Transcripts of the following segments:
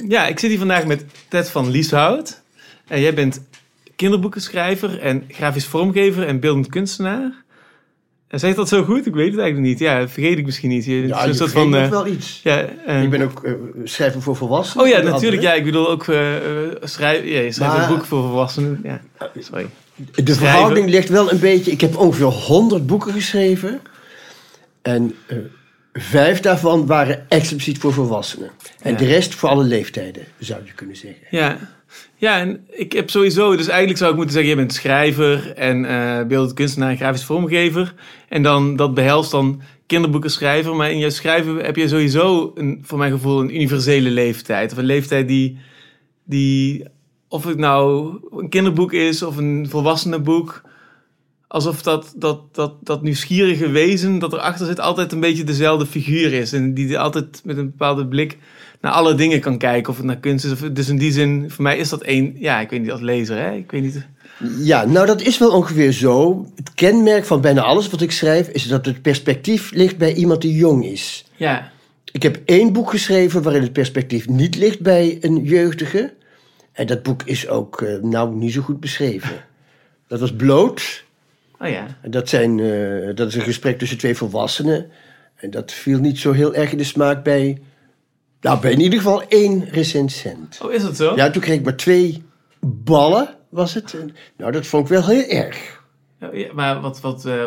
Ja, ik zit hier vandaag met Ted van Lieshout. En jij bent kinderboekenschrijver en grafisch vormgever en beeldend kunstenaar. En zeg dat zo goed? Ik weet het eigenlijk niet. Ja, vergeet ik misschien niet. Je vergeet wel iets. Ja, ik ben ook schrijver voor volwassenen. Oh ja, natuurlijk. Ja, ik bedoel ook schrijven. Ja, je schrijft een boek voor volwassenen. Ja, sorry. De verhouding ligt wel een beetje... Ik heb ongeveer 100 boeken geschreven. En 5 daarvan waren expliciet voor volwassenen. En de rest voor alle leeftijden, zou je kunnen zeggen. Ja, en ik heb sowieso... Dus eigenlijk zou ik moeten zeggen... Je bent schrijver en beeldend kunstenaar en grafisch vormgever. En dan dat behelst dan kinderboekenschrijver. Maar in jouw schrijven heb je sowieso, voor mijn gevoel, een universele leeftijd. Of een leeftijd die of het nou een kinderboek is of een volwassenenboek... Alsof dat nieuwsgierige wezen dat erachter zit altijd een beetje dezelfde figuur is. En die altijd met een bepaalde blik naar alle dingen kan kijken. Of het naar kunst is. Dus in die zin, voor mij is dat één... Ja, ik weet niet, als lezer, hè? Ik weet niet... Ja, nou dat is wel ongeveer zo. Het kenmerk van bijna alles wat ik schrijf... is dat het perspectief ligt bij iemand die jong is. Ja. Ik heb 1 boek geschreven waarin het perspectief niet ligt bij een jeugdige. En dat boek is ook niet zo goed beschreven. Dat was Bloot... Oh ja. Dat is een gesprek tussen 2 volwassenen. En dat viel niet zo heel erg in de smaak bij in ieder geval 1 recensent. Oh, is dat zo? Ja, toen kreeg ik maar 2 ballen, was het. Nou, dat vond ik wel heel erg. Ja, maar wat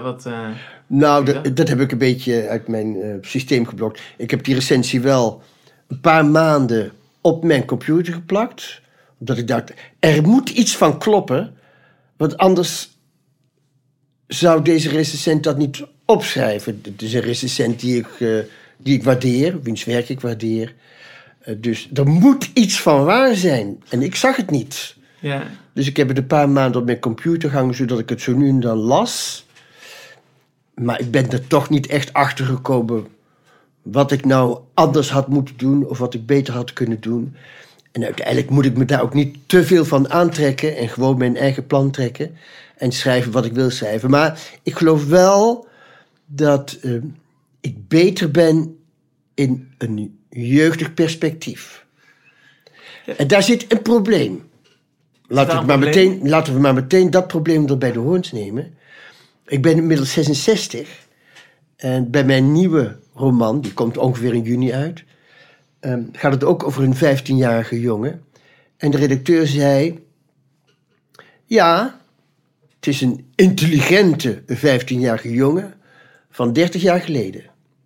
dat heb ik een beetje uit mijn systeem geblokt. Ik heb die recensie wel een paar maanden op mijn computer geplakt. Omdat ik dacht, er moet iets van kloppen. Want anders... zou deze recensent dat niet opschrijven. Het is een recensent die ik waardeer, wiens werk ik waardeer. Dus er moet iets van waar zijn. En ik zag het niet. Ja. Dus ik heb het een paar maanden op mijn computer gehangen... zodat ik het zo nu en dan las. Maar ik ben er toch niet echt achter gekomen... wat ik nou anders had moeten doen... of wat ik beter had kunnen doen. En uiteindelijk moet ik me daar ook niet te veel van aantrekken... en gewoon mijn eigen plan trekken... en schrijven wat ik wil schrijven. Maar ik geloof wel dat ik beter ben in een jeugdig perspectief. Ja. En daar zit een probleem. Laten we maar meteen dat probleem er bij de hoorns nemen. Ik ben inmiddels 66. En bij mijn nieuwe roman, die komt ongeveer in juni uit... gaat het ook over een 15-jarige jongen. En de redacteur zei... Ja... Het is een intelligente 15-jarige jongen van 30 jaar geleden.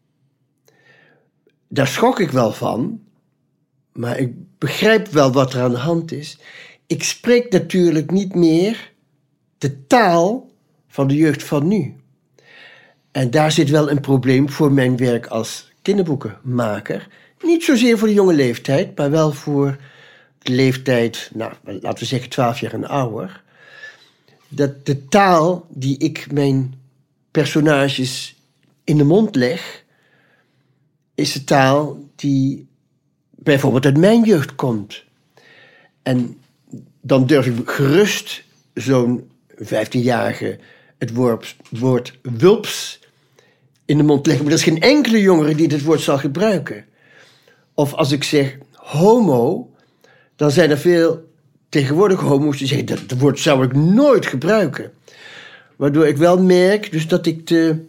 Daar schrok ik wel van, maar ik begrijp wel wat er aan de hand is. Ik spreek natuurlijk niet meer de taal van de jeugd van nu. En daar zit wel een probleem voor mijn werk als kinderboekenmaker. Niet zozeer voor de jonge leeftijd, maar wel voor de leeftijd, laten we zeggen 12 jaar en ouder... dat de taal die ik mijn personages in de mond leg... is de taal die bijvoorbeeld uit mijn jeugd komt. En dan durf ik gerust zo'n 15-jarige het woord wulps in de mond leggen. Maar er is geen enkele jongere die dit woord zal gebruiken. Of als ik zeg homo, dan zijn er veel... tegenwoordig homo's die zeggen, dat woord zou ik nooit gebruiken. Waardoor ik wel merk dus dat ik de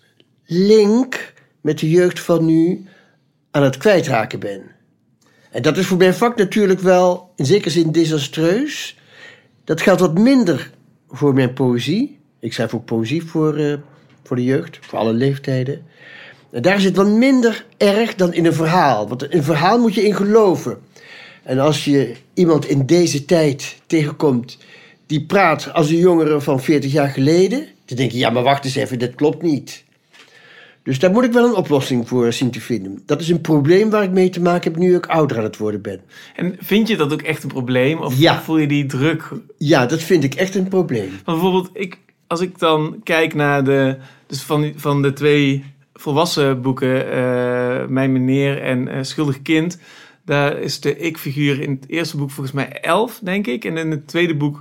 link met de jeugd van nu aan het kwijtraken ben. En dat is voor mijn vak natuurlijk wel in zekere zin desastreus. Dat geldt wat minder voor mijn poëzie. Ik schrijf ook poëzie voor de jeugd, voor alle leeftijden. En daar is het wat minder erg dan in een verhaal. Want een verhaal moet je in geloven. En als je iemand in deze tijd tegenkomt die praat als een jongere van 40 jaar geleden, dan denk je, ja, maar wacht eens even, dat klopt niet. Dus daar moet ik wel een oplossing voor zien te vinden. Dat is een probleem waar ik mee te maken heb nu ik ouder aan het worden ben. En vind je dat ook echt een probleem? Of voel je die druk? Ja, dat vind ik echt een probleem. Want bijvoorbeeld, als ik dan kijk naar van de 2 volwassen boeken, Mijn Meneer en Schuldig Kind... Daar is de ik-figuur in het eerste boek volgens mij 11, denk ik. En in het tweede boek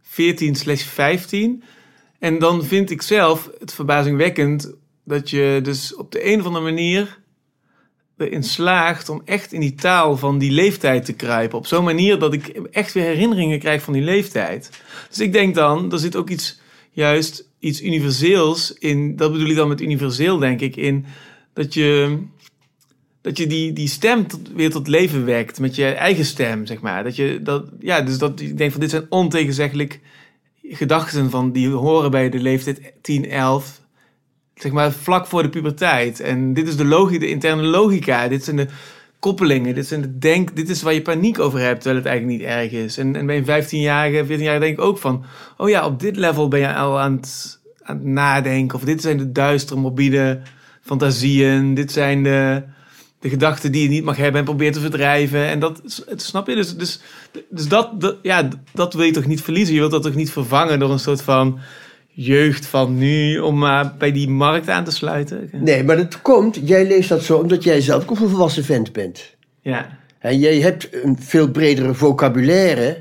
14/15. En dan vind ik zelf het verbazingwekkend... dat je dus op de een of andere manier... erin slaagt om echt in die taal van die leeftijd te kruipen. Op zo'n manier dat ik echt weer herinneringen krijg van die leeftijd. Dus ik denk dan, er zit ook iets universeels in. Dat bedoel ik dan met universeel, denk ik, in dat je die stem weer tot leven wekt met je eigen stem, zeg maar. Dus ik denk van dit zijn ontegenzeggelijk gedachten van die horen bij de leeftijd 10, 11, zeg maar vlak voor de puberteit. En dit is de interne logica, dit zijn de koppelingen, dit is waar je paniek over hebt, terwijl het eigenlijk niet erg is. En bij een 15-jarige, 14-jarige denk ik ook van, oh ja, op dit level ben je al aan het nadenken, of dit zijn de duistere, morbide fantasieën, dit zijn de gedachten die je niet mag hebben en probeert te verdrijven. En dat snap je? Dus dat wil je toch niet verliezen? Je wilt dat toch niet vervangen door een soort van jeugd van nu om bij die markt aan te sluiten? Nee, maar dat komt, jij leest dat zo omdat jij zelf ook een volwassen vent bent. Ja. En jij hebt een veel bredere vocabulaire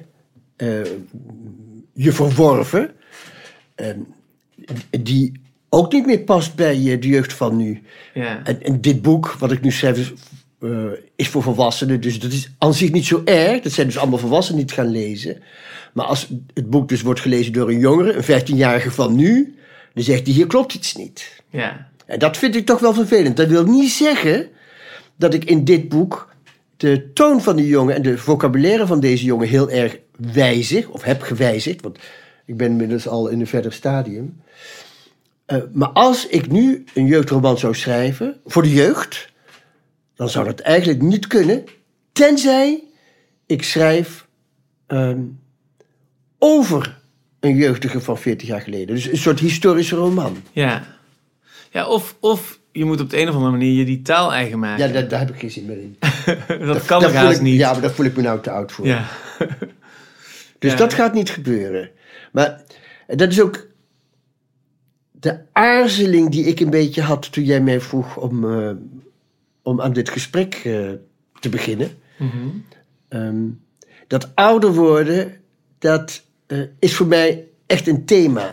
je verworven, die ook niet meer past bij de jeugd van nu. Ja. En dit boek, wat ik nu schrijf, is voor volwassenen. Dus dat is aan zich niet zo erg. Dat zijn dus allemaal volwassenen die het gaan lezen. Maar als het boek dus wordt gelezen door een jongere, een 15-jarige van nu, dan zegt hij, hier klopt iets niet. Ja. En dat vind ik toch wel vervelend. Dat wil niet zeggen dat ik in dit boek de toon van die jongen en de vocabulaire van deze jongen heel erg wijzig, of heb gewijzigd, want ik ben inmiddels al in een verder stadium. Maar als ik nu een jeugdroman zou schrijven, voor de jeugd, dan zou dat eigenlijk niet kunnen, tenzij ik schrijf over een jeugdige van 40 jaar geleden. Dus een soort historische roman. Ja. Ja, of je moet op de een of andere manier je die taal eigen maken. Ja, daar heb ik geen zin meer in. dat kan haast niet. Ja, maar daar voel ik me nou te oud voor. Ja. Dus ja. Dat gaat niet gebeuren. Maar dat is ook de aarzeling die ik een beetje had toen jij mij vroeg om aan dit gesprek te beginnen. Mm-hmm. Dat ouder worden, dat is voor mij echt een thema.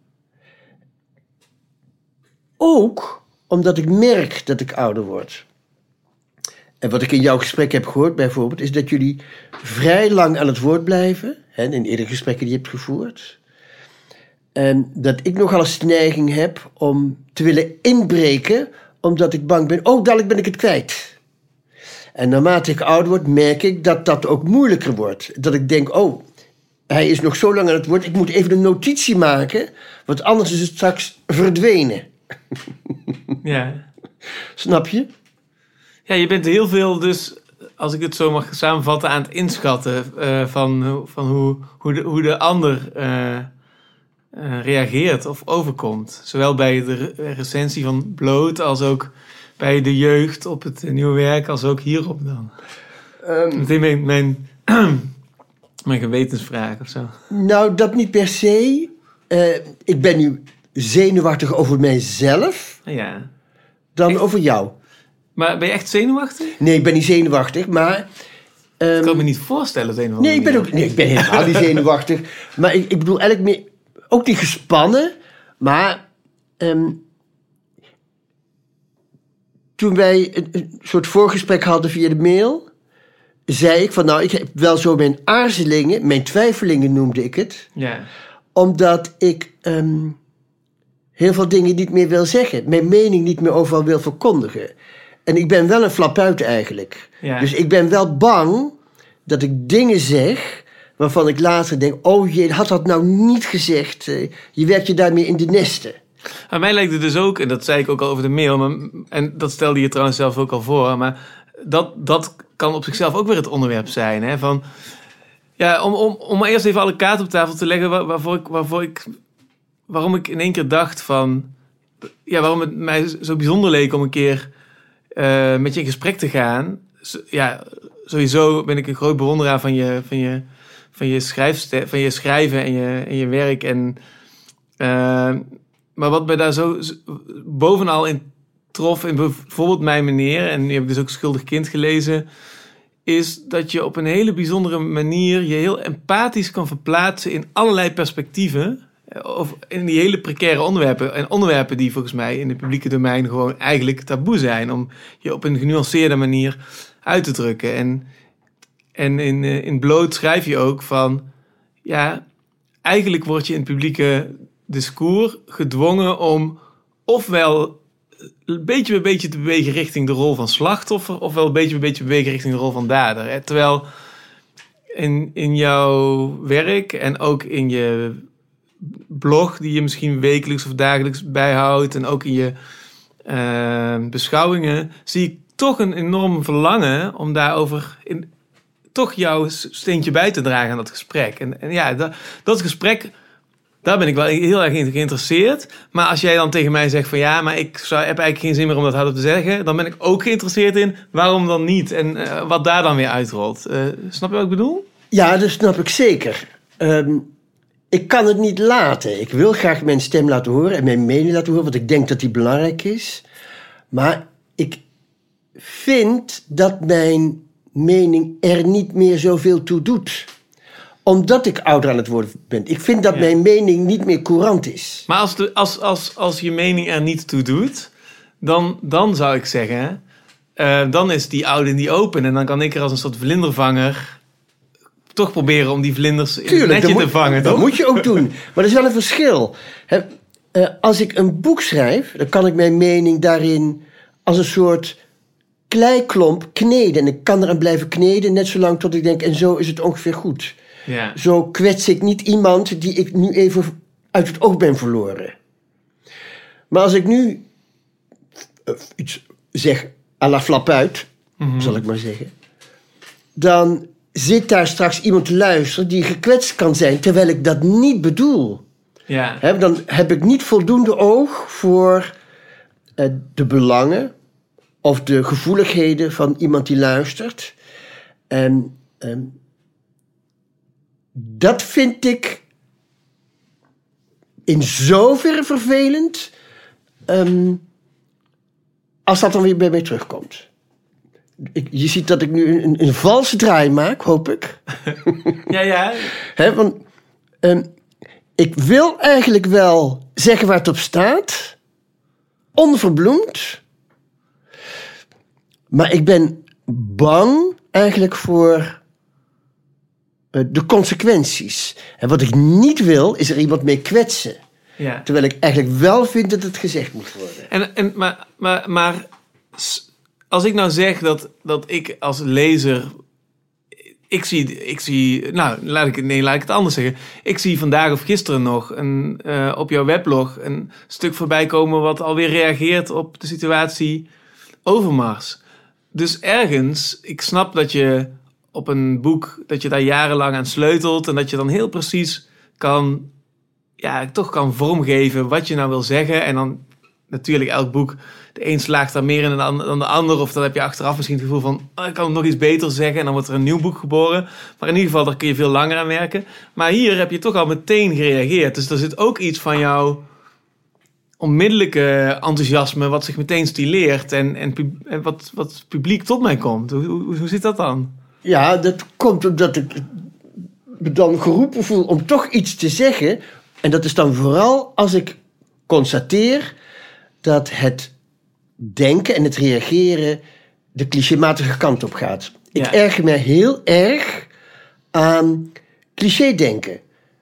Ook omdat ik merk dat ik ouder word. En wat ik in jouw gesprek heb gehoord bijvoorbeeld, is dat jullie vrij lang aan het woord blijven. Hè, in eerdere gesprekken die je hebt gevoerd. En dat ik nogal eens de neiging heb om te willen inbreken, omdat ik bang ben, dadelijk ben ik het kwijt. En naarmate ik ouder word, merk ik dat dat ook moeilijker wordt. Dat ik denk, hij is nog zo lang aan het woord, ik moet even een notitie maken, want anders is het straks verdwenen. Ja. Snap je? Ja, je bent heel veel dus, als ik het zo mag samenvatten, aan het inschatten van hoe de ander reageert of overkomt. Zowel bij de recensie van Bloot als ook bij de jeugd op het nieuwe werk, als ook hierop dan. Meteen mijn gewetensvraag of zo. Nou, dat niet per se. Ik ben nu zenuwachtig over mijzelf Ja. dan Echt? over jou. Maar ben je echt zenuwachtig? Nee, ik ben niet zenuwachtig, maar... Dat kan ik me niet voorstellen op een of andere Nee, ik ben helemaal niet zenuwachtig. Maar ik bedoel eigenlijk meer... Ook niet gespannen, maar... toen wij een soort voorgesprek hadden via de mail, zei ik van, ik heb wel zo mijn aarzelingen, mijn twijfelingen noemde ik het. Ja. Omdat ik heel veel dingen niet meer wil zeggen. Mijn mening niet meer overal wil verkondigen. En ik ben wel een flapuit eigenlijk. Ja. Dus ik ben wel bang dat ik dingen zeg waarvan ik later denk, je had dat nou niet gezegd. Je werkt je daarmee in de nesten. Aan mij lijkt het dus ook, en dat zei ik ook al over de mail, en dat stelde je trouwens zelf ook al voor, maar dat kan op zichzelf ook weer het onderwerp zijn. Hè? Van, ja, om maar eerst even alle kaarten op tafel te leggen waarom ik in één keer dacht van, ja, waarom het mij zo bijzonder leek om een keer met je in gesprek te gaan. Ja, sowieso ben ik een groot bewonderaar van je schrijven en je werk. Maar wat mij daar zo bovenal in trof, in bijvoorbeeld Mijn Meneer, en nu heb ik dus ook Schuldig Kind gelezen, is dat je op een hele bijzondere manier je heel empathisch kan verplaatsen in allerlei perspectieven. of in die hele precaire onderwerpen. En onderwerpen die volgens mij in het publieke domein gewoon eigenlijk taboe zijn. Om je op een genuanceerde manier uit te drukken. En in Bloot schrijf je ook van... Ja, eigenlijk word je in het publieke discours gedwongen om... ofwel beetje bij beetje te bewegen richting de rol van slachtoffer... ofwel beetje bij beetje te bewegen richting de rol van dader. Hè? Terwijl in jouw werk en ook in je blog... die je misschien wekelijks of dagelijks bijhoudt... en ook in je beschouwingen... zie ik toch een enorm verlangen om daarover... toch jouw steentje bij te dragen aan dat gesprek. En ja, dat gesprek... Daar ben ik wel heel erg in geïnteresseerd. Maar als jij dan tegen mij zegt van... ja, maar heb eigenlijk geen zin meer om dat hardop te zeggen... dan ben ik ook geïnteresseerd in waarom dan niet... en wat daar dan weer uitrolt. Snap je wat ik bedoel? Ja, dat snap ik zeker. Ik kan het niet laten. Ik wil graag mijn stem laten horen... en mijn mening laten horen... want ik denk dat die belangrijk is. Maar ik vind dat mijn mening er niet meer zoveel toe doet... Omdat ik ouder aan het worden ben. Ik vind dat mijn mening niet meer courant is. Maar als je mening er niet toe doet... dan zou ik zeggen... dan is die oude niet open. En dan kan ik er als een soort vlindervanger... toch proberen om die vlinders in het netje te vangen. Dat moet je ook doen. Maar er is wel een verschil. Als ik een boek schrijf... dan kan ik mijn mening daarin... als een soort kleiklomp kneden. En ik kan eraan blijven kneden... net zolang tot ik denk... en zo is het ongeveer goed... Ja. Zo kwets ik niet iemand die ik nu even uit het oog ben verloren. Maar als ik nu iets zeg à la flapuit, zal ik maar zeggen... dan zit daar straks iemand te luisteren die gekwetst kan zijn... terwijl ik dat niet bedoel. Ja. Dan heb ik niet voldoende oog voor de belangen... of de gevoeligheden van iemand die luistert... En dat vind ik in zoverre vervelend... als dat dan weer bij mij terugkomt. Je ziet dat ik nu een valse draai maak, hoop ik. Ja. Want ik wil eigenlijk wel zeggen waar het op staat... onverbloemd... maar ik ben bang eigenlijk voor... de consequenties. En wat ik niet wil, is er iemand mee kwetsen. Ja. Terwijl ik eigenlijk wel vind dat het gezegd moet worden. Maar als ik nou zeg dat ik als lezer... Ik zie laat ik het anders zeggen. Ik zie vandaag of gisteren nog op jouw weblog... een stuk voorbij komen wat alweer reageert op de situatie Overmars. Dus ergens, ik snap dat je... op een boek, dat je daar jarenlang aan sleutelt... en dat je dan heel precies kan vormgeven wat je nou wil zeggen. En dan natuurlijk elk boek, de een slaagt daar meer in dan de ander... of dan heb je achteraf misschien het gevoel van... ik kan het nog iets beter zeggen... en dan wordt er een nieuw boek geboren. Maar in ieder geval, daar kun je veel langer aan werken. Maar hier heb je toch al meteen gereageerd. Dus er zit ook iets van jouw onmiddellijke enthousiasme... wat zich meteen stileert en wat publiek tot mij komt. Hoe zit dat dan? Ja, dat komt omdat ik me dan geroepen voel om toch iets te zeggen. En dat is dan vooral als ik constateer dat het denken en het reageren de clichématige kant op gaat. Ik erger me heel erg aan clichédenken.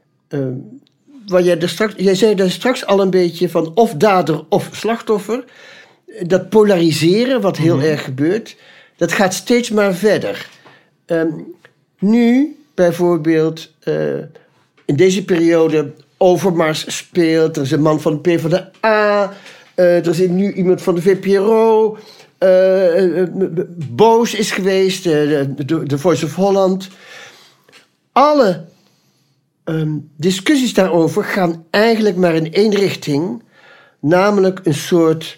Jij zei daar straks al een beetje van of dader of slachtoffer. Dat polariseren, wat heel erg gebeurt, dat gaat steeds maar verder. Nu bijvoorbeeld in deze periode Overmars speelt. Er is een man van de PvdA. Er is nu iemand van de VPRO. Boos is geweest. De Voice of Holland. Alle discussies daarover gaan eigenlijk maar in één richting. Namelijk een soort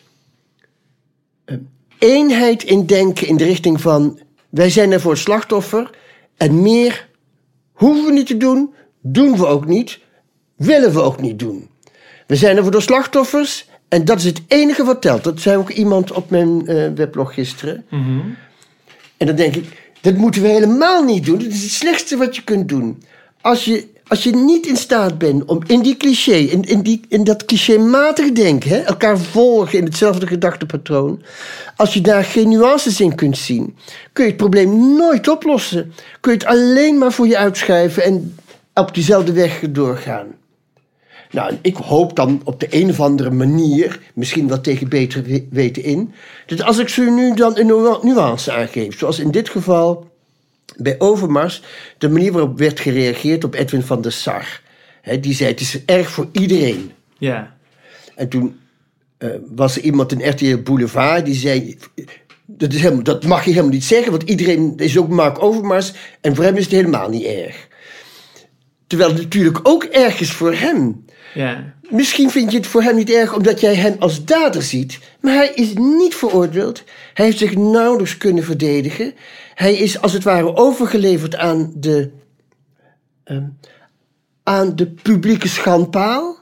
eenheid in denken in de richting van... wij zijn er voor het slachtoffer en meer hoeven we niet te doen, doen we ook niet, willen we ook niet doen. We zijn er voor de slachtoffers en dat is het enige wat telt. Dat zei ook iemand op mijn weblog gisteren. Mm-hmm. En dan denk ik, dat moeten we helemaal niet doen. Dat is het slechtste wat je kunt doen. Als je niet in staat bent om in die cliché, in dat clichématig denken, hè, elkaar volgen in hetzelfde gedachtepatroon, als je daar geen nuances in kunt zien, kun je het probleem nooit oplossen. Kun je het alleen maar voor je uitschuiven en op diezelfde weg doorgaan. Nou, ik hoop dan op de een of andere manier, misschien wel tegen beter weten in, dat als ik ze nu dan een nuance aangeef, zoals in dit geval bij Overmars, de manier waarop werd gereageerd op Edwin van der Sar. Die zei, het is erg voor iedereen. Ja. En toen was er iemand in RTL Boulevard die zei, dat mag je helemaal niet zeggen, want iedereen is ook Mark Overmars en voor hem is het helemaal niet erg. Terwijl het natuurlijk ook erg is voor hem. Ja. Misschien vind je het voor hem niet erg omdat jij hem als dader ziet, maar hij is niet veroordeeld. Hij heeft zich nauwelijks kunnen verdedigen. Hij is als het ware overgeleverd aan de publieke schandpaal.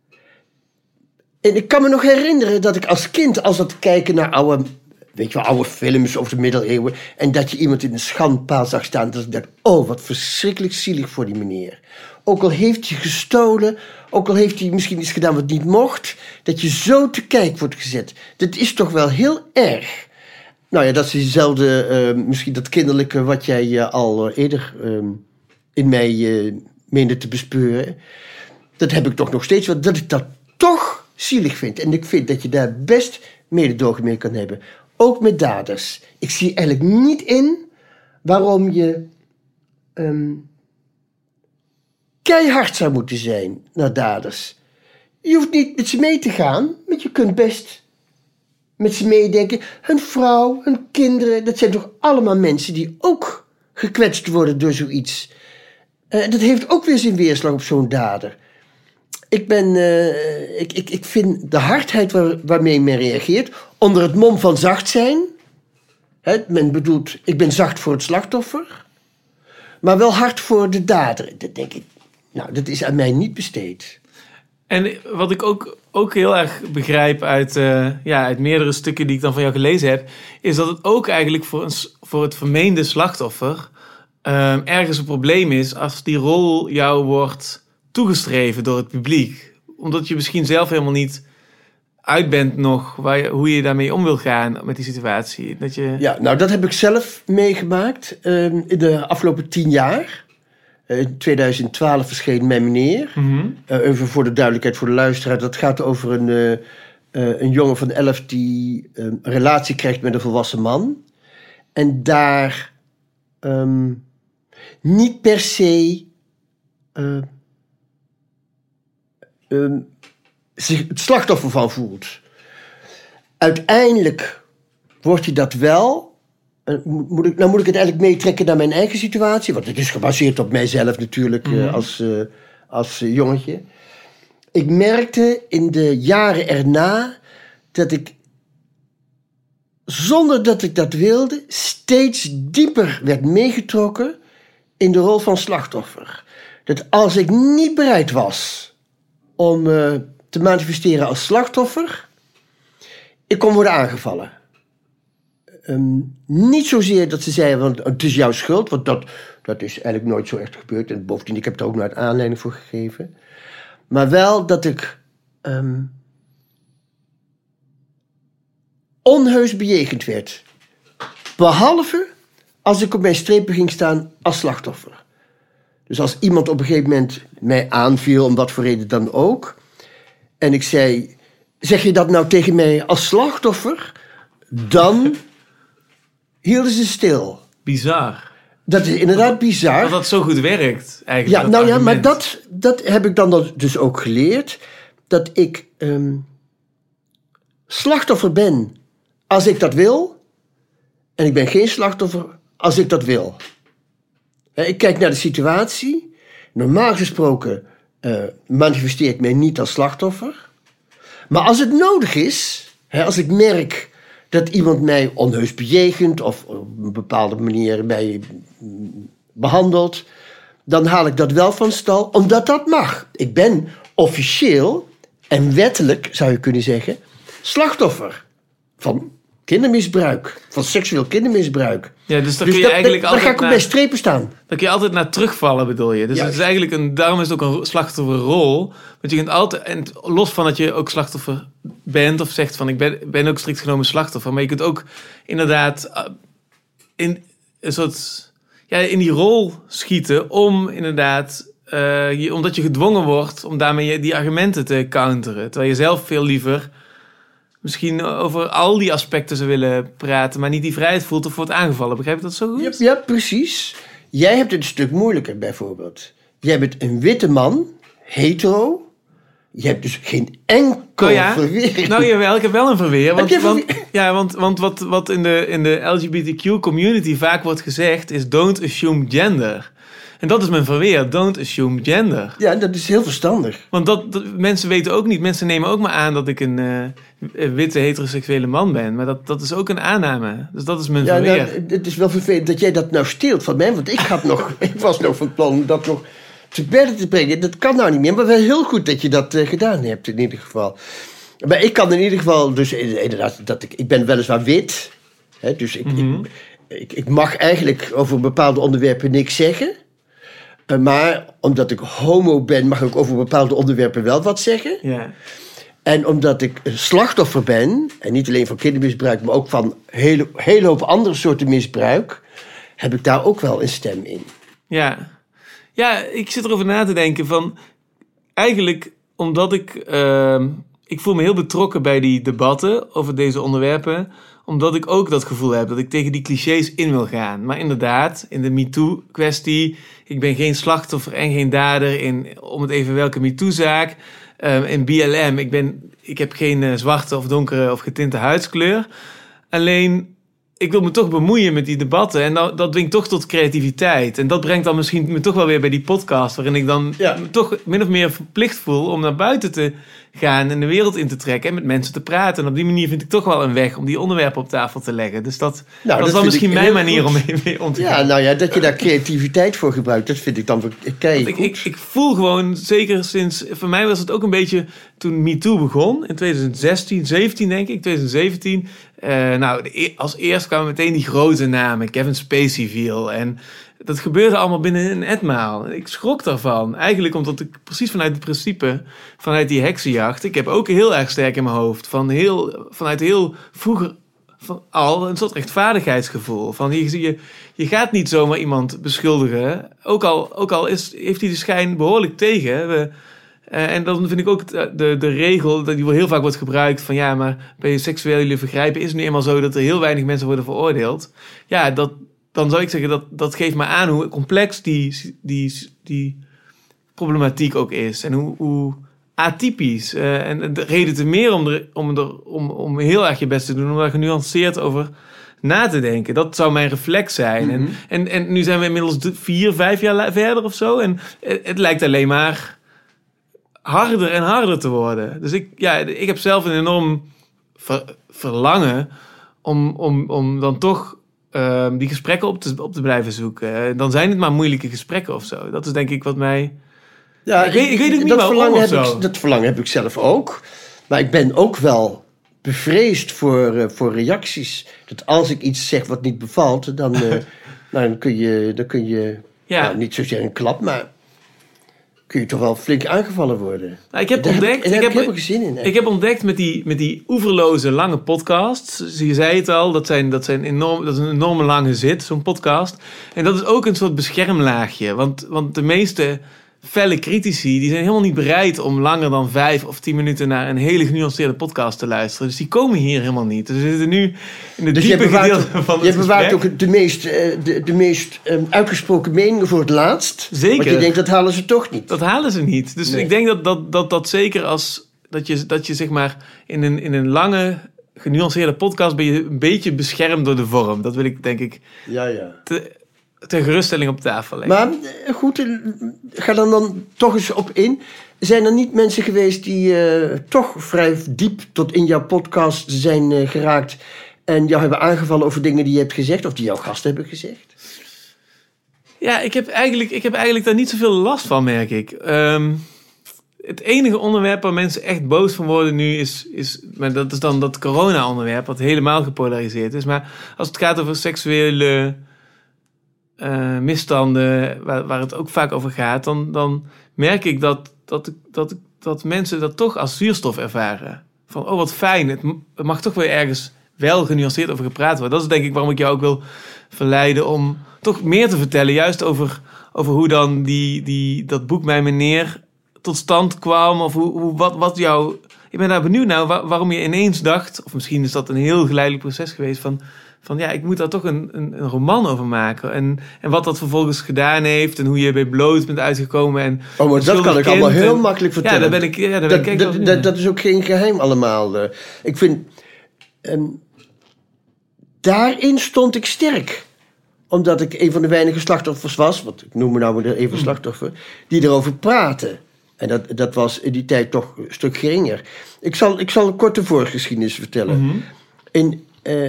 En ik kan me nog herinneren dat ik als kind, als dat kijken naar oude films over de middeleeuwen, en dat je iemand in een schandpaal zag staan, dat ik dacht, oh, wat verschrikkelijk zielig voor die meneer. Ook al heeft hij gestolen, ook al heeft hij misschien iets gedaan wat niet mocht, dat je zo te kijk wordt gezet. Dat is toch wel heel erg. Nou ja, dat is diezelfde, misschien dat kinderlijke wat jij al eerder in mij meende te bespeuren. Dat heb ik toch nog steeds wel, dat ik dat toch zielig vind. En ik vind dat je daar best mededogen mee kan hebben. Ook met daders. Ik zie eigenlijk niet in waarom je keihard zou moeten zijn naar daders. Je hoeft niet met ze mee te gaan, maar je kunt best met ze meedenken. Hun vrouw, hun kinderen, dat zijn toch allemaal mensen die ook gekwetst worden door zoiets. Dat heeft ook weer zijn weerslag op zo'n dader. Ik vind de hardheid waarmee men reageert, onder het mom van zacht zijn. Men bedoelt, ik ben zacht voor het slachtoffer, maar wel hard voor de dader. Dat denk ik, nou, dat is aan mij niet besteed. En wat ik ook heel erg begrijp uit meerdere stukken die ik dan van jou gelezen heb, is dat het ook eigenlijk voor het vermeende slachtoffer ergens een probleem is als die rol jou wordt toegeschreven door het publiek. Omdat je misschien zelf helemaal niet uit bent nog hoe je daarmee om wil gaan met die situatie. Ja, nou dat heb ik zelf meegemaakt in de afgelopen 10 jaar. In 2012 verscheen Mijn Meneer. Mm-hmm. Even voor de duidelijkheid voor de luisteraar. Dat gaat over een jongen van 11 die een relatie krijgt met een volwassen man. En daar niet per se zich het slachtoffer van voelt. Uiteindelijk wordt hij dat wel. Moet ik het eigenlijk meetrekken naar mijn eigen situatie? Want het is gebaseerd op mijzelf natuurlijk als jongetje. Ik merkte in de jaren erna dat ik, zonder dat ik dat wilde, steeds dieper werd meegetrokken in de rol van slachtoffer. Dat als ik niet bereid was om te manifesteren als slachtoffer, ik kon worden aangevallen. Niet zozeer dat ze zeiden, want het is jouw schuld, want dat is eigenlijk nooit zo echt gebeurd. En bovendien, ik heb er ook nooit aanleiding voor gegeven. Maar wel dat ik onheus bejegend werd. Behalve als ik op mijn strepen ging staan als slachtoffer. Dus als iemand op een gegeven moment mij aanviel, om wat voor reden dan ook, en ik zei, zeg je dat nou tegen mij als slachtoffer? Dan hielden ze stil. Bizar. Dat is inderdaad bizar. Dat dat zo goed werkt, eigenlijk. Ja, nou ja, maar dat heb ik dan dus ook geleerd. Dat ik slachtoffer ben als ik dat wil. En ik ben geen slachtoffer als ik dat wil. Ik kijk naar de situatie. Normaal gesproken manifesteer ik mij niet als slachtoffer. Maar als het nodig is, als ik merk dat iemand mij onheus bejegent of op een bepaalde manier mij behandelt, dan haal ik dat wel van stal, omdat dat mag. Ik ben officieel en wettelijk, zou je kunnen zeggen, slachtoffer van kindermisbruik, van seksueel kindermisbruik. Ja, dus dan Dus kun je eigenlijk daar ga altijd ik ook bij strepen staan. Dan kun je altijd naar terugvallen, bedoel je. Dus het is eigenlijk daarom is het ook een slachtofferrol. Want je kunt altijd, en los van dat je ook slachtoffer bent of zegt van ik ben ook strikt genomen slachtoffer. Maar je kunt ook inderdaad in een soort, in die rol schieten om inderdaad, omdat je gedwongen wordt om daarmee die argumenten te counteren. Terwijl je zelf veel liever misschien over al die aspecten zou willen praten, maar niet die vrijheid voelt of wordt aangevallen. Begrijp je dat zo goed? Ja, precies. Jij hebt het een stuk moeilijker, bijvoorbeeld. Jij bent een witte man, hetero. Je hebt dus geen enkel verweer. Nou jawel, ik heb wel een verweer. Want wat in de LGBTQ community vaak wordt gezegd is don't assume gender. En dat is mijn verweer, don't assume gender. Ja, dat is heel verstandig. Want mensen weten ook niet, mensen nemen ook maar aan dat ik een witte heteroseksuele man ben. Maar dat is ook een aanname. Dus dat is mijn verweer. Nou, het is wel vervelend dat jij dat nou steelt van mij. Want ik was nog van plan om dat nog te berden te brengen. Dat kan nou niet meer, maar wel heel goed dat je dat gedaan hebt in ieder geval. Maar ik kan in ieder geval, dus inderdaad, ik ben weliswaar wit. Hè, dus ik mag eigenlijk over bepaalde onderwerpen niks zeggen. Maar omdat ik homo ben, mag ik over bepaalde onderwerpen wel wat zeggen. Ja. En omdat ik een slachtoffer ben, en niet alleen van kindermisbruik, maar ook van een hele hoop andere soorten misbruik, heb ik daar ook wel een stem in. Ja, ik zit erover na te denken van, eigenlijk omdat ik voel me heel betrokken bij die debatten over deze onderwerpen, omdat ik ook dat gevoel heb dat ik tegen die clichés in wil gaan. Maar inderdaad, in de MeToo-kwestie, ik ben geen slachtoffer en geen dader om het even welke MeToo-zaak. In BLM, ik heb geen zwarte of donkere of getinte huidskleur. Alleen, ik wil me toch bemoeien met die debatten. En dat dwingt toch tot creativiteit. En dat brengt dan misschien me toch wel weer bij die podcast, waarin ik dan me toch min of meer verplicht voel om naar buiten te gaan en de wereld in te trekken en met mensen te praten. En op die manier vind ik toch wel een weg om die onderwerpen op tafel te leggen. Dus dat is dan misschien mijn manier om mee om te gaan. Nou ja, dat je daar creativiteit voor gebruikt, dat vind ik dan goed. Ik voel gewoon, zeker sinds, voor mij was het ook een beetje toen MeToo begon, in 2016, 17 denk ik, 2017. Als eerst kwamen meteen die grote namen, Kevin Spacey viel en dat gebeurde allemaal binnen een etmaal. Ik schrok daarvan. Eigenlijk omdat ik precies vanuit het principe, vanuit die heksenjacht, ik heb ook heel erg sterk in mijn hoofd, vanuit heel vroeger al een soort rechtvaardigheidsgevoel. Van je gaat niet zomaar iemand beschuldigen, ook al heeft hij de schijn behoorlijk tegen. En dan vind ik ook de regel die heel vaak wordt gebruikt van maar bij seksuele vergrijpen is het nu eenmaal zo dat er heel weinig mensen worden veroordeeld. Ja, dan zou ik zeggen dat geeft me aan hoe complex die problematiek ook is. En hoe atypisch. En de reden te meer om heel erg je best te doen, om daar genuanceerd over na te denken. Dat zou mijn reflex zijn. Mm-hmm. En nu zijn we inmiddels 4-5 jaar verder of zo. En het lijkt alleen maar harder en harder te worden. Dus ik heb zelf een enorm verlangen om dan toch die gesprekken op te blijven zoeken. Dan zijn het maar moeilijke gesprekken of zo. Dat is denk ik wat mij... Ja, ik weet het niet waarom. Dat verlangen heb ik zelf ook. Maar ik ben ook wel bevreesd voor reacties. Dat als ik iets zeg wat niet bevalt, dan kun je niet zozeer een klap, maar kun je toch wel flink aangevallen worden. Nou, ik heb ontdekt met die oeverloze lange podcasts. Je zei het al, dat is een enorme lange zit, zo'n podcast. En dat is ook een soort beschermlaagje. Want de meeste felle critici, die zijn helemaal niet bereid om langer dan 5 of 10 minuten naar een hele genuanceerde podcast te luisteren. Dus die komen hier helemaal niet. Dus we zitten nu in de diepe gedeelte van het gesprek. Je bewaart ook de meest uitgesproken meningen voor het laatst. Zeker. Want je denkt, dat halen ze toch niet. Dat halen ze niet. Dus nee. Ik denk dat zeker als dat je zeg maar in een lange genuanceerde podcast ben je een beetje beschermd door de vorm. Dat wil ik denk ik ter geruststelling op tafel leggen. Maar goed, ga dan toch eens op in. Zijn er niet mensen geweest die toch vrij diep tot in jouw podcast zijn geraakt en jou hebben aangevallen over dingen die je hebt gezegd of die jouw gasten hebben gezegd? Ja, ik heb eigenlijk daar niet zoveel last van, merk ik. het enige onderwerp waar mensen echt boos van worden nu maar dat is dan dat corona-onderwerp, wat helemaal gepolariseerd is. Maar als het gaat over seksuele misstanden, waar het ook vaak over gaat, dan merk ik dat mensen dat toch als zuurstof ervaren. Van, oh wat fijn, het mag toch weer ergens wel genuanceerd over gepraat worden. Dat is denk ik waarom ik jou ook wil verleiden om toch meer te vertellen, juist over hoe dan dat boek Mijn Meneer tot stand kwam, of wat jou... Ik ben daar benieuwd naar waarom je ineens dacht, of misschien is dat een heel geleidelijk proces geweest, van ja, ik moet daar toch een roman over maken. En wat dat vervolgens gedaan heeft, en hoe je bij Bloot bent uitgekomen. En maar dat kan ik allemaal heel makkelijk vertellen. Dat is ook geen geheim allemaal. Ik vind... daarin stond ik sterk. Omdat ik een van de weinige slachtoffers was, want ik noem me nou weer even slachtoffer, die erover praten. En dat was in die tijd toch een stuk geringer. Ik zal een korte voorgeschiedenis vertellen. Mm-hmm. In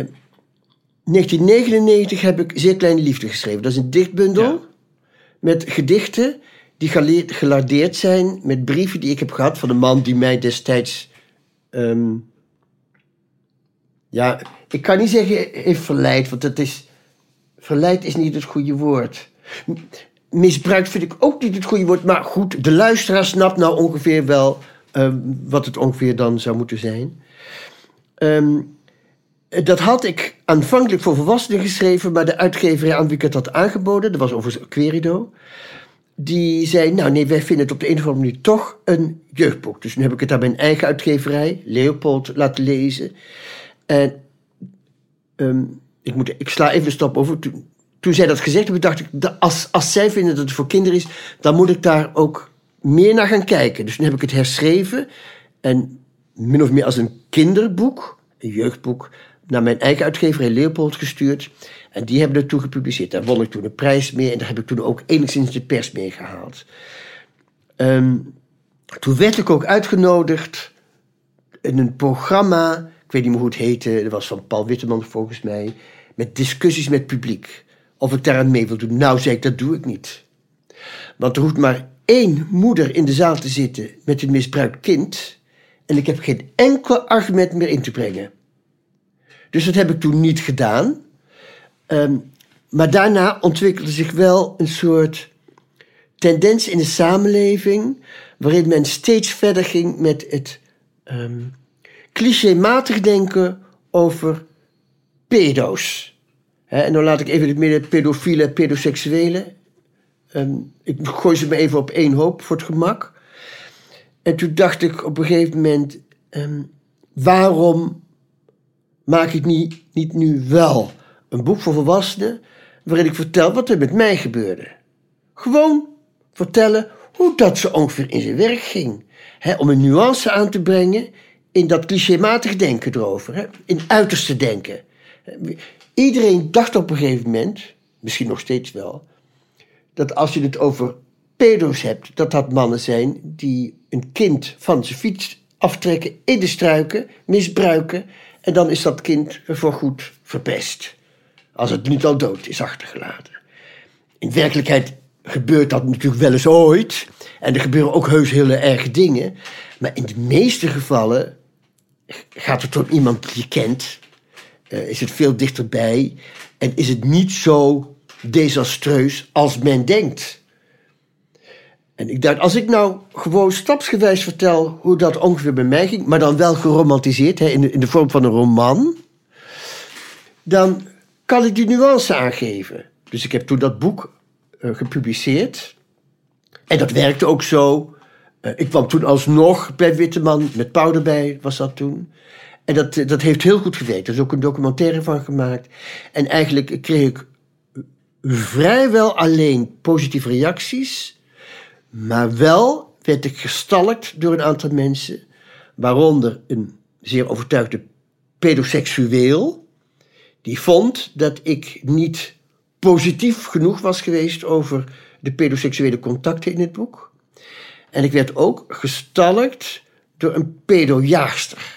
1999 heb ik Zeer Kleine Liefde geschreven. Dat is een dichtbundel met gedichten die gelardeerd zijn met brieven die ik heb gehad van een man die mij destijds... ik kan niet zeggen heeft verleid, want verleid is niet het goede woord. Misbruikt vind ik ook niet het goede woord, maar goed, de luisteraar snapt nou ongeveer wel wat het ongeveer dan zou moeten zijn. Dat had ik aanvankelijk voor volwassenen geschreven, maar de uitgeverij aan wie ik het had aangeboden, dat was overigens Querido, die zei, nou nee, wij vinden het op de een of andere manier toch een jeugdboek. Dus nu heb ik het aan mijn eigen uitgeverij, Leopold, laten lezen. En ik sla even een stap over. Toen zij dat gezegd hebben, dacht ik, als zij vinden dat het voor kinderen is, dan moet ik daar ook meer naar gaan kijken. Dus nu heb ik het herschreven en min of meer als een kinderboek, een jeugdboek, naar mijn eigen uitgeverij Leopold gestuurd. En die hebben het toen gepubliceerd. Daar won ik toen een prijs mee en daar heb ik toen ook enigszins de pers mee gehaald. Toen werd ik ook uitgenodigd in een programma, ik weet niet meer hoe het heette, dat was van Paul Witteman volgens mij, met discussies met publiek. Of ik daaraan mee wil doen. Nou, zei ik, dat doe ik niet. Want er hoeft maar 1 moeder in de zaal te zitten met een misbruikt kind en ik heb geen enkel argument meer in te brengen. Dus dat heb ik toen niet gedaan. Maar daarna ontwikkelde zich wel een soort tendens in de samenleving waarin men steeds verder ging met het clichématig denken over pedo's. En dan laat ik even in het midden pedofielen, pedoseksuelen. Ik gooi ze maar even op 1 hoop voor het gemak. En toen dacht ik op een gegeven moment, waarom maak ik niet nu wel een boek voor volwassenen waarin ik vertel wat er met mij gebeurde. Gewoon vertellen hoe dat zo ongeveer in zijn werk ging. Om een nuance aan te brengen in dat clichématig denken erover. In uiterste denken. Iedereen dacht op een gegeven moment, misschien nog steeds wel, dat als je het over pedo's hebt, dat mannen zijn die een kind van zijn fiets aftrekken, in de struiken, misbruiken, en dan is dat kind voorgoed verpest. Als het niet al dood is achtergelaten. In werkelijkheid gebeurt dat natuurlijk wel eens ooit, en er gebeuren ook heus hele erge dingen, maar in de meeste gevallen gaat het om iemand die je kent, is het veel dichterbij en is het niet zo desastreus als men denkt. En ik dacht, als ik nou gewoon stapsgewijs vertel hoe dat ongeveer bij mij ging, maar dan wel geromantiseerd, in de vorm van een roman, dan kan ik die nuance aangeven. Dus ik heb toen dat boek gepubliceerd en dat werkte ook zo. Ik kwam toen alsnog bij Witteman, met Pauw erbij was dat toen. En dat heeft heel goed gewerkt. Er is ook een documentaire van gemaakt. En eigenlijk kreeg ik vrijwel alleen positieve reacties. Maar wel werd ik gestalkt door een aantal mensen. Waaronder een zeer overtuigde pedoseksueel. Die vond dat ik niet positief genoeg was geweest over de pedoseksuele contacten in het boek. En ik werd ook gestalkt door een pedojaagster.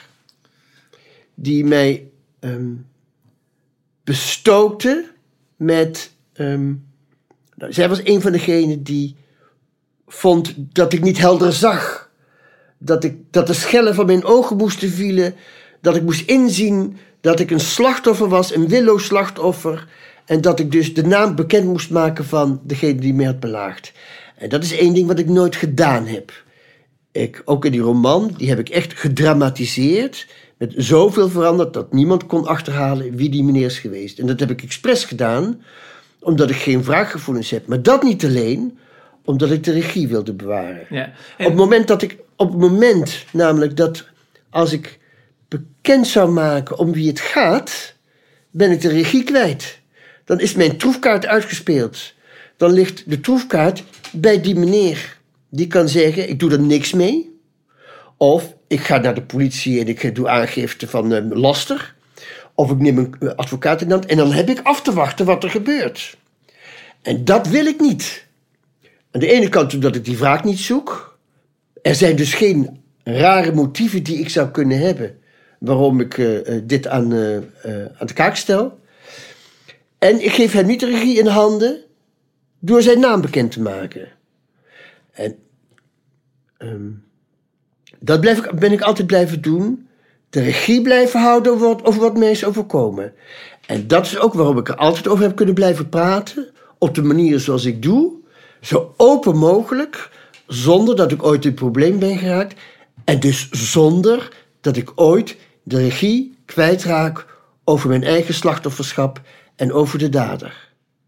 Die mij bestookte met... zij was een van degenen die vond dat ik niet helder zag dat de schellen van mijn ogen moesten vielen. Dat ik moest inzien dat ik een slachtoffer was, een willoos slachtoffer. En dat ik dus de naam bekend moest maken van degene die mij had belaagd. En dat is één ding wat ik nooit gedaan heb. Ook in die roman, die heb ik echt gedramatiseerd. Met zoveel veranderd dat niemand kon achterhalen wie die meneer is geweest. En dat heb ik expres gedaan, omdat ik geen wraakgevoelens heb. Maar dat niet alleen, omdat ik de regie wilde bewaren. Ja. Op het moment namelijk dat als ik bekend zou maken om wie het gaat, ben ik de regie kwijt. Dan is mijn troefkaart uitgespeeld. Dan ligt de troefkaart bij die meneer. Die kan zeggen, ik doe er niks mee. Of ik ga naar de politie en ik doe aangifte van laster. Of ik neem een advocaat in de hand. En dan heb ik af te wachten wat er gebeurt. En dat wil ik niet. Aan de ene kant omdat ik die wraak niet zoek. Er zijn dus geen rare motieven die ik zou kunnen hebben waarom ik dit aan de kaak stel. En ik geef hem niet de regie in handen door zijn naam bekend te maken. En dat ben ik altijd blijven doen. De regie blijven houden over wat mij is overkomen. En dat is ook waarom ik er altijd over heb kunnen blijven praten. Op de manier zoals ik doe. Zo open mogelijk. Zonder dat ik ooit in een probleem ben geraakt. En dus zonder dat ik ooit de regie kwijtraak over mijn eigen slachtofferschap en over de dader.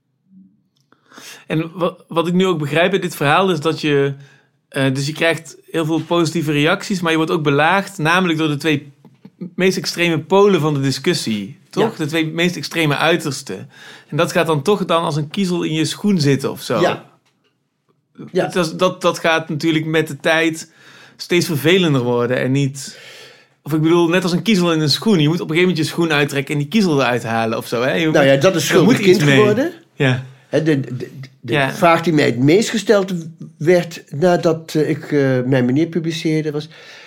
En wat ik nu ook begrijp uit dit verhaal is dat je... dus je krijgt heel veel positieve reacties, maar je wordt ook belaagd, namelijk door de twee meest extreme polen van de discussie. Toch? Ja. De twee meest extreme uitersten. En dat gaat dan toch als een kiezel in je schoen zitten of zo. Ja. Ja. Dat gaat natuurlijk met de tijd steeds vervelender worden en niet... Of ik bedoel, net als een kiezel in een schoen. Je moet op een gegeven moment je schoen uittrekken en die kiezel eruit halen of zo. Hè? Nou ja, dat is schuldig kind geworden. Ja. De vraag die mij het meest gesteld werd nadat ik mijn meneer publiceerde was...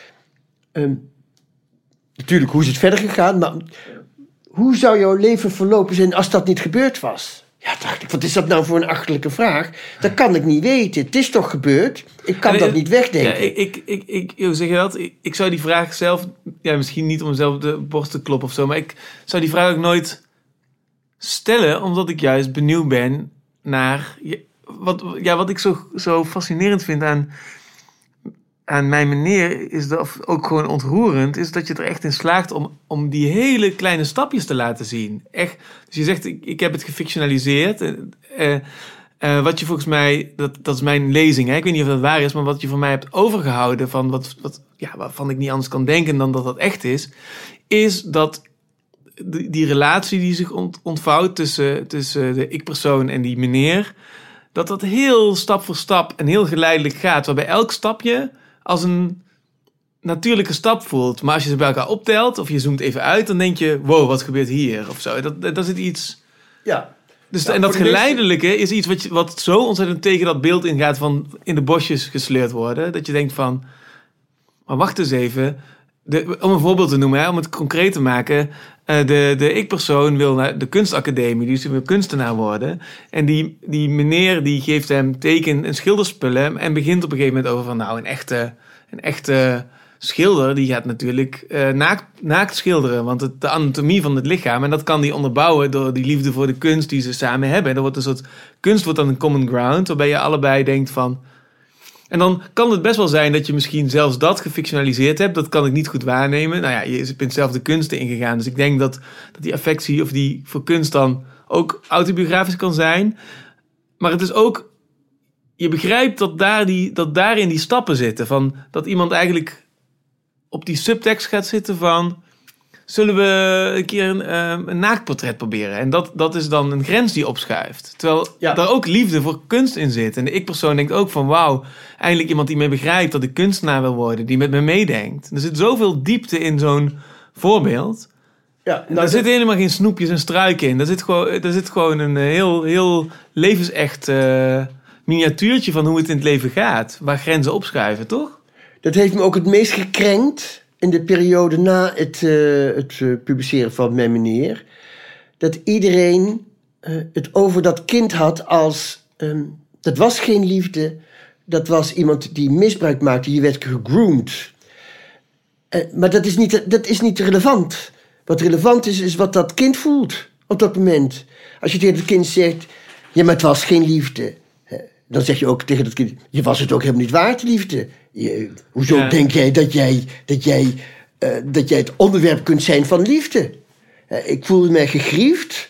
natuurlijk, hoe is het verder gegaan? Maar hoe zou jouw leven verlopen zijn als dat niet gebeurd was? Ja, dacht ik, wat is dat nou voor een achterlijke vraag? Dat kan ik niet weten. Het is toch gebeurd? Ik kan dat niet wegdenken. Ja, hoe zeg je dat? Ik zou die vraag zelf... Ja, misschien niet om mezelf de borst te kloppen of zo... maar ik zou die vraag ook nooit stellen... omdat ik juist benieuwd ben naar... Wat ik zo fascinerend vind aan mijn meneer... is dat, of ook gewoon ontroerend... is dat je er echt in slaagt om die hele kleine stapjes te laten zien. Echt. Dus je zegt, ik heb het gefictionaliseerd... wat je volgens mij, dat is mijn lezing, hè? Ik weet niet of dat waar is, maar wat je van mij hebt overgehouden van waarvan ik niet anders kan denken dan dat dat echt is dat die relatie die zich ontvouwt tussen de ik-persoon en die meneer, dat heel stap voor stap en heel geleidelijk gaat, waarbij elk stapje als een natuurlijke stap voelt. Maar als je ze bij elkaar optelt of je zoomt even uit, dan denk je, wow, wat gebeurt hier? Of zo. Dat zit iets... Ja. Dus, en dat geleidelijke is iets wat zo ontzettend tegen dat beeld ingaat van in de bosjes gesleurd worden. Dat je denkt van, maar wacht eens even. Om een voorbeeld te noemen, om het concreet te maken. De ik-persoon wil naar de kunstacademie, dus die wil kunstenaar worden. En die meneer die geeft hem teken- en schilderspullen en begint op een gegeven moment over van nou, een echte schilder die gaat natuurlijk naakt schilderen, want de anatomie van het lichaam, en dat kan die onderbouwen door die liefde voor de kunst die ze samen hebben. En er wordt een soort kunst wordt dan een common ground, waarbij je allebei denkt van... En dan kan het best wel zijn dat je misschien zelfs dat gefictionaliseerd hebt. Dat kan ik niet goed waarnemen. Nou ja, je bent zelf de kunsten ingegaan, dus ik denk dat die affectie of die voor kunst dan ook autobiografisch kan zijn. Maar het is ook... Je begrijpt dat daarin die stappen zitten, van dat iemand eigenlijk op die subtekst gaat zitten van... Zullen we een keer een naaktportret proberen? En dat is dan een grens die opschuift. Terwijl daar ook liefde voor kunst in zit. En de ik-persoon denkt ook van... Wauw, eindelijk iemand die mij begrijpt dat ik kunstenaar wil worden. Die met me meedenkt. Er zit zoveel diepte in zo'n voorbeeld. Ja, daar zitten helemaal geen snoepjes en struiken in. Daar zit gewoon een heel levensecht miniatuurtje van hoe het in het leven gaat. Waar grenzen opschuiven, toch? Dat heeft me ook het meest gekrenkt in de periode na het publiceren van mijn meneer. Dat iedereen het over dat kind had als... dat was geen liefde. Dat was iemand die misbruik maakte. Je werd gegroomd. Maar dat is niet relevant. Wat relevant is wat dat kind voelt op dat moment. Als je tegen het kind zegt, ja, maar het was geen liefde. Dan zeg je ook tegen dat kind, je was het ook helemaal niet waard, liefde. Hoezo denk jij dat jij het onderwerp kunt zijn van liefde? Ik voelde mij gegriefd.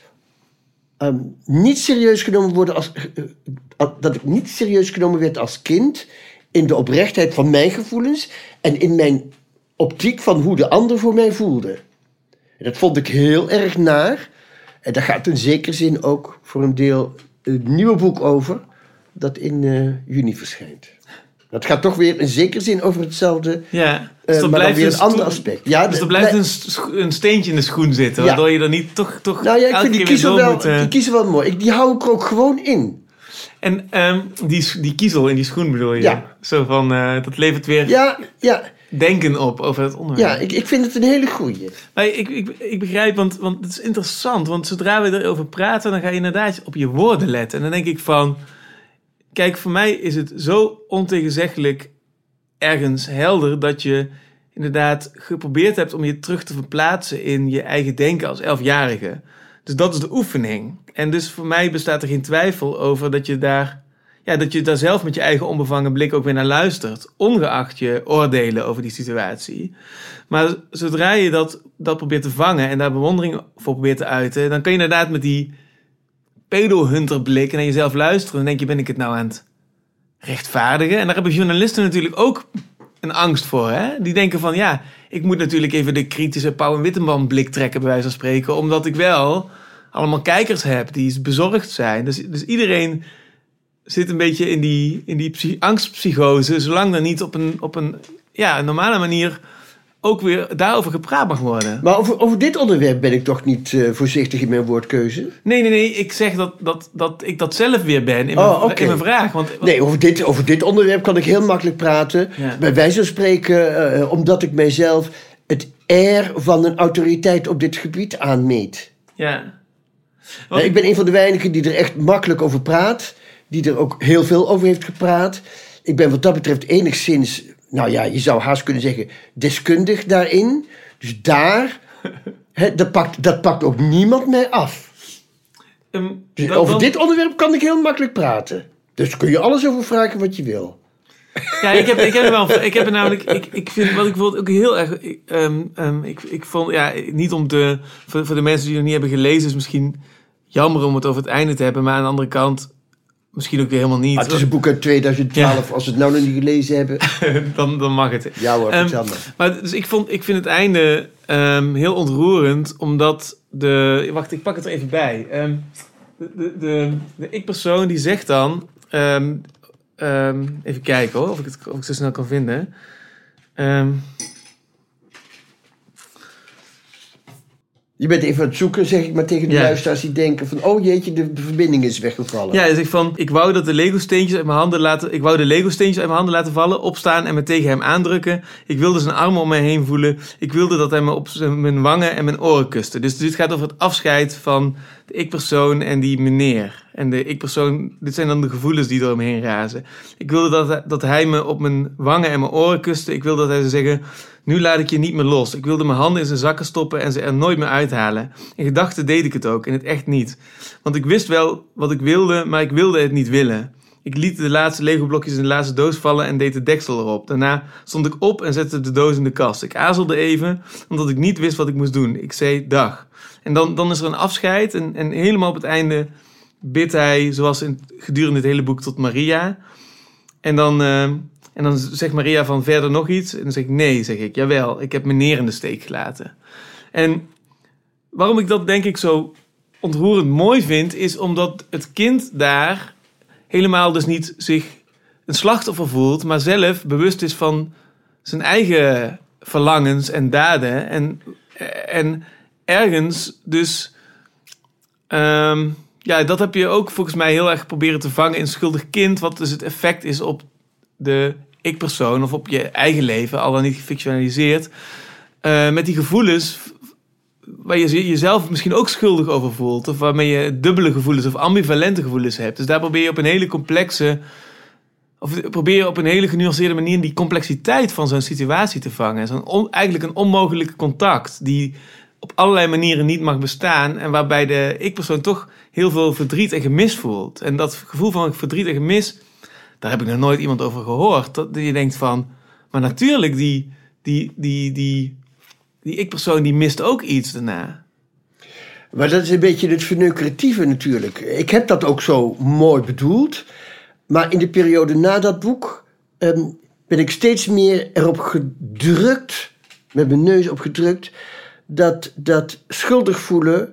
Niet serieus genomen worden dat ik niet serieus genomen werd als kind in de oprechtheid van mijn gevoelens en in mijn optiek van hoe de ander voor mij voelde. En dat vond ik heel erg naar. En daar gaat in zekere zin ook voor een deel een nieuwe boek over, dat in juni verschijnt. Dat gaat toch weer in zekere zin over hetzelfde, ja, dus maar dan weer een ander aspect. Ja, dus er blijft een steentje in de schoen zitten, waardoor je er niet toch nou ja, ik vind die kiezel wel mooi. Die hou ik er ook gewoon in. En die kiezel in die schoen bedoel je? Ja. Zo van, dat levert weer denken op over het onderwerp. Ja, ik vind het een hele goeie. Maar ik begrijp, want het is interessant. Want zodra we erover praten, dan ga je inderdaad op je woorden letten. En dan denk ik van, kijk, voor mij is het zo ontegenzeggelijk ergens helder dat je inderdaad geprobeerd hebt om je terug te verplaatsen in je eigen denken als 11-jarige. Dus dat is de oefening. En dus voor mij bestaat er geen twijfel over dat je daar zelf met je eigen onbevangen blik ook weer naar luistert. Ongeacht je oordelen over die situatie. Maar zodra je dat probeert te vangen en daar bewondering voor probeert te uiten, dan kan je inderdaad met die pedo-hunter blik naar jezelf luisteren. Dan denk je, ben ik het nou aan het rechtvaardigen? En daar hebben journalisten natuurlijk ook een angst voor. Hè? Die denken van, ja, ik moet natuurlijk even de kritische Pauw en Witteman blik trekken, bij wijze van spreken, omdat ik wel allemaal kijkers heb die bezorgd zijn. Dus iedereen zit een beetje in die angstpsychose, zolang er niet op een normale manier ook weer daarover gepraat mag worden. Maar over dit onderwerp ben ik toch niet voorzichtig in mijn woordkeuze? Nee. Ik zeg dat ik dat zelf weer ben in mijn vraag. Nee, over dit onderwerp kan ik heel makkelijk praten. Ja. Bij wijze van spreken, omdat ik mijzelf het air van een autoriteit op dit gebied aanmeet. Ja. Ik ben een van de weinigen die er echt makkelijk over praat. Die er ook heel veel over heeft gepraat. Ik ben wat dat betreft enigszins, nou ja, je zou haast kunnen zeggen, deskundig daarin. Dus dat pakt ook niemand mij af. Dus over dit onderwerp kan ik heel makkelijk praten. Dus kun je alles over vragen wat je wil. Ja, ik heb er namelijk, ik vind wat ik bijvoorbeeld ook heel erg, ik vond, ja, niet om voor de mensen die het nog niet hebben gelezen, is misschien jammer om het over het einde te hebben, maar aan de andere kant misschien ook weer helemaal niet. Maar het is een boek uit 2012. Ja. Als we het nou nog niet gelezen hebben, dan mag het. Ja hoor, vertel maar. Dus ik vind het einde heel ontroerend, omdat wacht, ik pak het er even bij. De ik-persoon die zegt dan, even kijken hoor, of ik zo snel kan vinden. Je bent even aan het zoeken, zeg ik maar tegen de luisteraars die denken van, oh jeetje, de verbinding is weggevallen. Ja, dus ik wou de Lego-steentjes uit mijn handen laten vallen, opstaan en me tegen hem aandrukken. Ik wilde zijn armen om mij heen voelen. Ik wilde dat hij me op mijn wangen en mijn oren kuste. Dus dit gaat over het afscheid van de ik-persoon en die meneer. En de ik-persoon, dit zijn dan de gevoelens die door hem heen razen. Ik wilde dat hij me op mijn wangen en mijn oren kuste. Ik wilde dat hij zou zeggen, nu laat ik je niet meer los. Ik wilde mijn handen in zijn zakken stoppen en ze er nooit meer uithalen. In gedachten deed ik het ook, in het echt niet. Want ik wist wel wat ik wilde, maar ik wilde het niet willen. Ik liet de laatste Lego-blokjes in de laatste doos vallen en deed de deksel erop. Daarna stond ik op en zette de doos in de kast. Ik aarzelde even, omdat ik niet wist wat ik moest doen. Ik zei dag. En dan is er een afscheid en helemaal op het einde bidt hij, zoals gedurende het hele boek, tot Maria. En dan zegt Maria van verder nog iets. En dan zeg ik nee, zeg ik. Jawel, ik heb meneer in de steek gelaten. En waarom ik dat denk ik zo ontroerend mooi vind, is omdat het kind daar helemaal dus niet zich een slachtoffer voelt, maar zelf bewust is van zijn eigen verlangens en daden. En ergens dus, dat heb je ook volgens mij heel erg proberen te vangen in schuldig kind, wat dus het effect is op de ik-persoon of op je eigen leven, al dan niet gefictionaliseerd, met die gevoelens waar je jezelf misschien ook schuldig over voelt, of waarmee je dubbele gevoelens of ambivalente gevoelens hebt. Dus daar probeer je op een hele complexe Of probeer je op een hele genuanceerde manier die complexiteit van zo'n situatie te vangen. Eigenlijk een onmogelijke contact die op allerlei manieren niet mag bestaan. En waarbij de ik-persoon toch heel veel verdriet en gemis voelt. En dat gevoel van verdriet en gemis, daar heb ik nog nooit iemand over gehoord. Dat je denkt van, maar natuurlijk, die ik-persoon die mist ook iets daarna. Maar dat is een beetje het verneukeratieve natuurlijk. Ik heb dat ook zo mooi bedoeld. Maar in de periode na dat boek ben ik steeds meer erop gedrukt, met mijn neus op gedrukt, dat schuldig voelen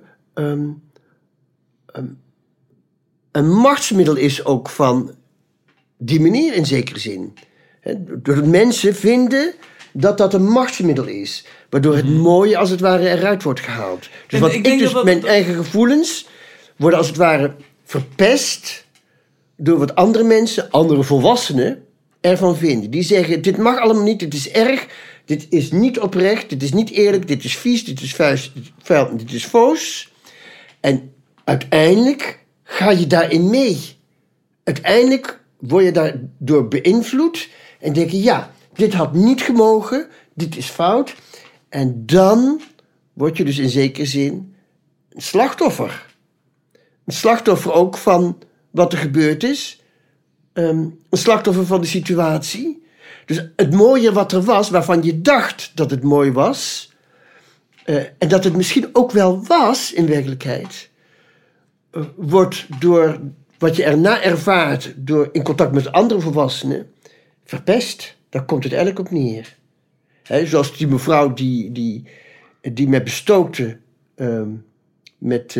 een machtsmiddel is ook van die meneer in zekere zin. Doordat mensen vinden dat dat een machtsmiddel is. Waardoor het mooie als het ware eruit wordt gehaald. Dus mijn eigen gevoelens worden als het ware verpest door wat andere mensen, andere volwassenen, ervan vinden. Die zeggen, dit mag allemaal niet, dit is erg, dit is niet oprecht, dit is niet eerlijk, dit is vies, dit is vuil, dit is foos. En uiteindelijk ga je daarin mee. Uiteindelijk word je daardoor beïnvloed en denk je, ja, dit had niet gemogen, dit is fout. En dan word je dus in zekere zin een slachtoffer. Een slachtoffer ook van wat er gebeurd is. Een slachtoffer van de situatie. Dus het mooie wat er was, waarvan je dacht dat het mooi was, en dat het misschien ook wel was in werkelijkheid, wordt door wat je erna ervaart, door in contact met andere volwassenen, verpest. Daar komt het eigenlijk op neer. Zoals die mevrouw die mij bestookte met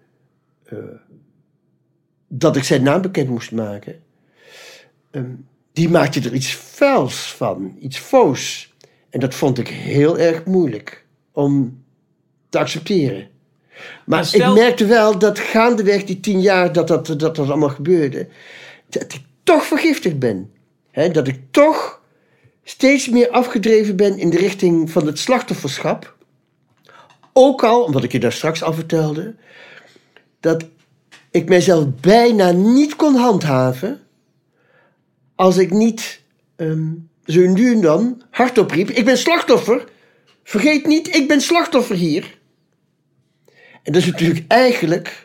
dat ik zijn naam bekend moest maken. Die maakte er iets vuils van, iets foos. En dat vond ik heel erg moeilijk om te accepteren. Maar ik merkte wel dat gaandeweg die 10 jaar dat allemaal gebeurde, dat ik toch vergiftigd ben. Dat ik toch steeds meer afgedreven ben in de richting van het slachtofferschap. Ook al, omdat ik je daar straks al vertelde, dat ik mijzelf bijna niet kon handhaven als ik niet zo nu en dan hardop riep, ik ben slachtoffer. Vergeet niet, ik ben slachtoffer hier. En dat is natuurlijk eigenlijk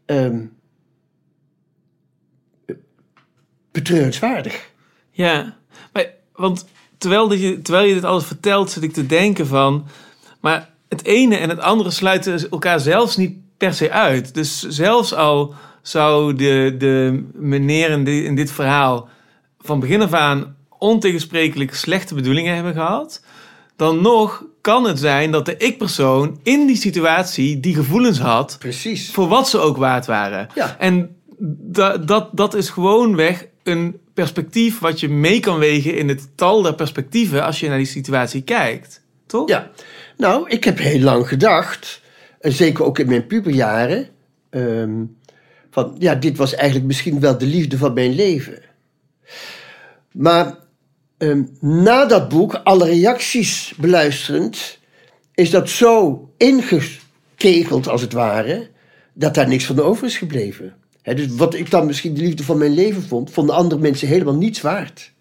betreurenswaardig. Ja, want terwijl je dit alles vertelt, zit ik te denken van, maar het ene en het andere sluiten elkaar zelfs niet per se uit. Dus zelfs al zou de meneer in dit verhaal van begin af aan ontegensprekelijk slechte bedoelingen hebben gehad, dan nog kan het zijn dat de ik-persoon in die situatie die gevoelens had, precies, voor wat ze ook waard waren. Ja. En dat is gewoonweg een perspectief wat je mee kan wegen in het tal der perspectieven als je naar die situatie kijkt. Toch? Ja. Nou, ik heb heel lang gedacht, en zeker ook in mijn puberjaren, van ja, dit was eigenlijk misschien wel de liefde van mijn leven. Maar na dat boek, alle reacties beluisterend, is dat zo ingekegeld als het ware, dat daar niks van over is gebleven. Dus wat ik dan misschien de liefde van mijn leven vond, vonden andere mensen helemaal niets waard.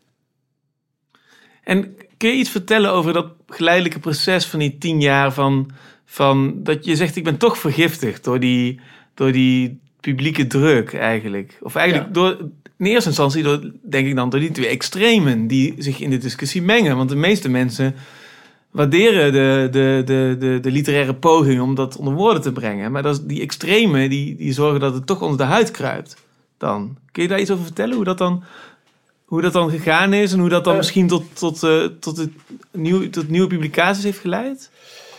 En kun je iets vertellen over dat geleidelijke proces van die 10 jaar van dat je zegt, ik ben toch vergiftigd door die publieke druk eigenlijk? Of eigenlijk in eerste instantie denk ik dan door die 2 extremen die zich in de discussie mengen. Want de meeste mensen waarderen de literaire poging om dat onder woorden te brengen. Maar die extremen die zorgen dat het toch onder de huid kruipt. Dan. Kun je daar iets over vertellen? Hoe dat dan gegaan is en hoe dat dan misschien tot nieuwe publicaties heeft geleid?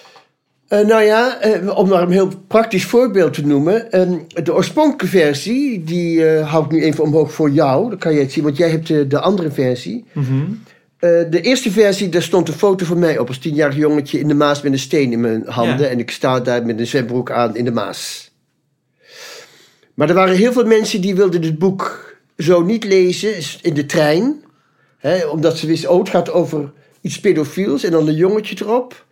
Om maar een heel praktisch voorbeeld te noemen. De oorspronkelijke versie, die hou ik nu even omhoog voor jou. Dan kan je het zien, want jij hebt de andere versie. Mm-hmm. De eerste versie, daar stond een foto van mij op als 10-jarig jongetje in de Maas met een steen in mijn handen. Ja. En ik sta daar met een zwembroek aan in de Maas. Maar er waren heel veel mensen die wilden dit boek zo niet lezen in de trein. Omdat ze wisten, het gaat over iets pedofiels en dan een jongetje erop.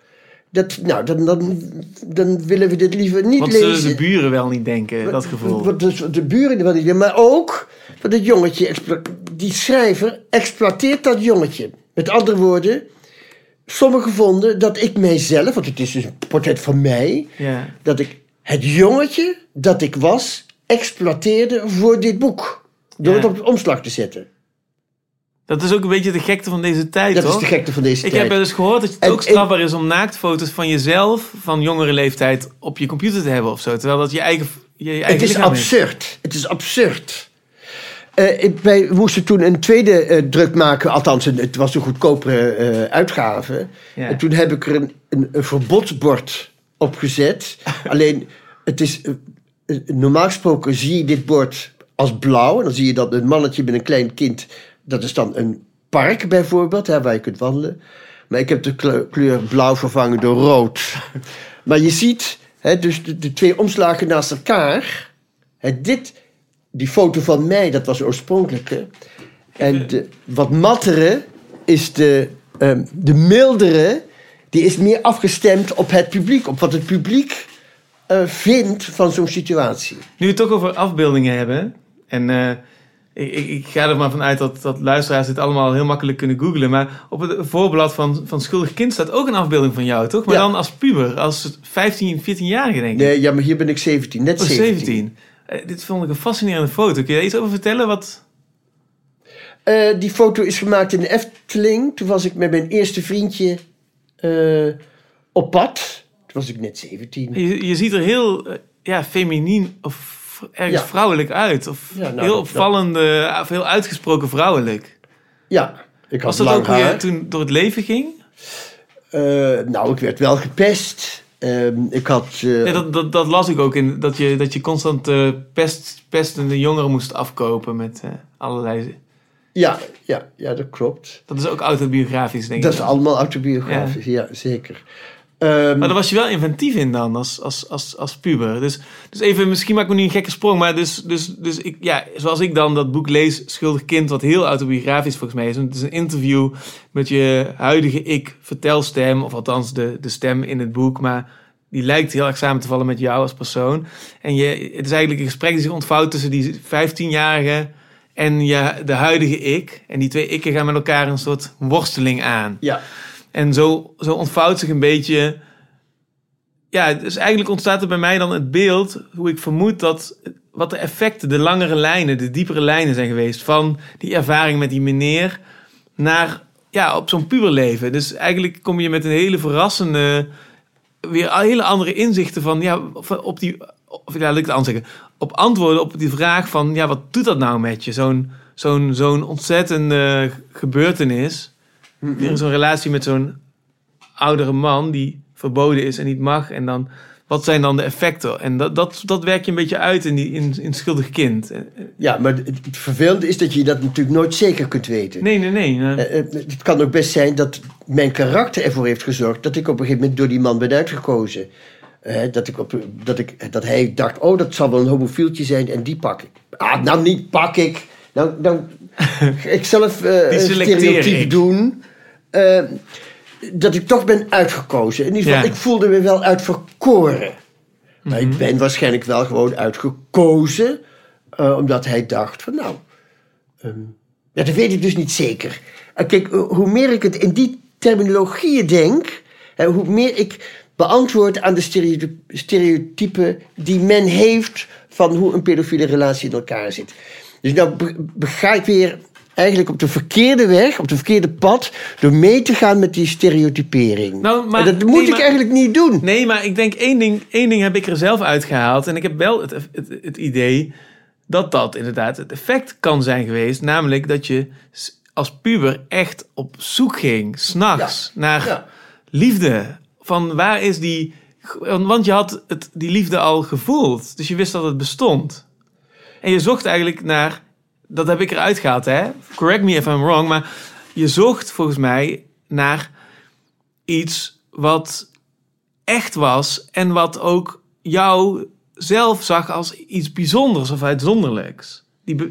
Dan willen we dit liever niet Want lezen. zullen de buren wel niet denken, dat gevoel? De buren wel niet denken, maar ook dat het jongetje, die schrijver exploiteert dat jongetje. Met andere woorden, sommigen vonden dat ik mijzelf, want het is dus een portret van mij, dat ik het jongetje dat ik was, exploiteerde voor dit boek. Door het op de omslag te zetten. Dat is ook een beetje de gekte van deze tijd, Dat toch? is de gekte van deze tijd. Ik heb wel eens gehoord dat het ook strafbaar is om naaktfoto's van jezelf, van jongere leeftijd, op je computer te hebben of zo. Terwijl dat je eigen Het is absurd. Het is absurd. Wij moesten toen een tweede druk maken. Althans, het was een goedkopere uitgave. Ja. En toen heb ik er een verbodsbord op gezet. Alleen, het is... normaal gesproken zie je dit bord als blauw. En dan zie je dat een mannetje met een klein kind... Dat is dan een park bijvoorbeeld, waar je kunt wandelen. Maar ik heb de kleur blauw vervangen door rood. Maar je ziet, dus de twee omslagen naast elkaar. Die foto van mij, dat was de oorspronkelijke. En de wat mattere is de mildere. Die is meer afgestemd op het publiek. Op wat het publiek vindt van zo'n situatie. Nu we het toch over afbeeldingen hebben. En ik ga er maar vanuit dat luisteraars dit allemaal heel makkelijk kunnen googlen. Maar op het voorblad van Schuldig Kind staat ook een afbeelding van jou, toch? Maar dan als puber, als 15, 14-jarige, denk ik. Nee, ja, maar hier ben ik 17, net 17. Dit vond ik een fascinerende foto. Kun je daar iets over vertellen? Wat... Die foto is gemaakt in de Efteling. Toen was ik met mijn eerste vriendje op pad. Toen was ik net 17. Je ziet er heel feminien of ergens vrouwelijk uit. Of heel opvallende, of heel uitgesproken vrouwelijk. Ja, ik had was dat lang ook hoe haar. je toen door het leven ging? Ik werd wel gepest. Ik had... dat las ik ook in. Dat je constant pestende jongeren moest afkopen met allerlei... Ja, dat klopt. Dat is ook autobiografisch, denk ik. Dat is allemaal autobiografisch, ja zeker. Maar daar was je wel inventief in dan, als puber. Dus even, misschien maak ik me nu een gekke sprong, maar dus ik, zoals ik dan dat boek lees, Schuldig Kind, wat heel autobiografisch volgens mij is. Het is een interview met je huidige ik-vertelstem, of althans de stem in het boek, maar die lijkt heel erg samen te vallen met jou als persoon. En het is eigenlijk een gesprek die zich ontvouwt tussen die 15-jarige en de huidige ik. En die twee ikken gaan met elkaar een soort worsteling aan. Ja. En zo ontvouwt zich een beetje... Ja, dus eigenlijk ontstaat er bij mij dan het beeld... hoe ik vermoed wat de effecten, de langere lijnen, de diepere lijnen zijn geweest... van die ervaring met die meneer naar, op zo'n puberleven. Dus eigenlijk kom je met een hele verrassende... weer hele andere inzichten van... laat ik het anders zeggen. Op antwoorden op die vraag van... wat doet dat nou met je? Zo'n ontzettende gebeurtenis... Weer zo'n relatie met zo'n oudere man die verboden is en niet mag. En dan, wat zijn dan de effecten? En dat werk je een beetje uit in Schuldig Kind. Ja, maar het vervelende is dat je dat natuurlijk nooit zeker kunt weten. Nee. Het kan ook best zijn dat mijn karakter ervoor heeft gezorgd... dat ik op een gegeven moment door die man ben uitgekozen. Dat hij dacht, dat zal wel een homofieltje zijn en die pak ik. Niet pak ik. Nou ik zelf stereotyp doen... dat ik toch ben uitgekozen. In ieder geval, ik voelde me wel uitverkoren. Maar ik ben waarschijnlijk wel gewoon uitgekozen... omdat hij dacht van dat weet ik dus niet zeker. Kijk, hoe meer ik het in die terminologieën denk... hoe meer ik beantwoord aan de stereotypen... die men heeft van hoe een pedofiele relatie in elkaar zit. Dus nou ga ik weer... eigenlijk op de verkeerde weg, op de verkeerde pad... door mee te gaan met die stereotypering. Maar dat moet ik eigenlijk niet doen. Nee, maar ik denk één ding heb ik er zelf uitgehaald... en ik heb wel het idee dat inderdaad het effect kan zijn geweest... namelijk dat je als puber echt op zoek ging... 's nachts naar liefde. Van waar is die... Want je had die liefde al gevoeld. Dus je wist dat het bestond. En je zocht eigenlijk naar... Dat heb ik eruit gehaald, hè? Correct me if I'm wrong. Maar je zocht volgens mij naar iets wat echt was... en wat ook jou zelf zag als iets bijzonders of uitzonderlijks.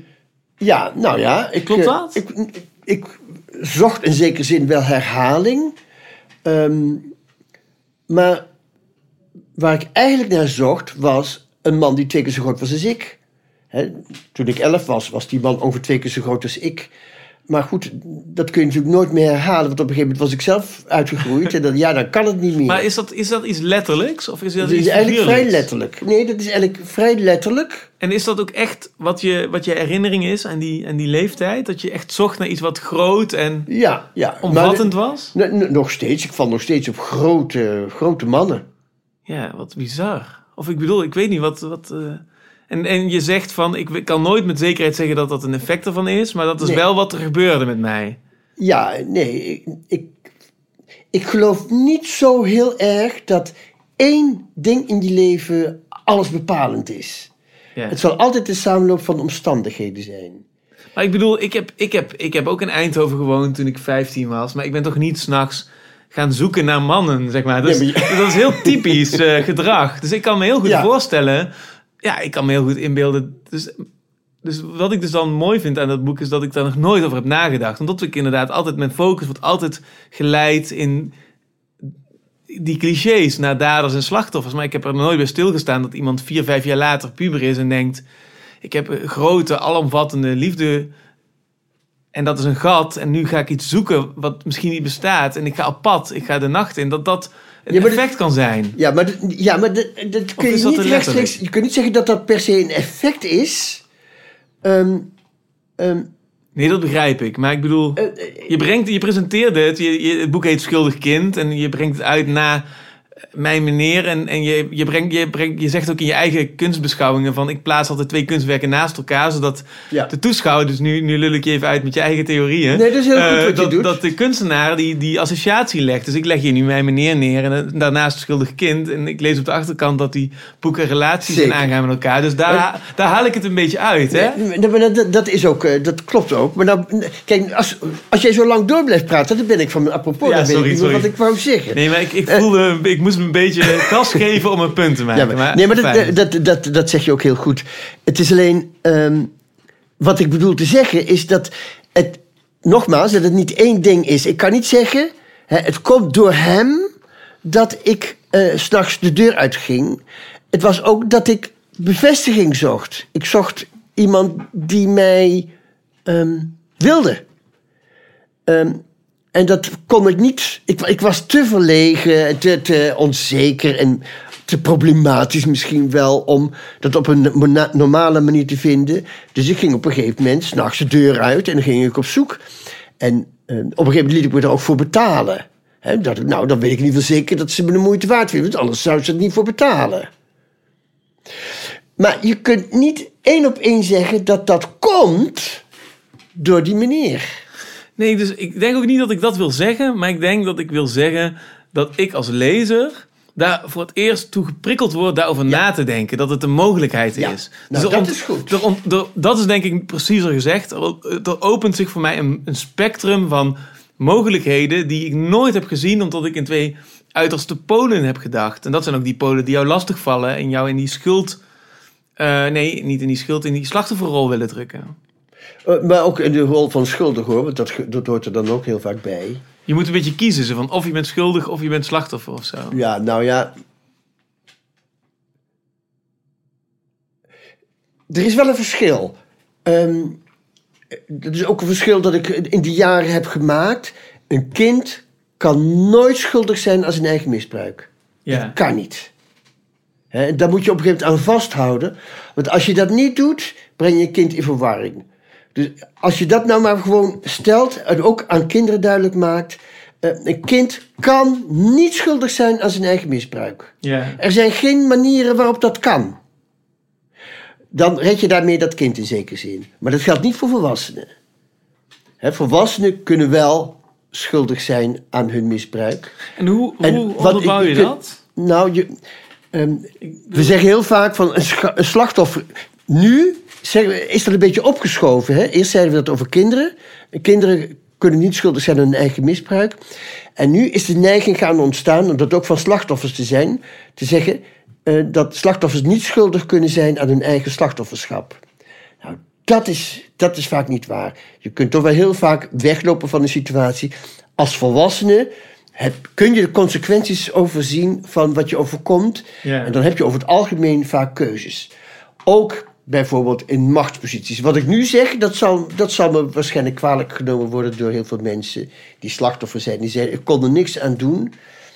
Klopt dat? Ik zocht in zekere zin wel herhaling. Maar waar ik eigenlijk naar zocht, was een man die 2 keer zo groot was als ik. Toen ik 11 was die man ongeveer 2 keer zo groot als ik. Maar goed, dat kun je natuurlijk nooit meer herhalen. Want op een gegeven moment was ik zelf uitgegroeid. En dan kan het niet meer. Maar is dat iets letterlijks? Of is dat is iets eigenlijk vrij figuurlijks? letterlijk. Nee, dat is eigenlijk vrij letterlijk. En is dat ook echt wat je herinnering is aan die leeftijd? Dat je echt zocht naar iets wat groot en Ja. omvattend was? Nog steeds. Ik val nog steeds op grote mannen. Ja, wat bizar. Of ik bedoel, ik weet niet wat En je zegt van, ik kan nooit met zekerheid zeggen dat dat een effect ervan is, maar dat is wel wat er gebeurde met mij. Ja, nee, ik geloof niet zo heel erg dat 1 ding in je leven alles bepalend is. Ja. Het zal altijd de samenloop van omstandigheden zijn. Maar ik bedoel, ik heb ook in Eindhoven gewoond toen ik 15 was, maar ik ben toch niet 's nachts gaan zoeken naar mannen, zeg maar. Dus, dat is heel typisch gedrag. Dus ik kan me heel goed voorstellen. Ja, ik kan me heel goed inbeelden. Dus wat ik dus dan mooi vind aan dat boek is dat ik daar nog nooit over heb nagedacht. Omdat ik inderdaad altijd, mijn focus wordt altijd geleid in die clichés naar daders en slachtoffers. Maar ik heb er nooit bij stilgestaan dat iemand 4, 5 jaar later puber is en denkt, ik heb een grote, alomvattende liefde en dat is een gat en nu ga ik iets zoeken wat misschien niet bestaat en ik ga op pad, ik ga de nacht in. Dat een effect kan zijn. Ja, maar dat kun je niet rechtstreeks. Je kunt niet zeggen dat dat per se een effect is. Nee, dat begrijp ik. Maar ik bedoel, je presenteerde het. Het boek heet Schuldig Kind en je brengt het uit na mijn meneer. En je zegt ook in je eigen kunstbeschouwingen van, ik plaats altijd 2 kunstwerken naast elkaar, zodat de toeschouwer, dus nu lul ik je even uit met je eigen theorieën. Nee, dat is heel goed wat je doet. Dat de kunstenaar die associatie legt. Dus ik leg hier nu mijn meneer neer en daarnaast Schuldig Kind. En ik lees op de achterkant dat die boeken relaties aangaan met elkaar. Dus daar haal ik het een beetje uit. Hè? Dat is ook, dat klopt ook. Maar nou, kijk, als jij zo lang door blijft praten, dan ben ik van mijn apropos. Ja, dan weet ik niet meer wat ik wou zeggen. Nee, maar ik voelde, ik moest me een beetje gas geven om een punt te maken. Maar dat zeg je ook heel goed. Het is alleen, wat ik bedoel te zeggen is dat het, nogmaals, dat het niet 1 ding is. Ik kan niet zeggen, het komt door hem dat ik 's nachts de deur uitging. Het was ook dat ik bevestiging zocht. Ik zocht iemand die mij wilde. En dat kon ik niet. Ik was te verlegen, te onzeker en te problematisch misschien wel om dat op een normale manier te vinden. Dus ik ging op een gegeven moment 's nachts de deur uit en dan ging ik op zoek. En op een gegeven moment liet ik me er ook voor betalen. Dan weet ik niet wel zeker dat ze me de moeite waard vinden, want anders zou ze het niet voor betalen. Maar je kunt niet 1 op 1 zeggen dat dat komt door die meneer. Nee, dus ik denk ook niet dat ik dat wil zeggen, maar ik denk dat ik wil zeggen dat ik als lezer daar voor het eerst toe geprikkeld word daarover na te denken, dat het een mogelijkheid is. Nou, dus dat is goed. Dat is denk ik preciezer gezegd. Er opent zich voor mij een spectrum van mogelijkheden die ik nooit heb gezien, omdat ik in 2 uiterste polen heb gedacht. En dat zijn ook die polen die jou lastigvallen en jou in die schuld, nee, niet in die schuld, in die slachtofferrol willen drukken. Maar ook in de rol van schuldig, hoor, want dat hoort er dan ook heel vaak bij. Je moet een beetje kiezen, zo van of je bent schuldig of je bent slachtoffer of zo. Ja, nou ja. Er is wel een verschil. Dat is ook een verschil dat ik in die jaren heb gemaakt. Een kind kan nooit schuldig zijn aan zijn eigen misbruik. Ja. Dat kan niet. Daar moet je op een gegeven moment aan vasthouden. Want als je dat niet doet, breng je een kind in verwarring. Dus als je dat nou maar gewoon stelt en ook aan kinderen duidelijk maakt. Een kind kan niet schuldig zijn aan zijn eigen misbruik. Ja. Er zijn geen manieren waarop dat kan. Dan red je daarmee dat kind in zekere zin. Maar dat geldt niet voor volwassenen. Volwassenen kunnen wel schuldig zijn aan hun misbruik. En hoe onderbouw je dat? Nou, we zeggen heel vaak van een slachtoffer. Nu is dat een beetje opgeschoven. Hè? Eerst zeiden we dat over kinderen. Kinderen kunnen niet schuldig zijn aan hun eigen misbruik. En nu is de neiging gaan ontstaan om dat ook van slachtoffers te zijn. Te zeggen dat slachtoffers niet schuldig kunnen zijn aan hun eigen slachtofferschap. Nou, dat is vaak niet waar. Je kunt toch wel heel vaak weglopen van een situatie. Als volwassene kun je de consequenties overzien van wat je overkomt. Ja. En dan heb je over het algemeen vaak keuzes. Ook bijvoorbeeld in machtsposities. Wat ik nu zeg, dat zal me waarschijnlijk kwalijk genomen worden door heel veel mensen die slachtoffer zijn. Die zeiden, ik kon er niks aan doen.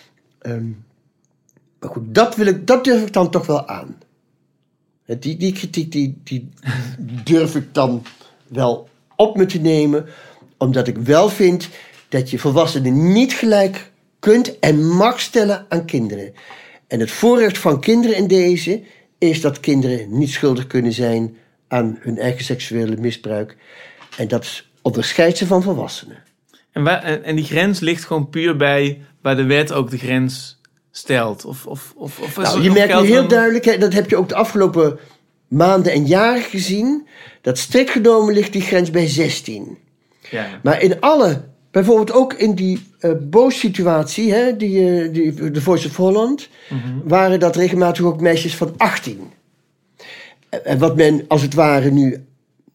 Maar goed, dat durf ik dan toch wel aan. Die kritiek die durf ik dan wel op me te nemen. Omdat ik wel vind dat je volwassenen niet gelijk kunt en mag stellen aan kinderen. En het voorrecht van kinderen in deze is dat kinderen niet schuldig kunnen zijn aan hun eigen seksuele misbruik. En dat onderscheidt ze van volwassenen. En die grens ligt gewoon puur bij waar de wet ook de grens stelt? Je merkt nu heel duidelijk, dat heb je ook de afgelopen maanden en jaren gezien, dat strikt genomen ligt die grens bij 16. Ja. Maar in bijvoorbeeld ook in die boossituatie, de Voice of Holland, waren dat regelmatig ook meisjes van 18. En wat men als het ware nu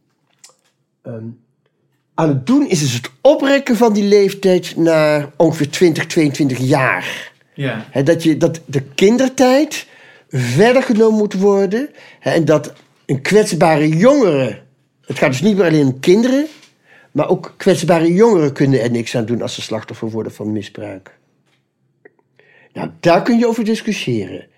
aan het doen is het oprekken van die leeftijd naar ongeveer 20, 22 jaar. Ja. Dat de kindertijd verder genomen moet worden. En dat een kwetsbare jongere, het gaat dus niet meer alleen om kinderen, maar ook kwetsbare jongeren kunnen er niks aan doen als ze slachtoffer worden van misbruik. Nou, daar kun je over discussiëren.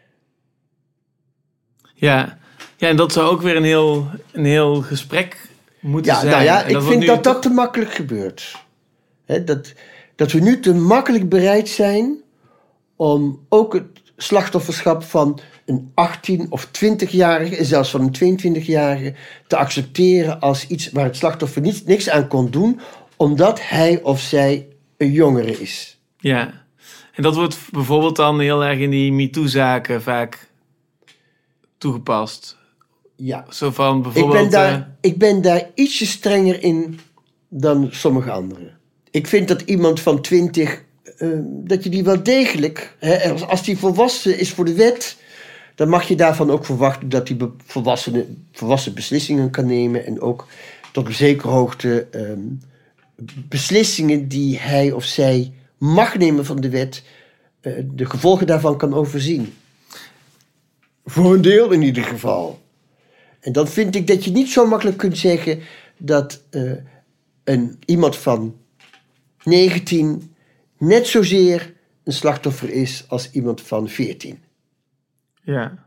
Ja, en dat zou ook weer een heel gesprek moeten zijn. Nou ja, ik vind dat toch te makkelijk gebeurt. Dat we nu te makkelijk bereid zijn om ook het slachtofferschap van een 18 of 20-jarige en zelfs van een 22-jarige te accepteren als iets waar het slachtoffer niks aan kon doen, omdat hij of zij een jongere is. Ja, en dat wordt bijvoorbeeld dan heel erg in die MeToo-zaken vaak toegepast. Ja. Zo van bijvoorbeeld... Ik ben daar ietsje strenger in dan sommige anderen. Ik vind dat iemand van 20, dat je die wel degelijk, als die volwassen is voor de wet, dan mag je daarvan ook verwachten dat die volwassen beslissingen kan nemen en ook tot een zekere hoogte beslissingen die hij of zij mag nemen van de wet, de gevolgen daarvan kan overzien. Voor een deel in ieder geval. En dan vind ik dat je niet zo makkelijk kunt zeggen dat iemand van 19 net zozeer een slachtoffer is als iemand van 14. Ja.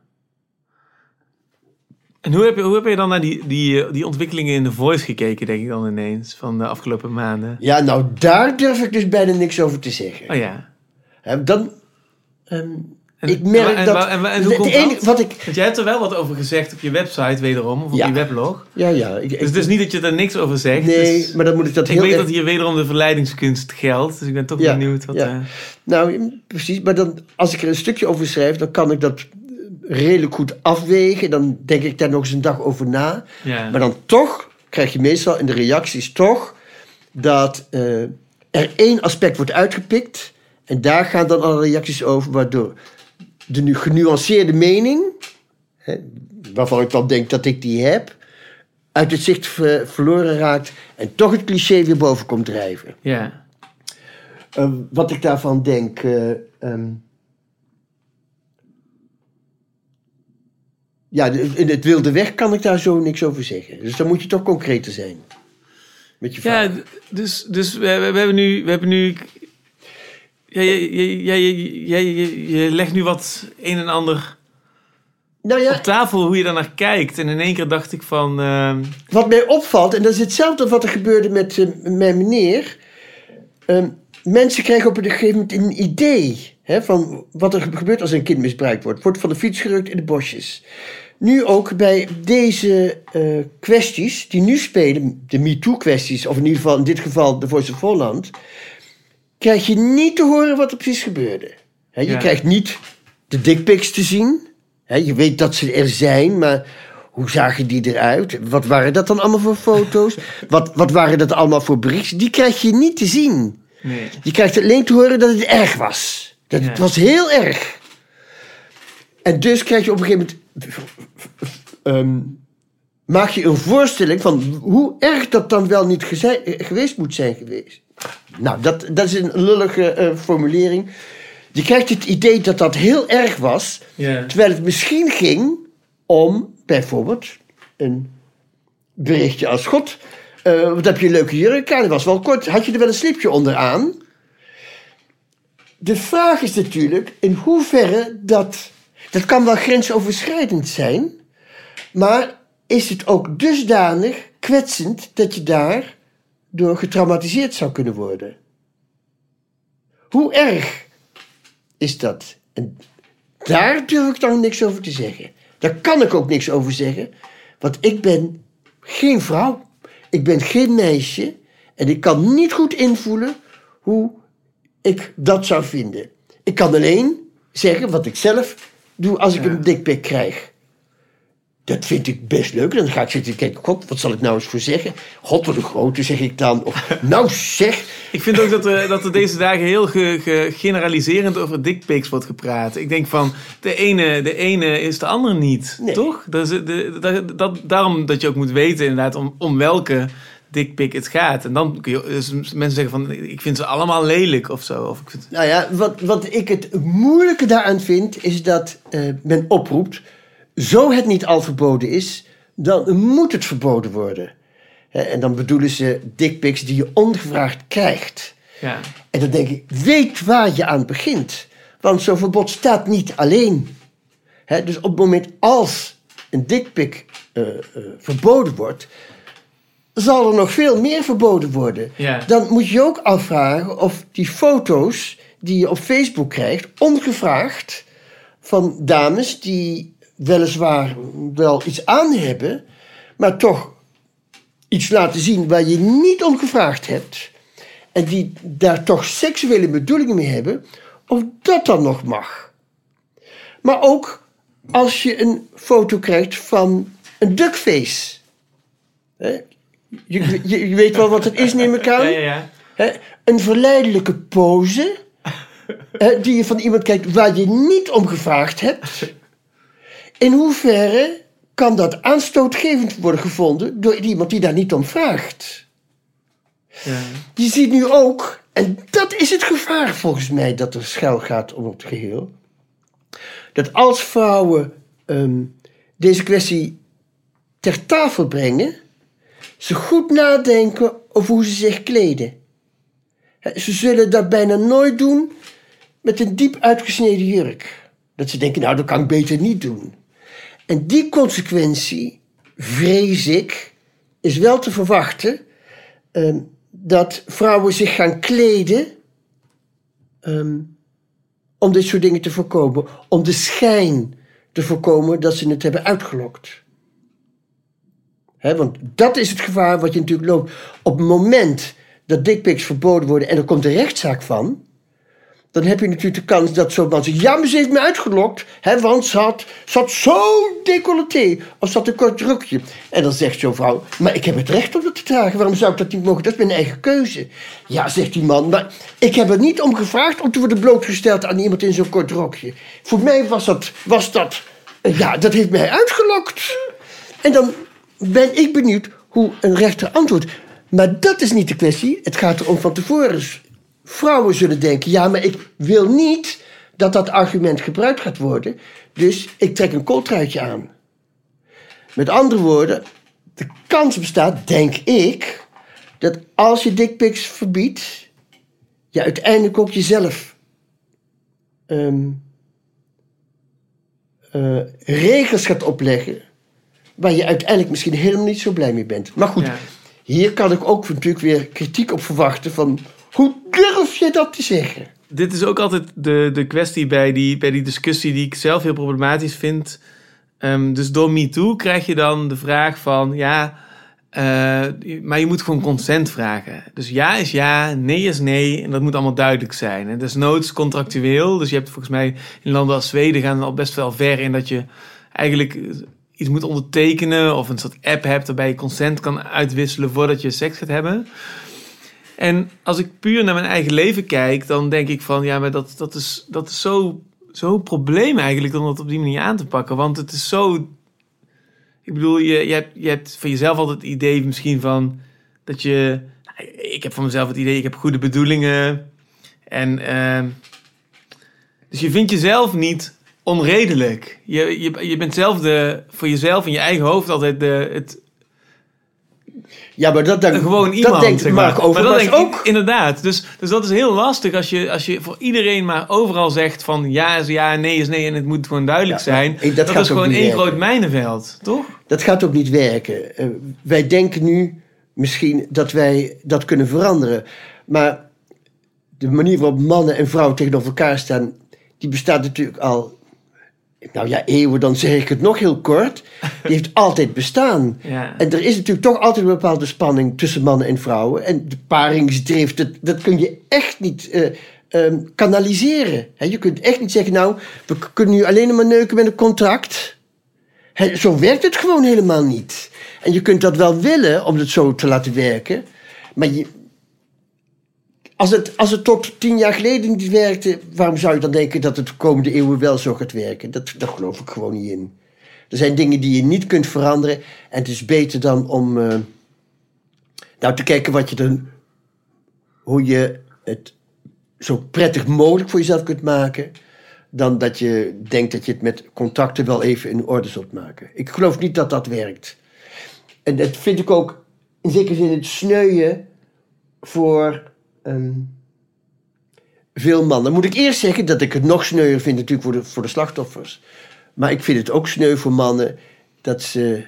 En hoe heb je dan naar die ontwikkelingen in The Voice gekeken, denk ik dan ineens, van de afgelopen maanden? Ja, nou daar durf ik dus bijna niks over te zeggen. Oh ja. Ik merk en hoe komt dat? Want jij hebt er wel wat over gezegd op je website wederom, of op je weblog. Ja. Dus het is niet dat je er niks over zegt. Nee, dus maar dan moet ik dat ik weet dat hier wederom de verleidingskunst geldt, dus ik ben toch benieuwd wat... Nou, precies, maar dan, als ik er een stukje over schrijf, dan kan ik dat redelijk goed afwegen. Dan denk ik daar nog eens een dag over na. Ja. Maar dan toch krijg je meestal in de reacties toch dat er één aspect wordt uitgepikt. En daar gaan dan alle reacties over, waardoor de genuanceerde mening, waarvan ik dan denk dat ik die heb, uit het zicht verloren raakt en toch het cliché weer boven komt drijven. Ja. Wat ik daarvan denk... in het wilde weg kan ik daar zo niks over zeggen. Dus dan moet je toch concreter zijn. Met je vraag. Ja, dus we hebben nu... Je legt nu wat een en ander op tafel, hoe je daar naar kijkt. En in één keer dacht ik van... Wat mij opvalt, en dat is hetzelfde wat er gebeurde met mijn meneer. Mensen krijgen op een gegeven moment een idee van wat er gebeurt als een kind misbruikt wordt. Wordt van de fiets gerukt in de bosjes. Nu ook bij deze kwesties die nu spelen, de MeToo-kwesties, of in ieder geval in dit geval de Voice of Holland, krijg je niet te horen wat er precies gebeurde. Je krijgt niet de dickpics te zien. Je weet dat ze er zijn, maar hoe zagen die eruit? Wat waren dat dan allemaal voor foto's? Wat waren dat allemaal voor berichten? Die krijg je niet te zien. Nee. Je krijgt alleen te horen dat het erg was. Het was heel erg. En dus krijg je op een gegeven moment maak je een voorstelling van hoe erg dat dan wel niet geweest moet zijn geweest. Nou, dat is een lullige formulering. Je krijgt het idee dat dat heel erg was, terwijl het misschien ging om bijvoorbeeld een berichtje als God. Wat heb je een leuke jurk aan? Die was wel kort. Had je er wel een slipje onderaan? De vraag is natuurlijk in hoeverre dat kan wel grensoverschrijdend zijn, maar is het ook dusdanig kwetsend dat je daar door getraumatiseerd zou kunnen worden? Hoe erg is dat? En daar durf ik dan niks over te zeggen. Daar kan ik ook niks over zeggen, want ik ben geen vrouw. Ik ben geen meisje en ik kan niet goed invoelen hoe ik dat zou vinden. Ik kan alleen zeggen wat ik zelf doe als ik een dikpik krijg. Dat vind ik best leuk. Dan ga ik zitten kijken, god, wat zal ik nou eens voor zeggen? God, wat een grote, zeg ik dan. Of, nou zeg. Ik vind ook dat er deze dagen heel generaliserend over dickpics wordt gepraat. Ik denk van, de ene is de andere niet. Nee. Toch? Daarom dat je ook moet weten inderdaad om welke dickpic het gaat. En dan kun je dus mensen zeggen van, ik vind ze allemaal lelijk of zo. Of ik vind... Nou ja, wat ik het moeilijke daaraan vind, is dat men oproept, zo het niet al verboden is, dan moet het verboden worden. En dan bedoelen ze dickpics die je ongevraagd krijgt. Ja. En dan denk ik, weet waar je aan begint. Want zo'n verbod staat niet alleen. Dus op het moment als een dickpic verboden wordt, zal er nog veel meer verboden worden. Ja. Dan moet je ook afvragen of die foto's die je op Facebook krijgt, ongevraagd, van dames die weliswaar wel iets aan hebben, maar toch iets laten zien waar je niet om gevraagd hebt, en die daar toch seksuele bedoelingen mee hebben, of dat dan nog mag. Maar ook als je een foto krijgt van een duckface. Je weet wel wat het is, neem ik aan. Ja. Een verleidelijke pose die je van iemand kijkt waar je niet om gevraagd hebt. In hoeverre kan dat aanstootgevend worden gevonden door iemand die daar niet om vraagt? Ja. Je ziet nu ook, en dat is het gevaar volgens mij dat er schuil gaat om het geheel, dat als vrouwen deze kwestie ter tafel brengen, ze goed nadenken over hoe ze zich kleden. Ze zullen dat bijna nooit doen met een diep uitgesneden jurk. Dat ze denken, nou, dat kan ik beter niet doen. En die consequentie, vrees ik, is wel te verwachten, dat vrouwen zich gaan kleden om dit soort dingen te voorkomen. Om de schijn te voorkomen dat ze het hebben uitgelokt. Want dat is het gevaar wat je natuurlijk loopt. Op het moment dat dickpics verboden worden en er komt een rechtszaak van, dan heb je natuurlijk de kans dat zo'n man zegt, ja, maar ze heeft me uitgelokt, want ze had zo'n decolleté, of ze had een kort rokje. En dan zegt zo'n vrouw, maar ik heb het recht om dat te dragen, waarom zou ik dat niet mogen? Dat is mijn eigen keuze. Ja, zegt die man, maar ik heb er niet om gevraagd om te worden blootgesteld aan iemand in zo'n kort rokje. Voor mij was dat, dat heeft mij uitgelokt. En dan ben ik benieuwd hoe een rechter antwoordt. Maar dat is niet de kwestie, het gaat erom van tevoren. Vrouwen zullen denken, ja, maar ik wil niet dat dat argument gebruikt gaat worden, dus ik trek een kooltruitje aan. Met andere woorden, de kans bestaat, denk ik, dat als je dickpics verbiedt, je uiteindelijk ook jezelf regels gaat opleggen waar je uiteindelijk misschien helemaal niet zo blij mee bent. Maar goed, hier kan ik ook natuurlijk weer kritiek op verwachten van, hoe durf je dat te zeggen? Dit is ook altijd de kwestie bij die discussie die ik zelf heel problematisch vind. Dus door MeToo krijg je dan de vraag van, maar je moet gewoon consent vragen. Dus ja is ja, nee is nee, en dat moet allemaal duidelijk zijn. En desnoods contractueel, dus je hebt volgens mij in landen als Zweden gaan al best wel ver in dat je eigenlijk iets moet ondertekenen of een soort app hebt waarbij je consent kan uitwisselen voordat je seks gaat hebben. En als ik puur naar mijn eigen leven kijk, dan denk ik van, ja, maar dat is zo'n probleem eigenlijk om dat op die manier aan te pakken. Want het is zo, Ik bedoel, je hebt van jezelf altijd het idee misschien van dat je... Ik heb van mezelf het idee, ik heb goede bedoelingen. En dus je vindt jezelf niet onredelijk. Je bent zelf voor jezelf in je eigen hoofd altijd Ja, maar dat gewoon iemand. Dat denkt zeg maar. Mark Overmars maar dat denk ook. ik, inderdaad. Dus dat is heel lastig als je voor iedereen maar overal zegt van ja is ja, nee is nee en het moet gewoon duidelijk zijn. Dat is gewoon één groot mijnenveld, toch? Dat gaat ook niet werken. Wij denken nu misschien dat wij dat kunnen veranderen. Maar de manier waarop mannen en vrouwen tegenover elkaar staan, die bestaat natuurlijk al, nou ja, eeuwen, dan zeg ik het nog heel kort. Die heeft altijd bestaan. Ja. En er is natuurlijk toch altijd een bepaalde spanning tussen mannen en vrouwen. En de paringsdrift, dat kun je echt niet kanaliseren. Je kunt echt niet zeggen, nou, we kunnen nu alleen maar neuken met een contract. Zo werkt het gewoon helemaal niet. En je kunt dat wel willen om het zo te laten werken. Maar als het tot 10 jaar geleden niet werkte, waarom zou je dan denken dat het de komende eeuwen wel zo gaat werken? Dat geloof ik gewoon niet in. Er zijn dingen die je niet kunt veranderen. En het is beter dan om te kijken hoe je het zo prettig mogelijk voor jezelf kunt maken, dan dat je denkt dat je het met contacten wel even in orde zult maken. Ik geloof niet dat dat werkt. En dat vind ik ook in zekere zin het sneuien voor veel mannen. Dan moet ik eerst zeggen dat ik het nog sneuier vind natuurlijk voor de slachtoffers. Maar ik vind het ook sneu voor mannen dat ze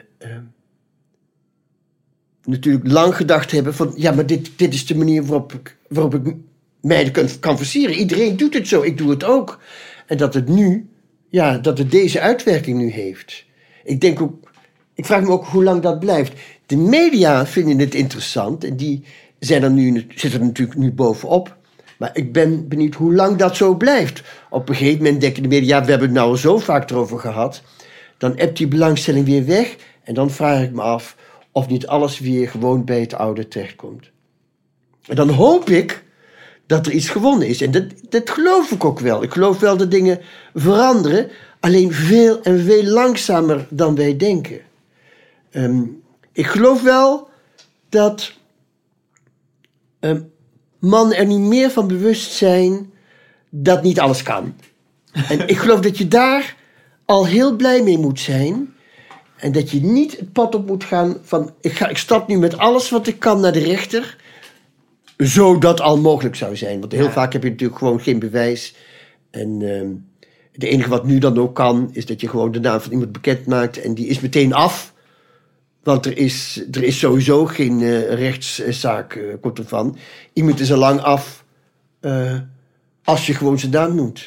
natuurlijk lang gedacht hebben van ja, maar dit is de manier waarop ik meiden kan versieren. Iedereen doet het zo, ik doe het ook. En dat het deze uitwerking nu heeft. Ik vraag me ook hoe lang dat blijft. De media vinden het interessant en die zitten er natuurlijk nu bovenop. Maar ik ben benieuwd hoe lang dat zo blijft. Op een gegeven moment denken de media, we hebben het nou al zo vaak erover gehad. Dan ebt die belangstelling weer weg. En dan vraag ik me af of niet alles weer gewoon bij het oude terechtkomt. En dan hoop ik dat er iets gewonnen is. En dat geloof ik ook wel. Ik geloof wel dat dingen veranderen. Alleen veel en veel langzamer dan wij denken. Ik geloof wel dat mannen er nu meer van bewust zijn dat niet alles kan. En ik geloof dat je daar al heel blij mee moet zijn. En dat je niet het pad op moet gaan van ik stap nu met alles wat ik kan naar de rechter, zodat al mogelijk zou zijn. Want heel vaak heb je natuurlijk gewoon geen bewijs. En het enige wat nu dan ook kan, is dat je gewoon de naam van iemand bekend maakt en die is meteen af. Want er is sowieso geen rechtszaak, komt ervan. Iemand is al lang af als je gewoon zijn naam noemt.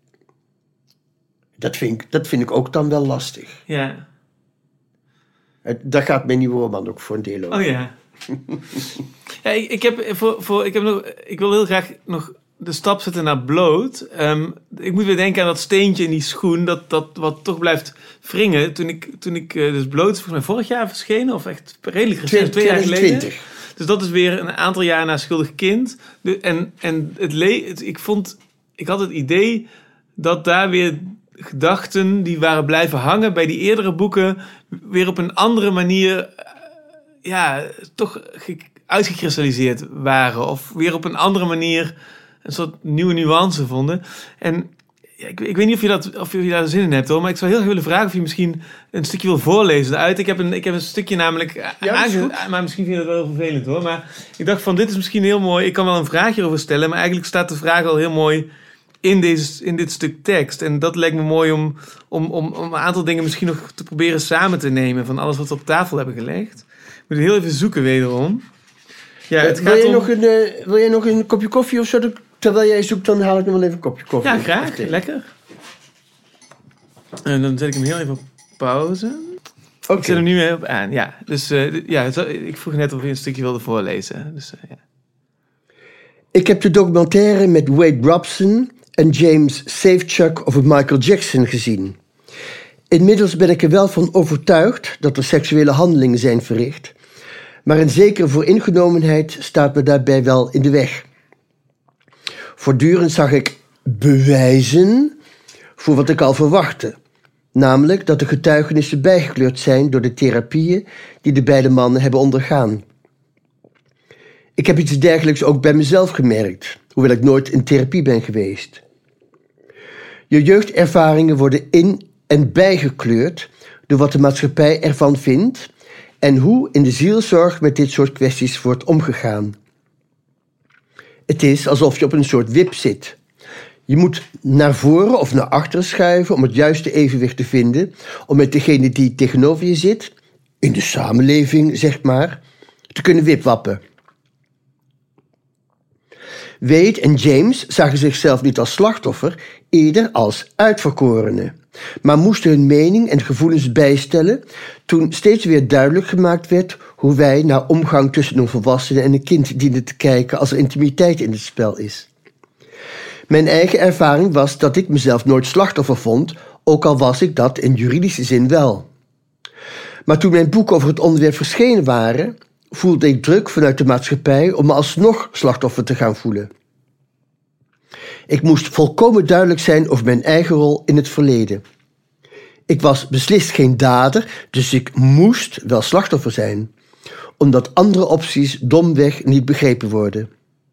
Dat vind ik ook dan wel lastig. Ja. Daar gaat mijn nieuwe roman ook voor een deel over. Oh ja. Ja, ik wil heel graag nog de stap zetten naar bloot. Ik moet weer denken aan dat steentje in die schoen, dat wat toch blijft wringen. Toen ik dus bloot is volgens mij vorig jaar verschenen, of echt redelijk recent, 2 jaar geleden. 2020. Dus dat is weer een aantal jaar na Schuldig Kind. Ik had het idee dat daar weer gedachten die waren blijven hangen bij die eerdere boeken weer op een andere manier toch uitgekristalliseerd waren. Of weer op een andere manier een soort nieuwe nuance vonden. En ja, ik weet niet of je daar zin in hebt hoor, maar ik zou heel graag willen vragen of je misschien een stukje wil voorlezen eruit. Ik heb een stukje namelijk maar misschien vind je dat wel vervelend hoor. Maar ik dacht van dit is misschien heel mooi. Ik kan wel een vraagje over stellen, maar eigenlijk staat de vraag al heel mooi in dit stuk tekst. En dat lijkt me mooi om een aantal dingen misschien nog te proberen samen te nemen van alles wat we op tafel hebben gelegd. Ik moet heel even zoeken wederom. Ja, het gaat wil jij nog een kopje koffie of zo? Terwijl jij zoekt, dan haal ik nog wel even een kopje koffie. Ja, graag. Lekker. En dan zet ik hem heel even op pauze. Okay. Ik zet hem nu op aan. Ja, dus ik vroeg net of je een stukje wilde voorlezen. Dus, ja. Ik heb de documentaire met Wade Robson en James Safechuck over Michael Jackson gezien. Inmiddels ben ik er wel van overtuigd dat er seksuele handelingen zijn verricht, maar een zekere vooringenomenheid staat me daarbij wel in de weg. Voortdurend zag ik bewijzen voor wat ik al verwachtte. Namelijk dat de getuigenissen bijgekleurd zijn door de therapieën die de beide mannen hebben ondergaan. Ik heb iets dergelijks ook bij mezelf gemerkt, hoewel ik nooit in therapie ben geweest. Je jeugdervaringen worden in- en bijgekleurd door wat de maatschappij ervan vindt en hoe in de zielzorg met dit soort kwesties wordt omgegaan. Het is alsof je op een soort wip zit. Je moet naar voren of naar achteren schuiven om het juiste evenwicht te vinden, om met degene die tegenover je zit, in de samenleving zeg maar, te kunnen wipwappen. Wade en James zagen zichzelf niet als slachtoffer, eerder als uitverkorene, maar moesten hun mening en gevoelens bijstellen toen steeds weer duidelijk gemaakt werd hoe wij naar omgang tussen een volwassene en een kind dienen te kijken als er intimiteit in het spel is. Mijn eigen ervaring was dat ik mezelf nooit slachtoffer vond, ook al was ik dat in juridische zin wel. Maar toen mijn boeken over het onderwerp verschenen waren, voelde ik druk vanuit de maatschappij om me alsnog slachtoffer te gaan voelen. Ik moest volkomen duidelijk zijn over mijn eigen rol in het verleden. Ik was beslist geen dader, dus ik moest wel slachtoffer zijn, omdat andere opties domweg niet begrepen worden.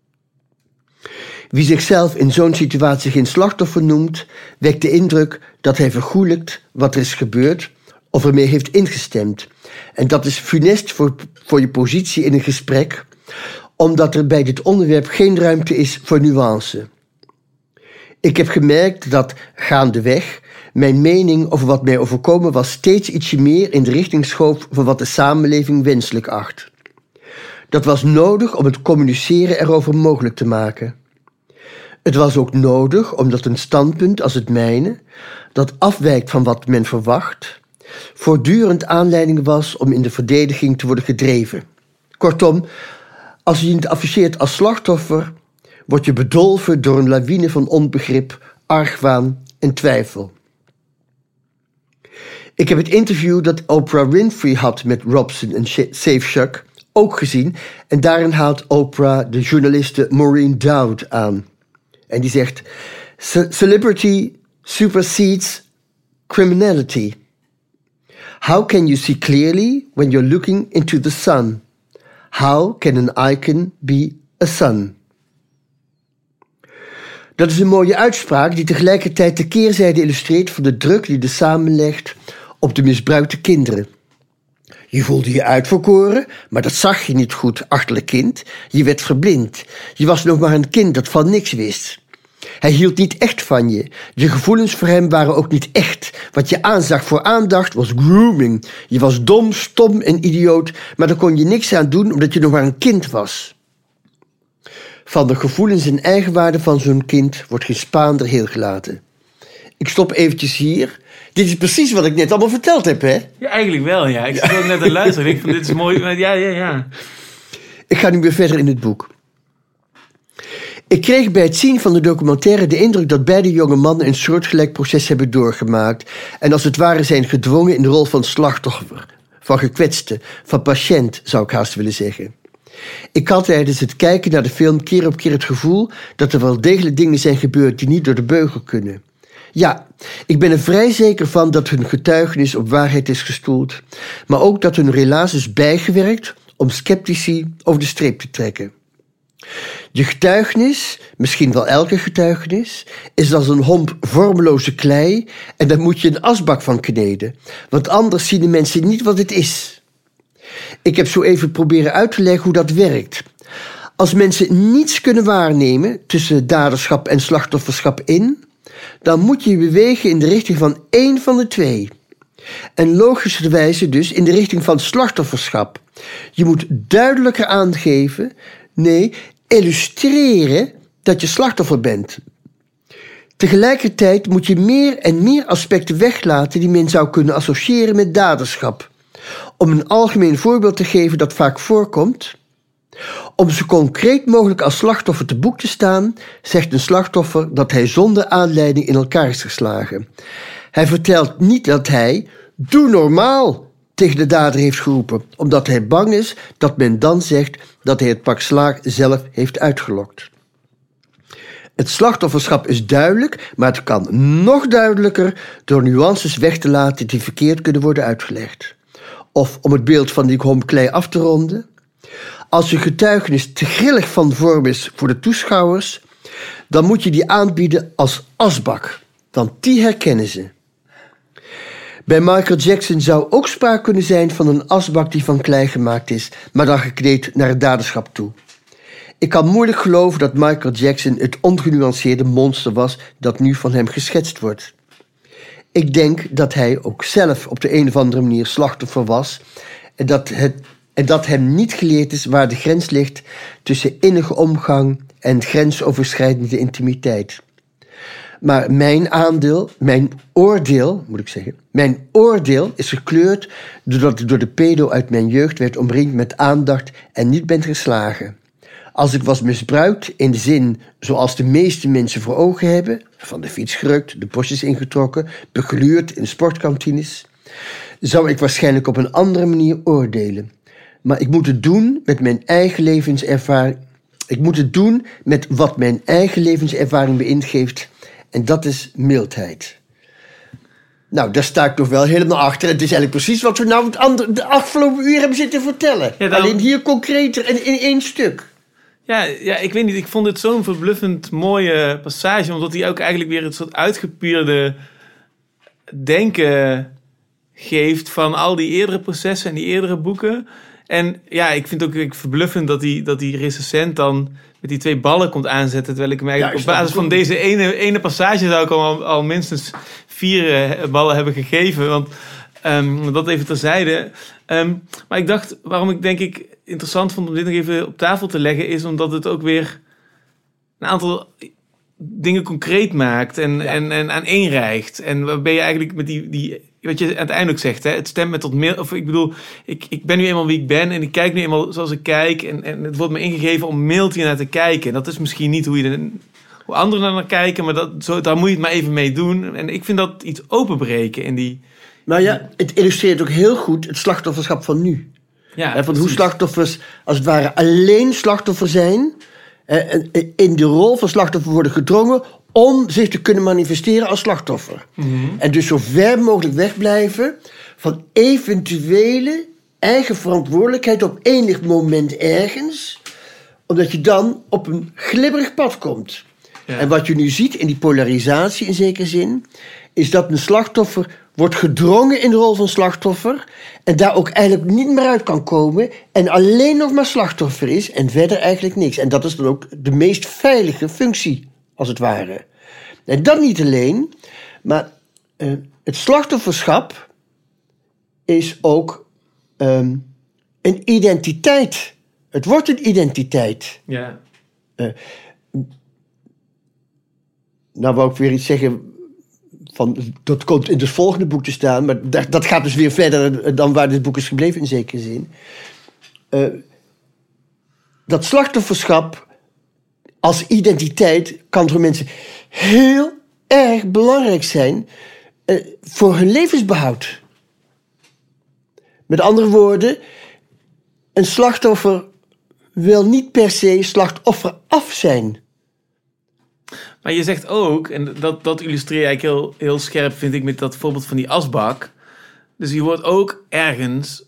Wie zichzelf in zo'n situatie geen slachtoffer noemt, wekt de indruk dat hij vergoelijkt wat er is gebeurd of ermee heeft ingestemd. En dat is funest voor je positie in een gesprek, omdat er bij dit onderwerp geen ruimte is voor nuance. Ik heb gemerkt dat gaandeweg mijn mening over wat mij overkomen was steeds ietsje meer in de richting schoof van wat de samenleving wenselijk acht. Dat was nodig om het communiceren erover mogelijk te maken. Het was ook nodig omdat een standpunt als het mijne, dat afwijkt van wat men verwacht, voortdurend aanleiding was om in de verdediging te worden gedreven. Kortom, als je je niet afficheert als slachtoffer, word je bedolven door een lawine van onbegrip, argwaan en twijfel. Ik heb het interview dat Oprah Winfrey had met Robson en Safechuck ook gezien en daarin haalt Oprah de journaliste Maureen Dowd aan. En die zegt, celebrity supersedes criminality. How can you see clearly when you're looking into the sun? How can an icon be a sun? Dat is een mooie uitspraak die tegelijkertijd de keerzijde illustreert van de druk die de samen legt op de misbruikte kinderen. Je voelde je uitverkoren, maar dat zag je niet goed, achterlijk kind. Je werd verblind. Je was nog maar een kind dat van niks wist. Hij hield niet echt van je. Je gevoelens voor hem waren ook niet echt. Wat je aanzag voor aandacht was grooming. Je was dom, stom en idioot, maar daar kon je niks aan doen omdat je nog maar een kind was. Van de gevoelens en eigenwaarde van zo'n kind wordt geen spaan er heel gelaten. Ik stop eventjes hier. Dit is precies wat ik net allemaal verteld heb, hè? Ja, eigenlijk wel, ja. Ik zat ook net te luisteren. Ik vond dit is mooi. Maar ja. Ik ga nu weer verder in het boek. Ik kreeg bij het zien van de documentaire de indruk dat beide jonge mannen een soortgelijk proces hebben doorgemaakt en als het ware zijn gedwongen in de rol van slachtoffer, van gekwetste, van patiënt, zou ik haast willen zeggen. Ik had tijdens het kijken naar de film keer op keer het gevoel dat er wel degelijk dingen zijn gebeurd die niet door de beugel kunnen. Ja, ik ben er vrij zeker van dat hun getuigenis op waarheid is gestoeld, maar ook dat hun relaas is bijgewerkt om sceptici over de streep te trekken. Je getuigenis, misschien wel elke getuigenis, is als een homp vormeloze klei en daar moet je een asbak van kneden, want anders zien de mensen niet wat het is. Ik heb zo even proberen uit te leggen hoe dat werkt. Als mensen niets kunnen waarnemen tussen daderschap en slachtofferschap in, dan moet je je bewegen in de richting van één van de twee. En logischerwijze dus in de richting van slachtofferschap. Je moet duidelijker aangeven, nee, illustreren dat je slachtoffer bent. Tegelijkertijd moet je meer en meer aspecten weglaten die men zou kunnen associëren met daderschap. Om een algemeen voorbeeld te geven dat vaak voorkomt. Om zo concreet mogelijk als slachtoffer te boek te staan, zegt een slachtoffer dat hij zonder aanleiding in elkaar is geslagen. Hij vertelt niet dat hij, doe normaal, tegen de dader heeft geroepen, omdat hij bang is dat men dan zegt dat hij het pak slaag zelf heeft uitgelokt. Het slachtofferschap is duidelijk, maar het kan nog duidelijker door nuances weg te laten die verkeerd kunnen worden uitgelegd. Of om het beeld van die hoop klei af te ronden. Als een getuigenis te grillig van vorm is voor de toeschouwers, dan moet je die aanbieden als asbak, want die herkennen ze. Bij Michael Jackson zou ook sprake kunnen zijn van een asbak die van klei gemaakt is, maar dan gekleed naar het daderschap toe. Ik kan moeilijk geloven dat Michael Jackson het ongenuanceerde monster was dat nu van hem geschetst wordt. Ik denk dat hij ook zelf op de een of andere manier slachtoffer was en dat hem niet geleerd is waar de grens ligt tussen innige omgang en grensoverschrijdende intimiteit. Maar mijn oordeel is gekleurd doordat ik door de pedo uit mijn jeugd werd omringd met aandacht en niet ben geslagen. Als ik was misbruikt in de zin zoals de meeste mensen voor ogen hebben, van de fiets gerukt, de bosjes ingetrokken, begluurd in sportkantines, zou ik waarschijnlijk op een andere manier oordelen. Maar ik moet het doen met mijn eigen levenservaring. Ik moet het doen met wat mijn eigen levenservaring me ingeeft. En dat is mildheid. Nou, daar sta ik nog wel helemaal achter. Het is eigenlijk precies wat we nou de afgelopen uur hebben zitten vertellen. Ja, alleen hier concreter en in één stuk. Ja, ik weet niet. Ik vond het zo'n verbluffend mooie passage. Omdat hij ook eigenlijk weer een soort uitgepuurde denken geeft van al die eerdere processen en die eerdere boeken. En ja, ik vind het ook verbluffend dat die recensent dan met die 2 ballen komt aanzetten. Terwijl ik hem eigenlijk op basis van deze ene passage zou ik al minstens 4 ballen hebben gegeven. Want dat even terzijde. Maar ik dacht, waarom ik denk ik interessant vond om dit nog even op tafel te leggen, is omdat het ook weer een aantal dingen concreet maakt en aaneenrijgt. En waarbij je eigenlijk met die wat je aan het einde ook zegt, hè, het stemt me tot meer. Of ik bedoel, ik ben nu eenmaal wie ik ben en ik kijk nu eenmaal zoals ik kijk. En het wordt me ingegeven om mild hier naar te kijken. Dat is misschien niet hoe anderen naar kijken, maar daar moet je het maar even mee doen. En ik vind dat iets openbreken in die. Maar ja, het illustreert ook heel goed het slachtofferschap van nu. Ja, van hoe slachtoffers als het ware alleen slachtoffer zijn. In de rol van slachtoffer worden gedrongen om zich te kunnen manifesteren als slachtoffer. Mm-hmm. En dus zo ver mogelijk wegblijven van eventuele eigen verantwoordelijkheid op enig moment ergens, omdat je dan op een glibberig pad komt. Ja. En wat je nu ziet in die polarisatie in zekere zin, is dat een slachtoffer wordt gedrongen in de rol van slachtoffer en daar ook eigenlijk niet meer uit kan komen en alleen nog maar slachtoffer is en verder eigenlijk niks. En dat is dan ook de meest veilige functie, als het ware. En dat niet alleen, maar het slachtofferschap is ook een identiteit. Het wordt een identiteit. Ja. Nou wou ik weer iets zeggen van, dat komt in het volgende boek te staan, maar dat gaat dus weer verder dan waar dit boek is gebleven in zekere zin. Dat slachtofferschap als identiteit kan voor mensen heel erg belangrijk zijn voor hun levensbehoud. Met andere woorden, een slachtoffer wil niet per se slachtoffer af zijn. Maar je zegt ook, en dat illustreer je eigenlijk heel scherp, vind ik, met dat voorbeeld van die asbak. Dus je wordt ook ergens,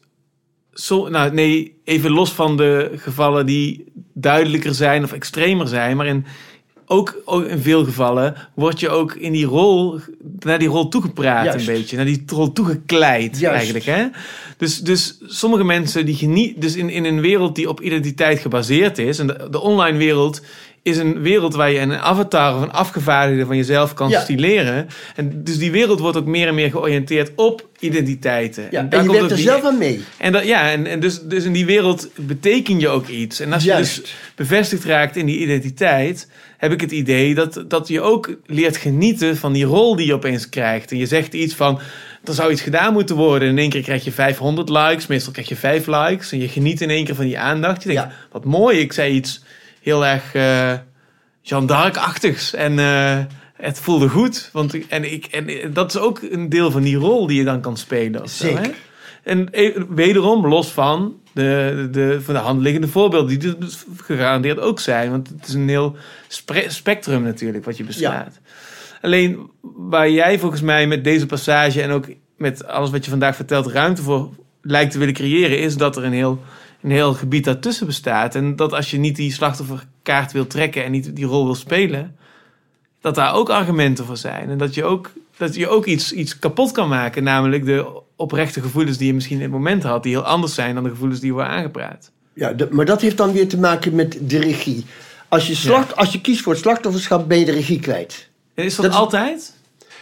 even los van de gevallen die duidelijker zijn of extremer zijn, maar ook in veel gevallen word je ook in die rol, naar die rol toegepraat. Juist. Een beetje, naar die rol toegekleid. Juist. Eigenlijk. Hè? Dus sommige mensen die genieten, dus in een wereld die op identiteit gebaseerd is, en de online wereld is een wereld waar je een avatar of een afgevaardigde van jezelf kan stileren. En dus die wereld wordt ook meer en meer georiënteerd op identiteiten. Ja, en je werkt er zelf aan mee. En dus in die wereld beteken je ook iets. En als je dus bevestigd raakt in die identiteit, heb ik het idee dat je ook leert genieten van die rol die je opeens krijgt. En je zegt iets van, er zou iets gedaan moeten worden. En in één keer krijg je 500 likes, meestal krijg je 5 likes. En je geniet in één keer van die aandacht. Je denkt, wat mooi, ik zei iets heel erg Jeanne d'Arc-achtigs. En het voelde goed. En dat is ook een deel van die rol die je dan kan spelen. Zeker. Zo, hè? En wederom, los van van de hand liggende voorbeelden die er gegarandeerd ook zijn. Want het is een heel spectrum natuurlijk wat je beslaat. Ja. Alleen waar jij volgens mij met deze passage en ook met alles wat je vandaag vertelt ruimte voor lijkt te willen creëren, is dat er een heel gebied daartussen bestaat. En dat als je niet die slachtofferkaart wil trekken en niet die rol wil spelen, dat daar ook argumenten voor zijn. En dat je ook iets kapot kan maken, namelijk de oprechte gevoelens die je misschien in het moment had, die heel anders zijn dan de gevoelens die worden aangepraat. Ja, maar dat heeft dan weer te maken met de regie. Als je kiest voor het slachtofferschap, ben je de regie kwijt. En is dat altijd?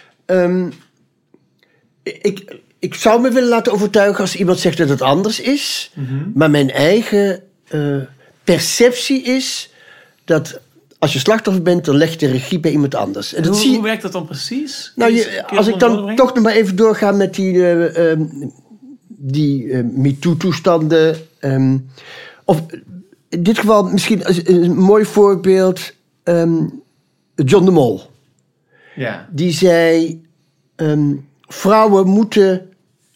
Ik zou me willen laten overtuigen als iemand zegt dat het anders is. Mm-hmm. Maar mijn eigen perceptie is dat als je slachtoffer bent, dan leg je de regie bij iemand anders. En hoe werkt dat dan precies? Nou, als ik dan toch nog maar even doorga met die MeToo-toestanden. Of in dit geval misschien een mooi voorbeeld. John de Mol. Ja. Die zei, vrouwen moeten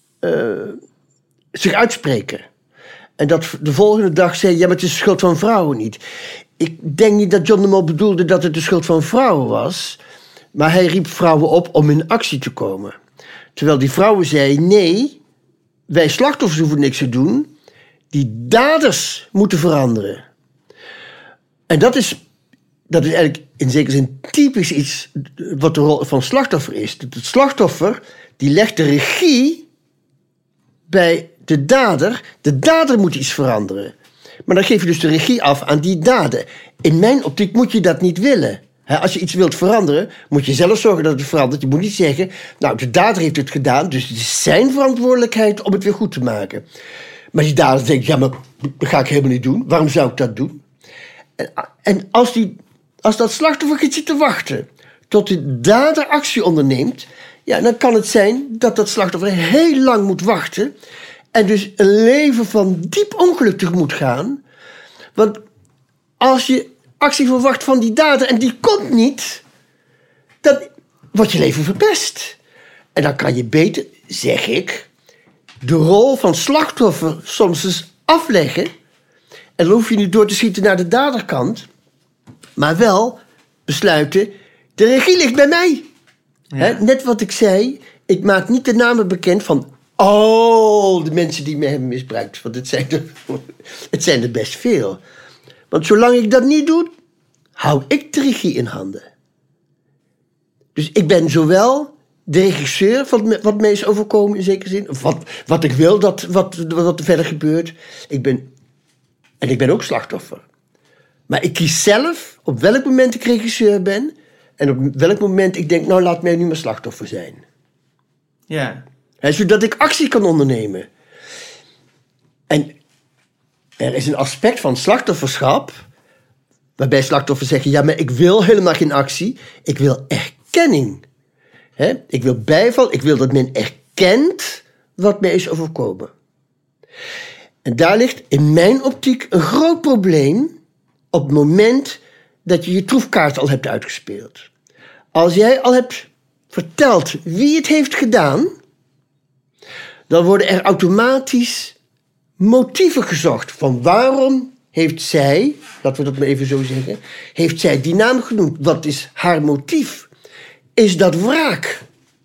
zich uitspreken. En dat de volgende dag zei, ja, maar het is de schuld van vrouwen niet. Ik denk niet dat John de Mol bedoelde dat het de schuld van vrouwen was. Maar hij riep vrouwen op om in actie te komen. Terwijl die vrouwen zeiden, nee, wij slachtoffers hoeven niks te doen. Die daders moeten veranderen. En dat is eigenlijk in zekere zin typisch iets wat de rol van slachtoffer is. Het slachtoffer die legt de regie bij de dader. De dader moet iets veranderen. Maar dan geef je dus de regie af aan die dader. In mijn optiek moet je dat niet willen. Als je iets wilt veranderen, moet je zelf zorgen dat het verandert. Je moet niet zeggen, nou, de dader heeft het gedaan, dus het is zijn verantwoordelijkheid om het weer goed te maken. Maar die dader denkt, ja, maar dat ga ik helemaal niet doen. Waarom zou ik dat doen? En als dat slachtoffer gaat zitten wachten tot de dader actie onderneemt, ja, dan kan het zijn dat dat slachtoffer heel lang moet wachten en dus een leven van diep ongeluk tegemoet gaan. Want als je actie verwacht van die dader en die komt niet, dan wordt je leven verpest. En dan kan je beter, zeg ik, de rol van slachtoffer soms eens afleggen. En dan hoef je niet door te schieten naar de daderkant, maar wel besluiten, de regie ligt bij mij. Ja. Net wat ik zei, ik maak niet de namen bekend van al de mensen die me hebben misbruikt. Want het zijn er best veel. Want zolang ik dat niet doe, hou ik de regie in handen. Dus ik ben zowel de regisseur van wat mij is overkomen in zekere zin, of wat ik wil wat er verder gebeurt. Ik ben ook slachtoffer. Maar ik kies zelf op welk moment ik regisseur ben en op welk moment ik denk, nou, laat mij nu maar slachtoffer zijn. Ja. Zodat ik actie kan ondernemen. En er is een aspect van slachtofferschap waarbij slachtoffers zeggen, ja, maar ik wil helemaal geen actie. Ik wil erkenning. Ik wil bijval. Ik wil dat men erkent wat mij is overkomen. En daar ligt in mijn optiek een groot probleem op het moment dat je je troefkaart al hebt uitgespeeld. Als jij al hebt verteld wie het heeft gedaan, dan worden er automatisch motieven gezocht van waarom heeft zij, laten we dat maar even zo zeggen, heeft zij die naam genoemd? Wat is haar motief? Is dat wraak?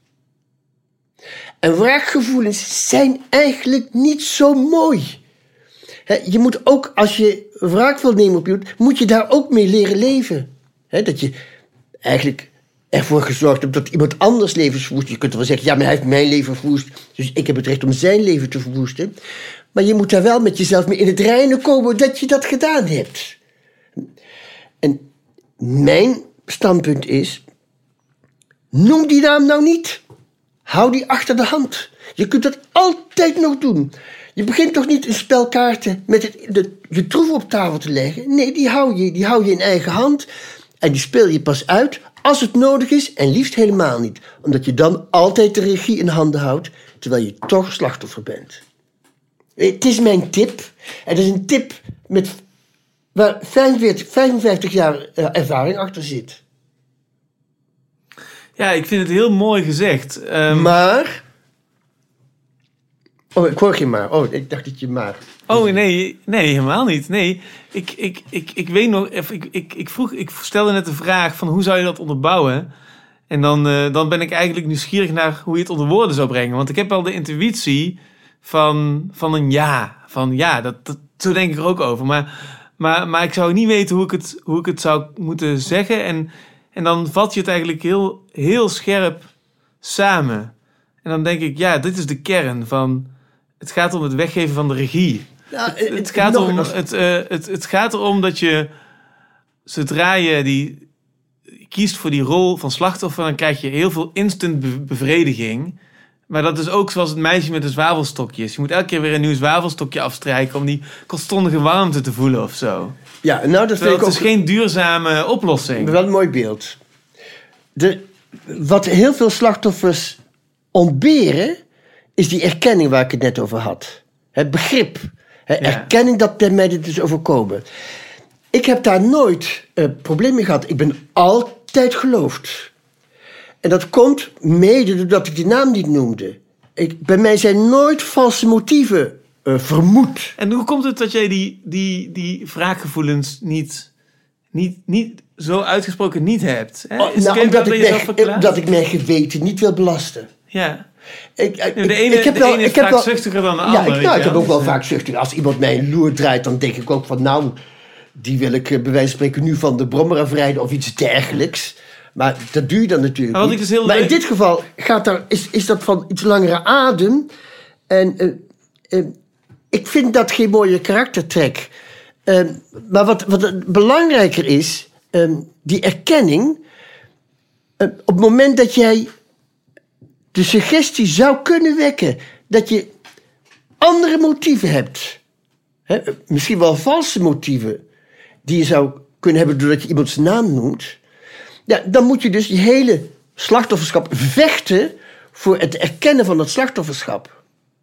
En wraakgevoelens zijn eigenlijk niet zo mooi. Je moet ook, als je wraak wil nemen op iemand, moet je daar ook mee leren leven. Dat je eigenlijk ervoor gezorgd hebt dat iemand anders leven verwoest. Je kunt wel zeggen, ja, maar hij heeft mijn leven verwoest, dus ik heb het recht om zijn leven te verwoesten. Maar je moet daar wel met jezelf mee in het reine komen dat je dat gedaan hebt. En mijn standpunt is, noem die naam nou niet. Hou die achter de hand. Je kunt dat altijd nog doen. Je begint toch niet een spel kaarten met je troef op tafel te leggen. Nee, die hou je in eigen hand. En die speel je pas uit als het nodig is en liefst helemaal niet. Omdat je dan altijd de regie in handen houdt, terwijl je toch slachtoffer bent. Het is mijn tip. Het is een tip waar 55 jaar ervaring achter zit. Ja, ik vind het heel mooi gezegd. Maar... Oh, ik hoor geen maar. Oh, ik dacht dat je maar... Oh, nee, helemaal niet. Nee, ik weet nog, ik stelde net de vraag van hoe zou je dat onderbouwen? En dan ben ik eigenlijk nieuwsgierig naar hoe je het onder woorden zou brengen. Want ik heb wel de intuïtie van een ja. Van ja, zo denk ik er ook over. Maar ik zou niet weten hoe ik het zou moeten zeggen. En dan vat je het eigenlijk heel, heel scherp samen. En dan denk ik, ja, dit is de kern van... Het gaat om het weggeven van de regie. Ja, Het gaat erom dat je, zodra je kiest voor die rol van slachtoffer, dan krijg je heel veel instant bevrediging. Maar dat is ook zoals het meisje met de zwavelstokjes. Je moet elke keer weer een nieuw zwavelstokje afstrijken om die kortstondige warmte te voelen of zo. Ja, nou, dat vind ik ook... Het is geen duurzame oplossing. Wel een mooi beeld. Wat heel veel slachtoffers ontberen, is die erkenning waar ik het net over had. Het begrip. Erkenning dat mij dit is overkomen. Ik heb daar nooit probleem mee gehad. Ik ben altijd geloofd. En dat komt mede doordat ik die naam niet noemde. Bij mij zijn nooit valse motieven vermoed. En hoe komt het dat jij die wraakgevoelens niet zo uitgesproken niet hebt? Hè? Omdat ik mijn geweten niet wil belasten. Ja. De ene is vaak zuchtiger dan de ander. Ik heb ook wel vaak zuchtig. Als iemand mij een loer draait, dan denk ik ook van... nou, die wil ik bij wijze van spreken nu van de brommer afrijden of iets dergelijks. Maar dat doe je dan natuurlijk niet. Maar in dit geval is dat van iets langere adem. En ik vind dat geen mooie karaktertrek. Maar wat belangrijker is, die erkenning... op het moment dat jij de suggestie zou kunnen wekken dat je andere motieven hebt. Misschien wel valse motieven die je zou kunnen hebben doordat je iemands naam noemt. Ja, dan moet je dus je hele slachtofferschap vechten voor het erkennen van het slachtofferschap.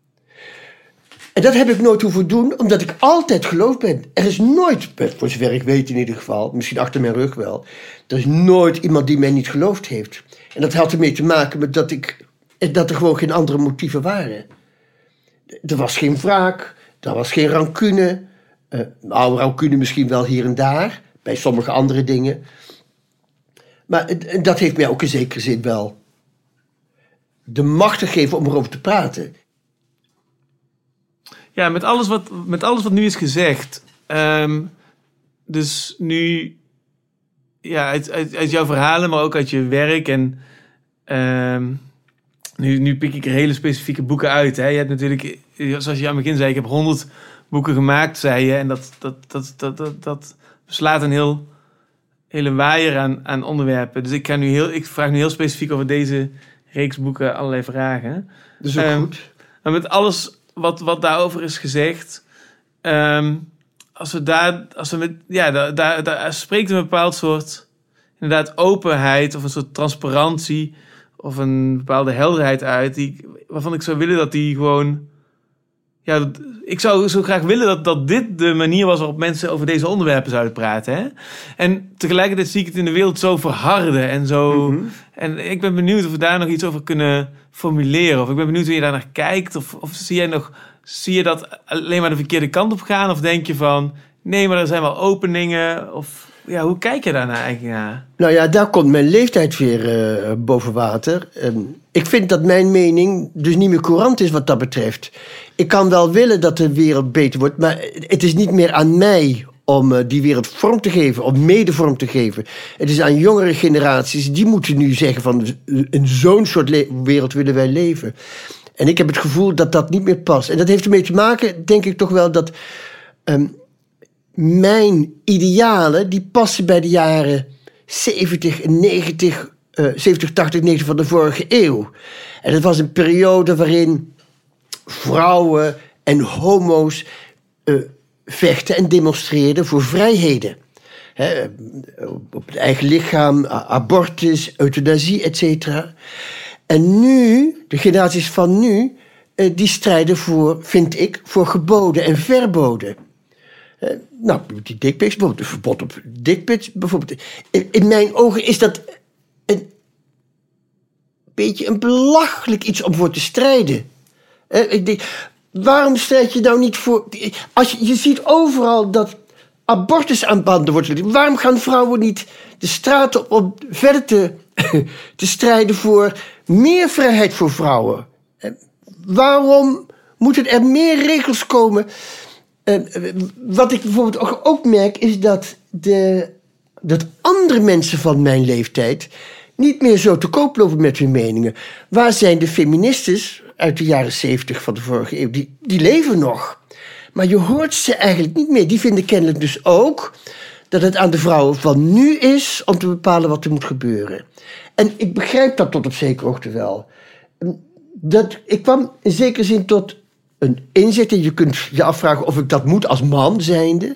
En dat heb ik nooit hoeven doen, omdat ik altijd geloofd ben. Er is nooit, voor zover ik weet in ieder geval, misschien achter mijn rug wel, er is nooit iemand die mij niet geloofd heeft. En dat had ermee te maken met dat er gewoon geen andere motieven waren. Er was geen wraak, er was geen rancune. Rancune misschien wel hier en daar, bij sommige andere dingen. Maar dat heeft mij ook in zekere zin wel de macht gegeven om erover te praten. Ja, met alles wat nu is gezegd. Dus nu, ja, uit jouw verhalen, maar ook uit je werk. En nu pik ik er hele specifieke boeken uit. Hè. Je hebt natuurlijk, zoals je aan het begin zei, ik heb 100 boeken gemaakt, zei je. En dat beslaat een hele waaier aan onderwerpen. Dus ik vraag nu heel specifiek over deze reeks boeken allerlei vragen. Dat is ook goed. Maar met alles wat daarover is gezegd, daar spreekt een bepaald soort inderdaad openheid of een soort transparantie of een bepaalde helderheid uit, waarvan ik zou willen dat die gewoon... Ja, ik zou zo graag willen dat dit de manier was waarop mensen over deze onderwerpen zouden praten. Hè? En tegelijkertijd zie ik het in de wereld zo verharden en zo. Mm-hmm. En ik ben benieuwd of we daar nog iets over kunnen formuleren. Of ik ben benieuwd hoe je daar naar kijkt. Of zie je dat alleen maar de verkeerde kant op gaan? Of denk je van, nee, maar er zijn wel openingen? Of ja, hoe kijk je daarnaar eigenlijk naar? Nou ja, daar komt mijn leeftijd weer boven water. Ik vind dat mijn mening dus niet meer courant is wat dat betreft. Ik kan wel willen dat de wereld beter wordt, maar het is niet meer aan mij om die wereld vorm te geven, om mede vorm te geven. Het is aan jongere generaties, die moeten nu zeggen van in zo'n soort wereld willen wij leven. En ik heb het gevoel dat dat niet meer past. En dat heeft ermee te maken, denk ik toch wel, dat mijn idealen, die passen bij de jaren 70 en 90, 70, 80, 90 van de vorige eeuw. En dat was een periode waarin vrouwen en homo's vechten en demonstreerden voor vrijheden. Op het eigen lichaam, abortus, euthanasie, etc. En nu, de generaties van nu, die strijden voor, vind ik, voor geboden en verboden. Die dickpics, bijvoorbeeld, het verbod op dickpics, bijvoorbeeld. In mijn ogen is dat een beetje een belachelijk iets om voor te strijden. waarom strijd je nou niet voor... Je ziet overal dat abortus aan banden wordt gelegd. Waarom gaan vrouwen niet de straten op om verder te strijden voor meer vrijheid voor vrouwen? Waarom moeten er meer regels komen? Wat ik bijvoorbeeld ook merk is dat andere mensen van mijn leeftijd niet meer zo te koop lopen met hun meningen. Waar zijn de feministes uit de jaren 70 van de vorige eeuw? Die leven nog. Maar je hoort ze eigenlijk niet meer. Die vinden kennelijk dus ook dat het aan de vrouwen van nu is om te bepalen wat er moet gebeuren. En ik begrijp dat tot op zekere hoogte wel. Ik kwam in zekere zin tot een inzicht. En je kunt je afvragen of ik dat moet als man zijnde.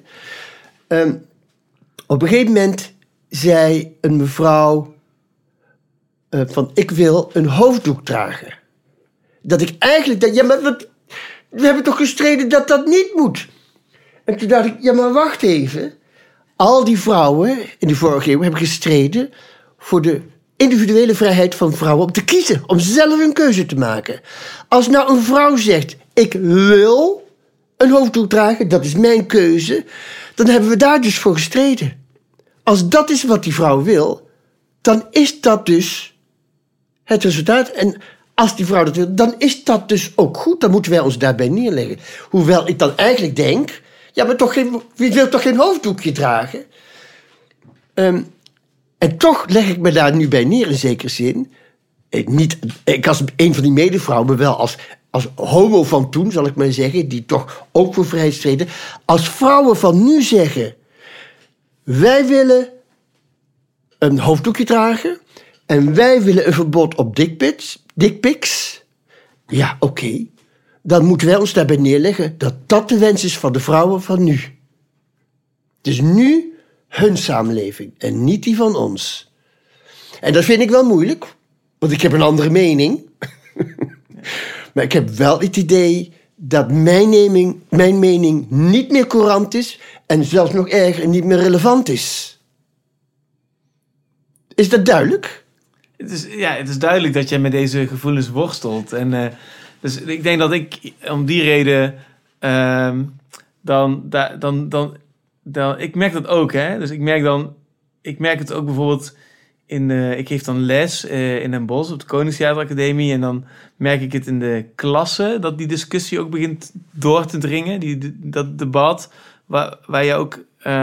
Op een gegeven moment zei een mevrouw van ik wil een hoofddoek dragen. Dat ik eigenlijk... Ja, maar we hebben toch gestreden dat dat niet moet? En toen dacht ik, ja, maar wacht even. Al die vrouwen in de vorige eeuw hebben gestreden voor de individuele vrijheid van vrouwen om te kiezen, om zelf een keuze te maken. Als nou een vrouw zegt, ik wil een hoofddoek dragen, dat is mijn keuze, dan hebben we daar dus voor gestreden. Als dat is wat die vrouw wil, dan is dat dus het resultaat. En als die vrouw dat wil, dan is dat dus ook goed. Dan moeten wij ons daarbij neerleggen. Hoewel ik dan eigenlijk denk, ja, maar wie wil toch geen hoofddoekje dragen? En toch leg ik me daar nu bij neer in zekere zin. Ik als een van die medevrouwen, maar wel als homo van toen, zal ik maar zeggen, die toch ook voor vrijheid streden. Als vrouwen van nu zeggen, wij willen een hoofddoekje dragen en wij willen een verbod op dickpics. Ja, oké. Dan moeten wij ons daarbij neerleggen dat dat de wens is van de vrouwen van nu. Het is nu hun samenleving en niet die van ons. En dat vind ik wel moeilijk, want ik heb een andere mening. Maar ik heb wel het idee dat mijn mening niet meer courant is en zelfs nog erger niet meer relevant is. Is dat duidelijk? Het is duidelijk dat jij met deze gevoelens worstelt. En dus ik denk dat ik om die reden ik merk dat ook, hè. Dus ik merk het ook bijvoorbeeld ik geef dan les in Den Bosch op de Koningstheateracademie en dan merk ik het in de klasse dat die discussie ook begint door te dringen, dat debat waar je ook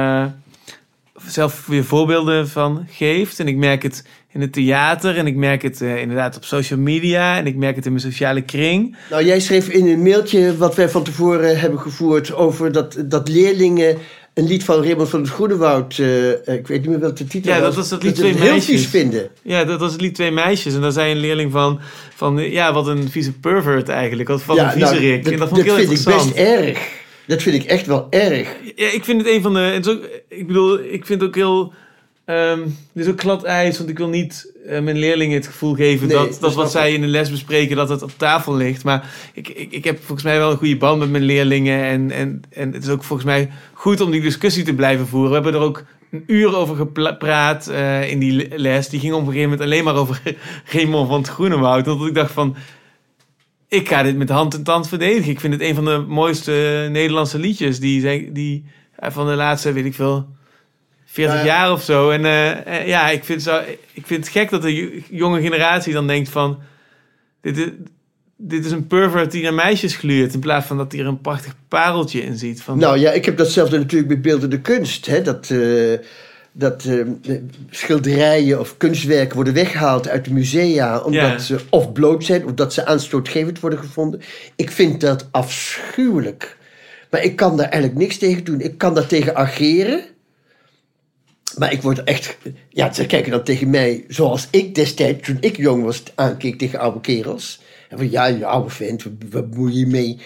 zelf weer voorbeelden van geeft. En ik merk het in het theater en ik merk het inderdaad op social media en ik merk het in mijn sociale kring. Nou, jij schreef in een mailtje wat wij van tevoren hebben gevoerd over dat leerlingen een lied van Raymond van het Groenewoud, ik weet niet meer wat de titel was. Ja, dat was dat lied Twee Meisjes. Heel vies vinden. Ja, dat was het lied Twee Meisjes. En daar zei een leerling van wat een vieze pervert eigenlijk. Wat een viezerik. En dat vond ik heel interessant. Dat vind ik best erg. Dat vind ik echt wel erg. Ja, ik vind het een van de... ik vind het ook heel... dit is ook glad ijs, want ik wil niet mijn leerlingen het gevoel geven dat wat zij in de les bespreken, dat het op tafel ligt. Maar ik heb volgens mij wel een goede band met mijn leerlingen en het is ook volgens mij goed om die discussie te blijven voeren. We hebben er ook een uur over gepraat in die les. Die ging op een gegeven moment alleen maar over Raymond van het Groenewoud. Dat ik dacht van, ik ga dit met hand en tand verdedigen. Ik vind het een van de mooiste Nederlandse liedjes die van de laatste, weet ik veel, 40 jaar of zo. En ik vind het gek dat de jonge generatie dan denkt van, dit is een pervert die naar meisjes gluurt, in plaats van dat hij er een prachtig pareltje in ziet. Nou ja, ik heb datzelfde natuurlijk met beeldende kunst. Hè? Dat schilderijen of kunstwerken worden weggehaald uit de musea omdat ze of bloot zijn of dat ze aanstootgevend worden gevonden. Ik vind dat afschuwelijk. Maar ik kan daar eigenlijk niks tegen doen. Ik kan daar tegen ageren. Maar ik word echt... Ja, ze kijken dan tegen mij zoals ik destijds, toen ik jong was, aankeek tegen oude kerels. En van, ja, je oude vent, wat moet je mee?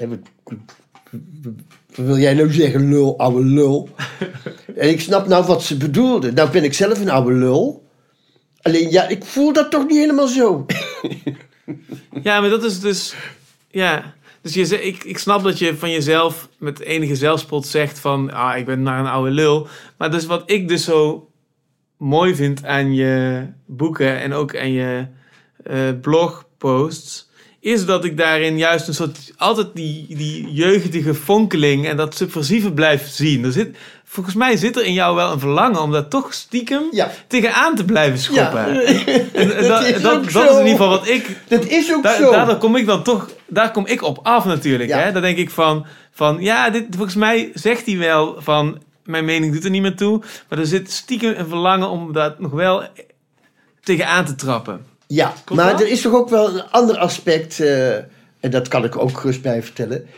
Wat wil jij nou zeggen, lul, oude lul? En ik snap nou wat ze bedoelden. Nou ben ik zelf een oude lul. Alleen, ja, ik voel dat toch niet helemaal zo. Ja, maar dat is dus... Ja... Dus ik snap dat je van jezelf met enige zelfspot zegt van, ik ben maar een oude lul. Maar dus wat ik dus zo mooi vind aan je boeken en ook aan je blogposts, is dat ik daarin juist een soort... altijd die jeugdige fonkeling en dat subversieve blijf zien. Volgens mij zit er in jou wel een verlangen om daar toch stiekem tegenaan te blijven schoppen. Ja. En dat is in ieder geval wat ik... Dat is ook zo. Daar kom ik op af natuurlijk. Ja. Hè? Dan denk ik van volgens mij zegt hij wel van... Mijn mening doet er niet meer toe. Maar er zit stiekem een verlangen om dat nog wel tegenaan te trappen. Ja, Klopt maar dat? er is toch ook wel een ander aspect... en dat kan ik ook gerust bij vertellen.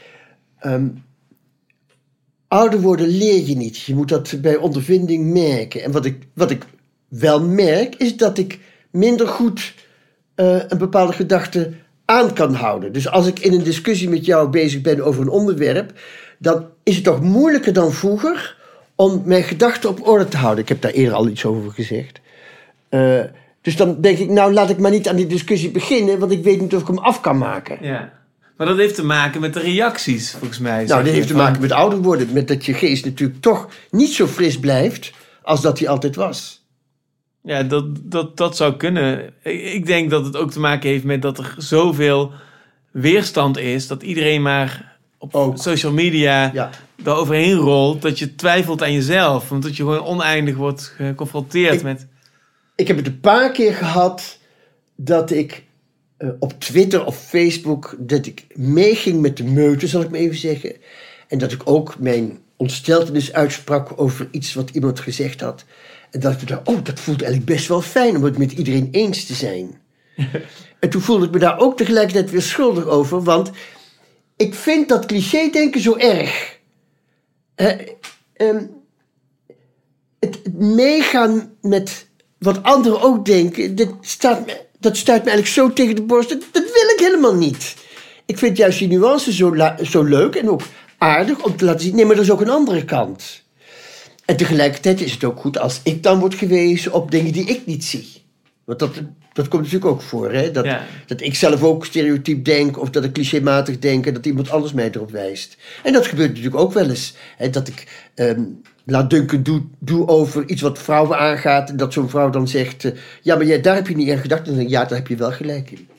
Ouder worden leer je niet. Je moet dat bij ondervinding merken. En wat ik wel merk, is dat ik minder goed een bepaalde gedachte aan kan houden. Dus als ik in een discussie met jou bezig ben over een onderwerp... dan is het toch moeilijker dan vroeger om mijn gedachten op orde te houden. Ik heb daar eerder al iets over gezegd. Dus dan denk ik, nou laat ik maar niet aan die discussie beginnen... want ik weet niet of ik hem af kan maken. Ja. Maar dat heeft te maken met de reacties, volgens mij. Nou, dat heeft te maken met ouder worden. Met dat je geest natuurlijk toch niet zo fris blijft als dat hij altijd was. Ja, dat zou kunnen. Ik denk dat het ook te maken heeft met dat er zoveel weerstand is... dat iedereen maar op social media daar overheen rolt... dat je twijfelt aan jezelf. Omdat je gewoon oneindig wordt geconfronteerd met... Ik heb het een paar keer gehad dat ik op Twitter of Facebook... dat ik meeging met de meute, zal ik maar even zeggen. En dat ik ook mijn ontsteltenis uitsprak over iets wat iemand gezegd had. En dat ik dacht, dat voelt eigenlijk best wel fijn... om het met iedereen eens te zijn. En toen voelde ik me daar ook tegelijkertijd weer schuldig over... want ik vind dat cliché-denken zo erg. Het meegaan met wat anderen ook denken... dat stuit me eigenlijk zo tegen de borst. Dat wil ik helemaal niet. Ik vind juist die nuance zo leuk en ook aardig om te laten zien... nee, maar er is ook een andere kant. En tegelijkertijd is het ook goed als ik dan word gewezen op dingen die ik niet zie. Want dat komt natuurlijk ook voor. Hè? Dat ik zelf ook stereotyp denk of dat ik clichématig denk... en dat iemand anders mij erop wijst. En dat gebeurt natuurlijk ook wel eens. Hè? Dat ik laat dunken doe over iets wat vrouwen aangaat... en dat zo'n vrouw dan zegt... ja, maar daar heb je niet aan gedacht. En dan denk ik, ja, daar heb je wel gelijk in.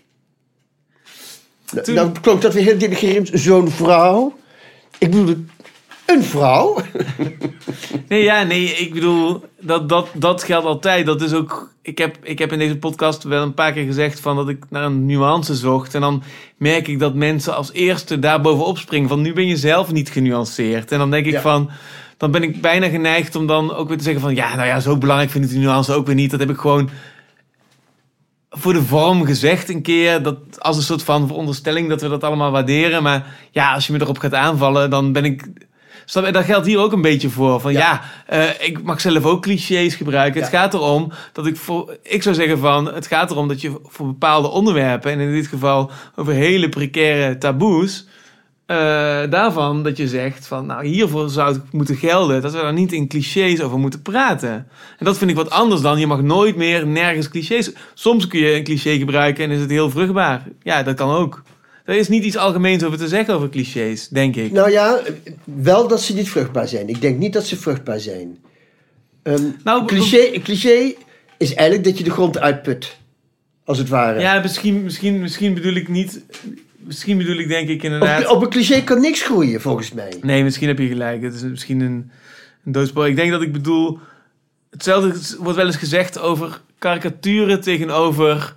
Nou klonk dat weer heel denigrerend. Zo'n vrouw. Ik bedoel, een vrouw. Nee, ik bedoel, dat geldt altijd. Dat is ook... Ik heb in deze podcast wel een paar keer gezegd van dat ik naar een nuance zocht. En dan merk ik dat mensen als eerste daar bovenop springen. Van nu ben je zelf niet genuanceerd. En dan denk ik van... Dan ben ik bijna geneigd om dan ook weer te zeggen van... Ja, nou ja, zo belangrijk vind ik die nuance ook weer niet. Dat heb ik gewoon voor de vorm gezegd een keer. Dat als een soort van veronderstelling dat we dat allemaal waarderen. Maar ja, als je me erop gaat aanvallen, dan ben ik... Dat geldt hier ook een beetje voor. Van ik mag zelf ook clichés gebruiken. Het gaat erom dat ik zou zeggen van... Het gaat erom dat je voor bepaalde onderwerpen... en in dit geval over hele precaire taboes... daarvan dat je zegt van... Nou, hiervoor zou het moeten gelden... dat we daar niet in clichés over moeten praten. En dat vind ik wat anders dan... Je mag nooit meer nergens clichés... Soms kun je een cliché gebruiken en is het heel vruchtbaar. Ja, dat kan ook. Er is niet iets algemeens over te zeggen over clichés, denk ik. Nou ja, wel dat ze niet vruchtbaar zijn. Ik denk niet dat ze vruchtbaar zijn. Een cliché is eigenlijk dat je de grond uitput. Als het ware. Ja, misschien bedoel ik niet... Misschien bedoel ik denk ik inderdaad... Op een cliché kan niks groeien, volgens mij. Nee, misschien heb je gelijk. Het is misschien een doodspoor. Ik denk dat ik bedoel... Hetzelfde wordt wel eens gezegd over karikaturen tegenover...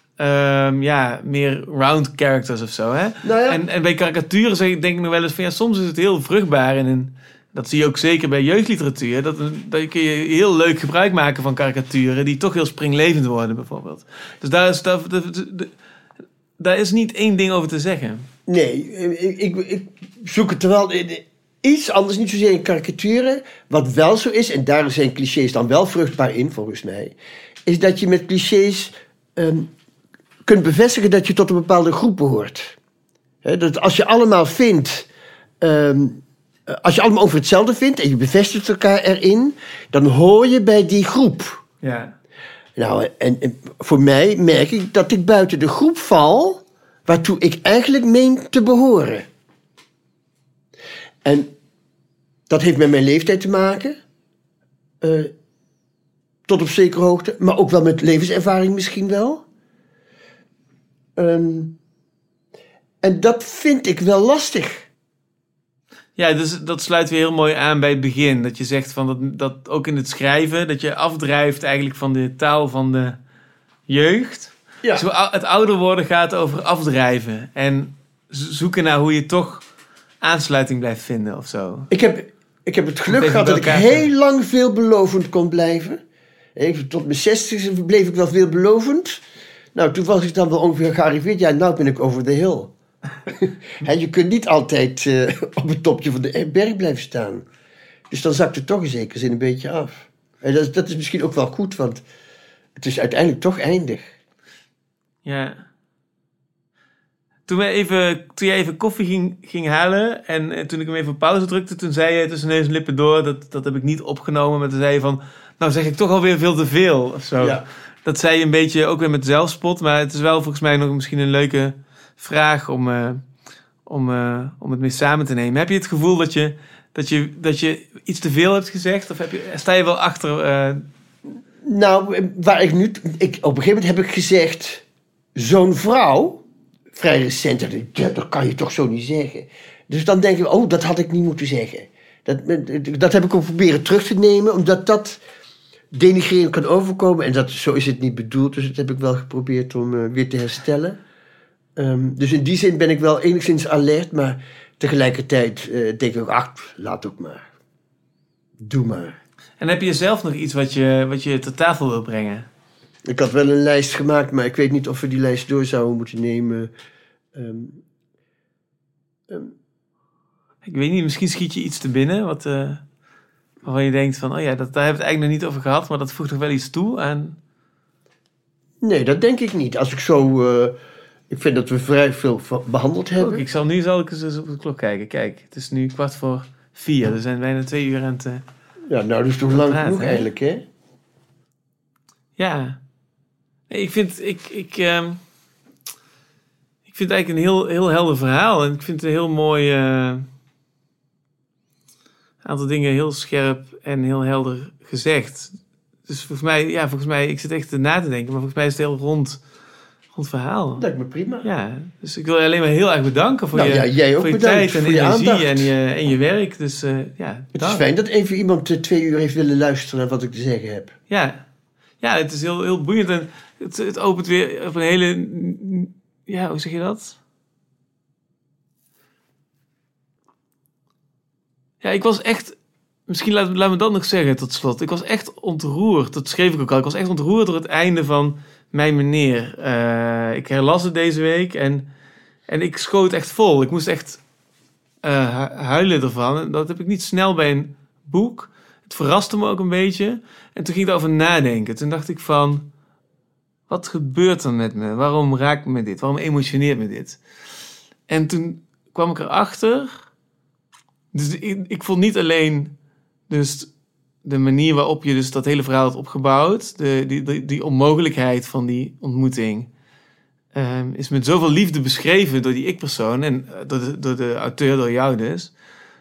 meer round characters of zo. Hè? Nou ja. En bij karikaturen denk ik nog wel eens van... soms is het heel vruchtbaar. Dat zie je ook zeker bij jeugdliteratuur. Dat kun je heel leuk gebruik maken van karikaturen... die toch heel springlevend worden, bijvoorbeeld. Dus daar is niet één ding over te zeggen. Nee, ik zoek het wel iets anders, niet zozeer in karikaturen. Wat wel zo is, en daar zijn clichés dan wel vruchtbaar in, volgens mij... is dat je met clichés kunt bevestigen dat je tot een bepaalde groep behoort. Dat als je allemaal vindt... als je allemaal over hetzelfde vindt en je bevestigt elkaar erin... dan hoor je bij die groep. Ja. Nou, en voor mij merk ik dat ik buiten de groep val... waartoe ik eigenlijk meen te behoren. En dat heeft met mijn leeftijd te maken. Tot op zekere hoogte. Maar ook wel met levenservaring misschien wel. En dat vind ik wel lastig. Ja, dus dat sluit weer heel mooi aan bij het begin. Dat je zegt van dat ook in het schrijven, dat je afdrijft eigenlijk van de taal van de jeugd. Ja. Zo, het ouder worden gaat over afdrijven. En zoeken naar hoe je toch aansluiting blijft vinden of zo. Ik heb het geluk Even gehad dat ik elkaar heel lang veelbelovend kon blijven. Tot mijn 60 bleef ik wel veelbelovend. Nou, toen was ik dan wel ongeveer gearriveerd. Ja, nou ben ik over de hill. Je kunt niet altijd op het topje van de berg blijven staan. Dus dan zakt het toch in zekere zin een beetje af. En dat is misschien ook wel goed, want het is uiteindelijk toch eindig. Ja. Toen jij even koffie ging halen en toen ik hem even op pauze drukte, toen zei je tussen neus en lippen door, dat heb ik niet opgenomen, maar toen zei je van, nou zeg ik toch alweer veel te veel of zo. Ja. Dat zei je een beetje ook weer met zelfspot, maar het is wel volgens mij nog misschien een leuke vraag om het mee samen te nemen. Heb je het gevoel dat je iets te veel hebt gezegd? Of sta je wel achter? Nou, waar op een gegeven moment heb ik gezegd, zo'n vrouw, vrij recent, dat kan je toch zo niet zeggen. Dus dan denk ik, dat had ik niet moeten zeggen. Dat heb ik ook proberen terug te nemen, omdat dat denigrerend kan overkomen. En zo is het niet bedoeld, dus dat heb ik wel geprobeerd om weer te herstellen. Dus in die zin ben ik wel enigszins alert, maar tegelijkertijd denk ik ook, laat ook maar. Doe maar. En heb je zelf nog iets wat je ter tafel wil brengen? Ik had wel een lijst gemaakt, maar ik weet niet of we die lijst door zouden moeten nemen. Ik weet niet, misschien schiet je iets te binnen waarvan je denkt van, daar hebben we het eigenlijk nog niet over gehad, maar dat voegt toch wel iets toe aan... Nee, dat denk ik niet. Als ik zo... ik vind dat we vrij veel behandeld hebben. Ook, nu zal ik eens op de klok kijken. Kijk, het is nu 3:15. We zijn bijna 2 uur aan het... Ja, nou, dat is toch lang genoeg eigenlijk, hè? Ja. Nee, ik vind het eigenlijk een heel, heel helder verhaal. En ik vind het een heel mooi... aantal dingen heel scherp en heel helder gezegd. Dus volgens mij, ik zit echt na te denken, maar volgens mij is het heel rond verhaal. Dat lijkt me prima. Ja, dus ik wil je alleen maar heel erg bedanken voor jij ook voor je bedankt, tijd en voor je energie aandacht. en je werk. Dus Het is fijn dat even iemand 2 uur heeft willen luisteren naar wat ik te zeggen heb. Ja, het is heel, heel boeiend en het opent weer op een hele... Ja, hoe zeg je dat? Ja, ik was echt... Misschien laat me dat nog zeggen tot slot. Ik was echt ontroerd. Dat schreef ik ook al. Ik was echt ontroerd door het einde van Mijn Meneer. Ik herlas het deze week en ik schoot echt vol. Ik moest echt huilen ervan. En dat heb ik niet snel bij een boek. Het verraste me ook een beetje. En toen ging ik erover nadenken. Toen dacht ik van... Wat gebeurt er met me? Waarom raakt me dit? Waarom emotioneert me dit? En toen kwam ik erachter... Dus ik vond niet alleen dus de manier waarop je dus dat hele verhaal had opgebouwd, die onmogelijkheid van die ontmoeting, is met zoveel liefde beschreven door die ik-persoon en door de auteur, door jou dus.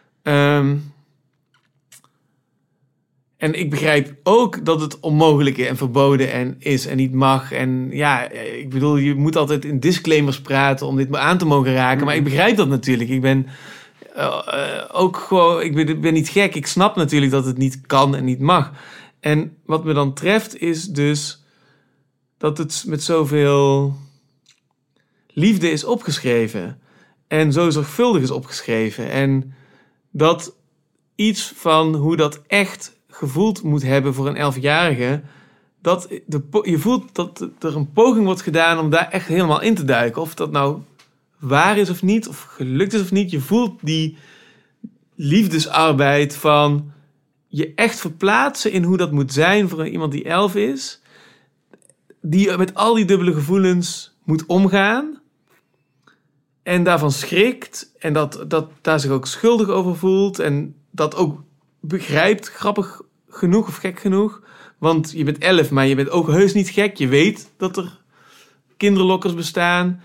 En ik begrijp ook dat het onmogelijk en verboden is en niet mag. En ja, ik bedoel, je moet altijd in disclaimers praten om dit maar aan te mogen raken. Maar ik begrijp dat natuurlijk. Ik ben... ook gewoon, ik ben niet gek. Ik snap natuurlijk dat het niet kan en niet mag. En wat me dan treft is dus dat het met zoveel liefde is opgeschreven. En zo zorgvuldig is opgeschreven. En dat iets van hoe dat echt gevoeld moet hebben voor een 11-jarige... je voelt dat er een poging wordt gedaan om daar echt helemaal in te duiken. Of dat nou... waar is of niet, of gelukt is of niet. Je voelt die liefdesarbeid van je echt verplaatsen in hoe dat moet zijn voor iemand die 11 is. Die met al die dubbele gevoelens moet omgaan. En daarvan schrikt. En dat daar zich ook schuldig over voelt. En dat ook begrijpt, grappig genoeg of gek genoeg. Want je bent 11, maar je bent ook heus niet gek. Je weet dat er kinderlokkers bestaan.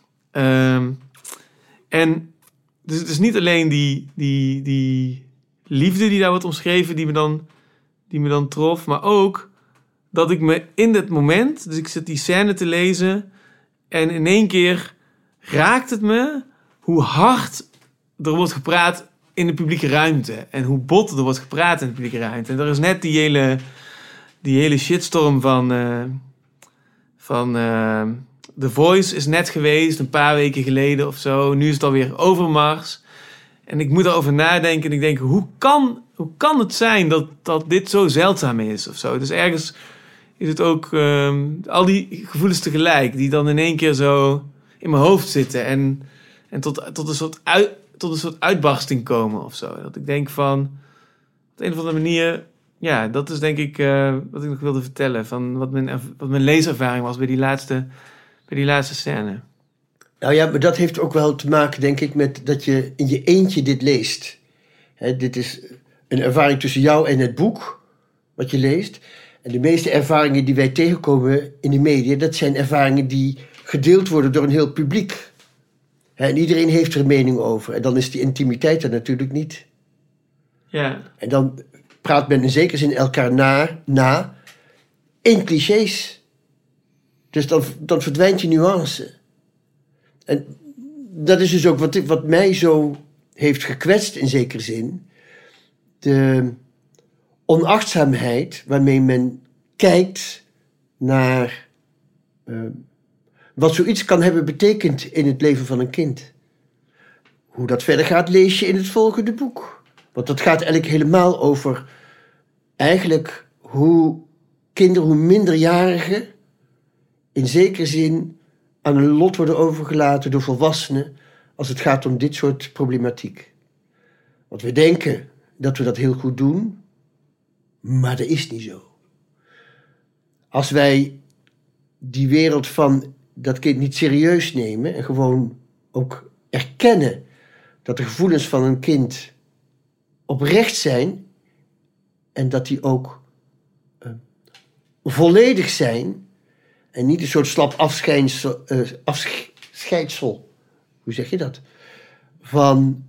En dus het is niet alleen die liefde die daar wordt omschreven, die me dan trof, maar ook dat ik me in dit moment, dus ik zit die scène te lezen en in één keer raakt het me hoe hard er wordt gepraat in de publieke ruimte. En hoe bot er wordt gepraat in de publieke ruimte. En er is net die hele shitstorm van The Voice is net geweest, een paar weken geleden of zo. Nu is het alweer Overmars. En ik moet erover nadenken en ik denk, hoe kan het zijn dat dit zo zeldzaam is of zo? Dus ergens is het ook al die gevoelens tegelijk die dan in één keer zo in mijn hoofd zitten en tot een soort uitbarsting komen of zo. Dat ik denk van, op een of andere manier, ja, dat is denk ik wat ik nog wilde vertellen. Van wat mijn leeservaring was bij die laatste scène. Nou ja, maar dat heeft ook wel te maken, denk ik, met dat je in je eentje dit leest. Dit is een ervaring tussen jou en het boek, wat je leest. En de meeste ervaringen die wij tegenkomen in de media, dat zijn ervaringen die gedeeld worden door een heel publiek. En iedereen heeft er een mening over. En dan is die intimiteit er natuurlijk niet. Ja. En dan praat men in zekere zin elkaar na in clichés. Dus dan verdwijnt je nuance. En dat is dus ook wat mij zo heeft gekwetst in zekere zin. De onachtzaamheid waarmee men kijkt naar wat zoiets kan hebben betekend in het leven van een kind. Hoe dat verder gaat, lees je in het volgende boek. Want dat gaat eigenlijk helemaal over eigenlijk hoe kinderen, hoe minderjarigen in zekere zin aan hun lot worden overgelaten door volwassenen als het gaat om dit soort problematiek. Want we denken dat we dat heel goed doen, maar dat is niet zo. Als wij die wereld van dat kind niet serieus nemen en gewoon ook erkennen dat de gevoelens van een kind oprecht zijn en dat die ook volledig zijn en niet een soort slap afscheidsel, hoe zeg je dat? Van,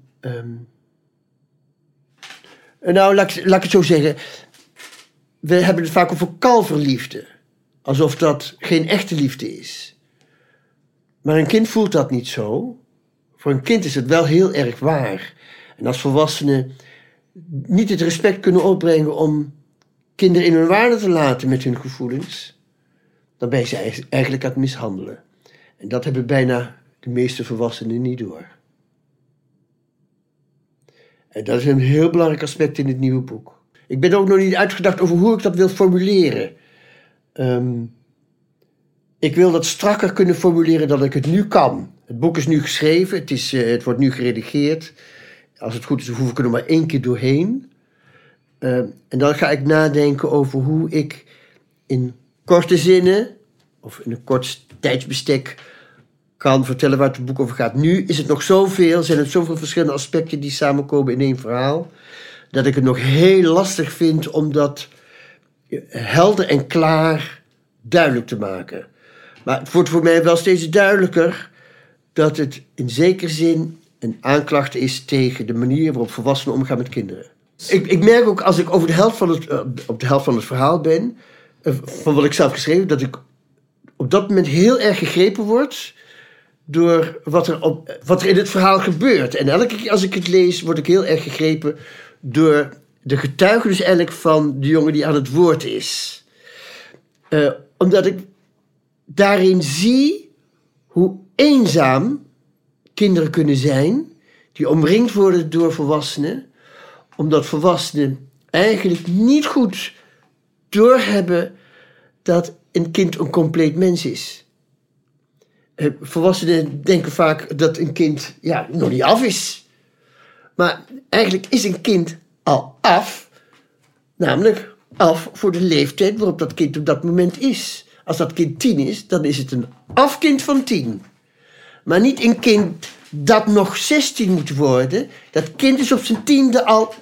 nou laat ik het zo zeggen, we hebben het vaak over kalverliefde, alsof dat geen echte liefde is. Maar een kind voelt dat niet zo. Voor een kind is het wel heel erg waar. En als volwassenen niet het respect kunnen opbrengen om kinderen in hun waarde te laten met hun gevoelens, dan ben je ze eigenlijk aan het mishandelen. En dat hebben bijna de meeste volwassenen niet door. En dat is een heel belangrijk aspect in het nieuwe boek. Ik ben ook nog niet uitgedacht over hoe ik dat wil formuleren. Ik wil dat strakker kunnen formuleren dan ik het nu kan. Het boek is nu geschreven, het wordt nu geredigeerd. Als het goed is, hoef ik er nog maar 1 keer doorheen. En dan ga ik nadenken over hoe ik in korte zinnen, of in een kort tijdsbestek, kan vertellen waar het boek over gaat. Nu is het nog zoveel, zijn het zoveel verschillende aspecten die samenkomen in 1 verhaal, dat ik het nog heel lastig vind om dat helder en klaar duidelijk te maken. Maar het wordt voor mij wel steeds duidelijker dat het in zekere zin een aanklacht is tegen de manier waarop volwassenen omgaan met kinderen. Ik merk ook als ik op de helft van het verhaal ben, van wat ik zelf geschreven heb, dat ik op dat moment heel erg gegrepen word door wat er in het verhaal gebeurt. En elke keer als ik het lees, word ik heel erg gegrepen door de getuigenis eigenlijk van de jongen die aan het woord is. Omdat ik daarin zie hoe eenzaam kinderen kunnen zijn die omringd worden door volwassenen, omdat volwassenen eigenlijk niet goed doorhebben dat een kind een compleet mens is. Volwassenen denken vaak dat een kind nog niet af is. Maar eigenlijk is een kind al af, namelijk af voor de leeftijd waarop dat kind op dat moment is. Als dat kind 10 is, dan is het een afkind van 10. Maar niet een kind dat nog 16 moet worden. Dat kind is op zijn 10e al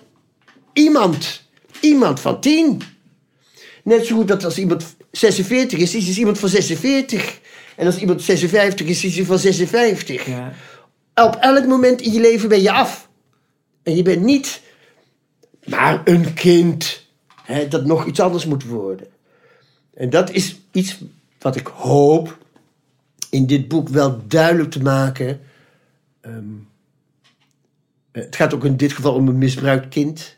iemand van 10. Net zo goed dat als iemand 46 is iemand van 46. En als iemand 56 is hij van 56. Ja. Op elk moment in je leven ben je af. En je bent niet maar een kind dat nog iets anders moet worden. En dat is iets wat ik hoop in dit boek wel duidelijk te maken. Het gaat ook in dit geval om een misbruikt kind.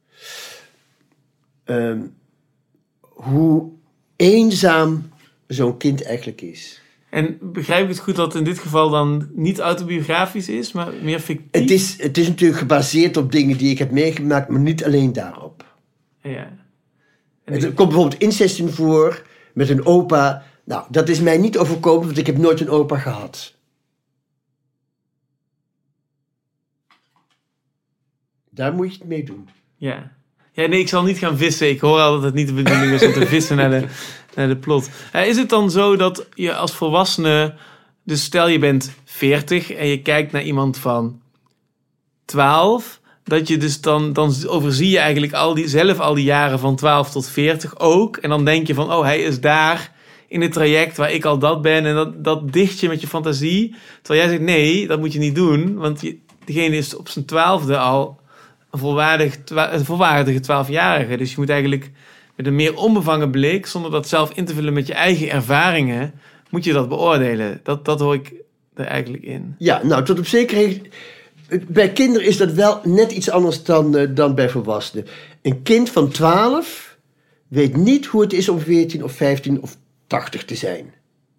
Hoe eenzaam zo'n kind eigenlijk is. En begrijp ik het goed dat in dit geval dan niet autobiografisch is, maar meer fictief? Het is natuurlijk gebaseerd op dingen die ik heb meegemaakt, maar niet alleen daarop. Ja. Er komt bijvoorbeeld incest in voor met een opa. Nou, dat is mij niet overkomen, want ik heb nooit een opa gehad. Daar moet je het mee doen. Ja. Ja, nee, ik zal niet gaan vissen. Ik hoor al dat het niet de bedoeling is om te vissen naar de plot. Is het dan zo dat je als volwassene... Dus stel je bent 40 en je kijkt naar iemand van 12... Dat je dus dan overzie je eigenlijk al die jaren van 12 tot 40 ook. En dan denk je van, oh, hij is daar in het traject waar ik al dat ben. En dat dicht je met je fantasie. Terwijl jij zegt, nee, dat moet je niet doen. Want diegene is op zijn 12e al een volwaardige 12-jarige. Dus je moet eigenlijk met een meer onbevangen blik, zonder dat zelf in te vullen met je eigen ervaringen, moet je dat beoordelen. Dat hoor ik er eigenlijk in. Ja, nou, tot op zekerheid. Bij kinderen is dat wel net iets anders dan bij volwassenen. Een kind van 12 weet niet hoe het is om 14 of 15 of 80 te zijn.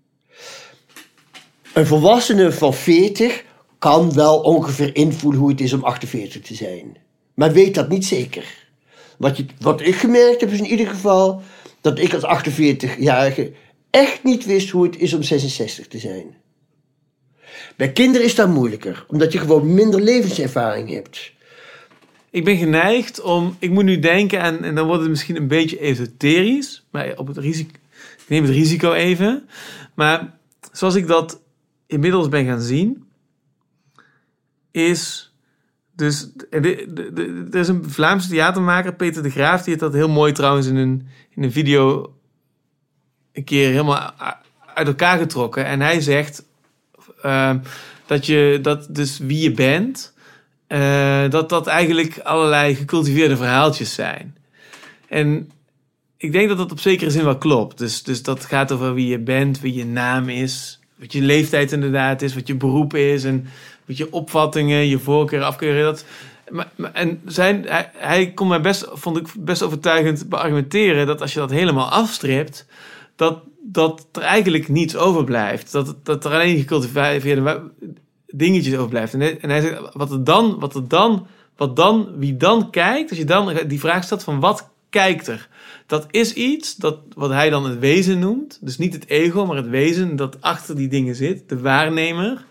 Een volwassene van 40 kan wel ongeveer invoelen hoe het is om 48 te zijn. Maar weet dat niet zeker. Wat ik gemerkt heb is in ieder geval dat ik als 48-jarige echt niet wist hoe het is om 66 te zijn. Bij kinderen is dat moeilijker, omdat je gewoon minder levenservaring hebt. Ik ben geneigd om... Ik moet nu denken aan... En dan wordt het misschien een beetje esoterisch. Maar ik neem het risico even. Maar zoals ik dat inmiddels ben gaan zien... Is... Dus er is een Vlaamse theatermaker, Peter de Graaf... Die heeft dat heel mooi trouwens in een video... een keer helemaal uit elkaar getrokken. En hij zegt... dat dus wie je bent, dat eigenlijk allerlei gecultiveerde verhaaltjes zijn. En ik denk dat dat op zekere zin wel klopt. Dus dat gaat over wie je bent, wie je naam is, wat je leeftijd inderdaad is, wat je beroep is en wat je opvattingen, je voorkeur, afkeuren. Hij kon mij vond ik best overtuigend beargumenteren dat als je dat helemaal afstript, dat er eigenlijk niets overblijft. Dat er alleen gecultiveerde dingetjes overblijft. En hij zegt, wie dan kijkt, als je dan die vraag stelt van wat kijkt er? Dat is iets, wat hij dan het wezen noemt. Dus niet het ego, maar het wezen dat achter die dingen zit. De waarnemer.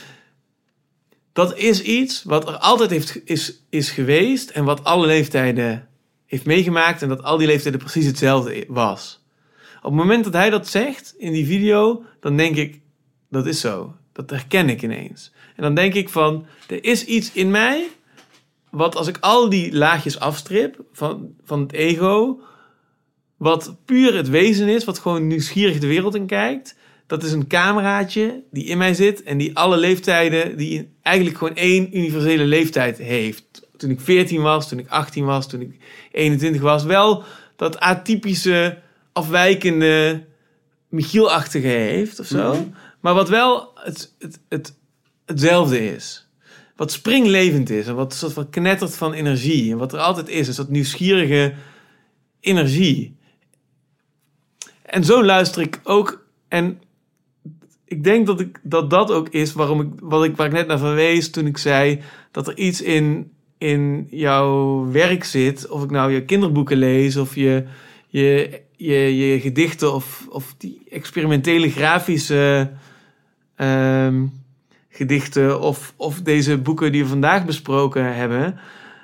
Dat is iets wat er altijd is geweest en wat alle leeftijden heeft meegemaakt en dat al die leeftijden precies hetzelfde was. Op het moment dat hij dat zegt in die video, dan denk ik, dat is zo. Dat herken ik ineens. En dan denk ik van, er is iets in mij, wat als ik al die laagjes afstrip van het ego, wat puur het wezen is, wat gewoon nieuwsgierig de wereld in kijkt, dat is een cameraatje die in mij zit en die alle leeftijden, die eigenlijk gewoon één universele leeftijd heeft. Toen ik 14 was, toen ik 18 was, toen ik 21 was, wel dat atypische, afwijkende, Michiel-achtige heeft of zo. Mm-hmm. Maar wat wel hetzelfde is. Wat springlevend is en wat soort van knettert van energie. En wat er altijd is dat nieuwsgierige energie. En zo luister ik ook. En ik denk dat ook is waar ik net naar verwees toen ik zei dat er iets in jouw werk zit. Of ik nou je kinderboeken lees of je gedichten of die experimentele grafische gedichten of deze boeken die we vandaag besproken hebben.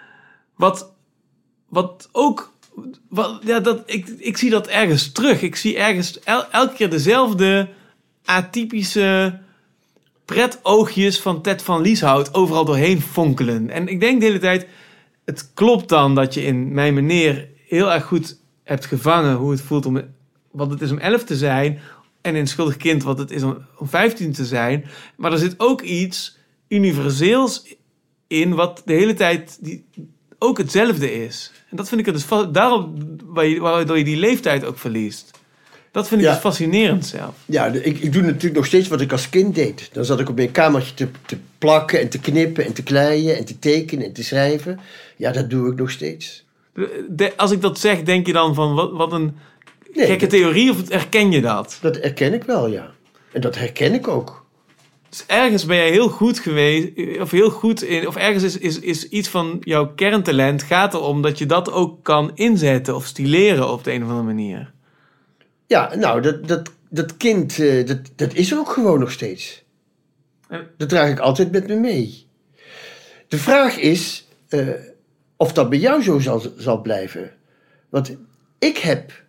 Ik zie dat ergens terug. Ik zie ergens elke keer dezelfde atypische pretoogjes van Ted van Lieshout overal doorheen fonkelen. En ik denk de hele tijd, het klopt dan dat je in Mijn Meneer heel erg goed hebt gevangen hoe het voelt wat het is om 11 te zijn en in Schuldig Kind wat het is om 15 te zijn. Maar er zit ook iets universeels in wat de hele tijd ook hetzelfde is. En dat vind ik er dus daarom waardoor je die leeftijd ook verliest. Dat vind ik Ja. dus fascinerend zelf. Ja, ik doe natuurlijk nog steeds wat ik als kind deed. Dan zat ik op mijn kamertje te plakken en te knippen en te kleien en te tekenen en te schrijven. Ja, dat doe ik nog steeds. Als ik dat zeg, denk je dan van wat een Nee, gekke theorie of herken je dat? dat herken ik wel, ja. En dat herken ik ook. Dus ergens ben jij heel goed geweest, of heel goed in, of ergens is iets van jouw kerntalent, gaat erom dat je dat ook kan inzetten of stileren op de een of andere manier. Ja, nou, dat kind, dat is er ook gewoon nog steeds. Dat draag ik altijd met me mee. De vraag is of dat bij jou zo zal blijven. Want ik heb,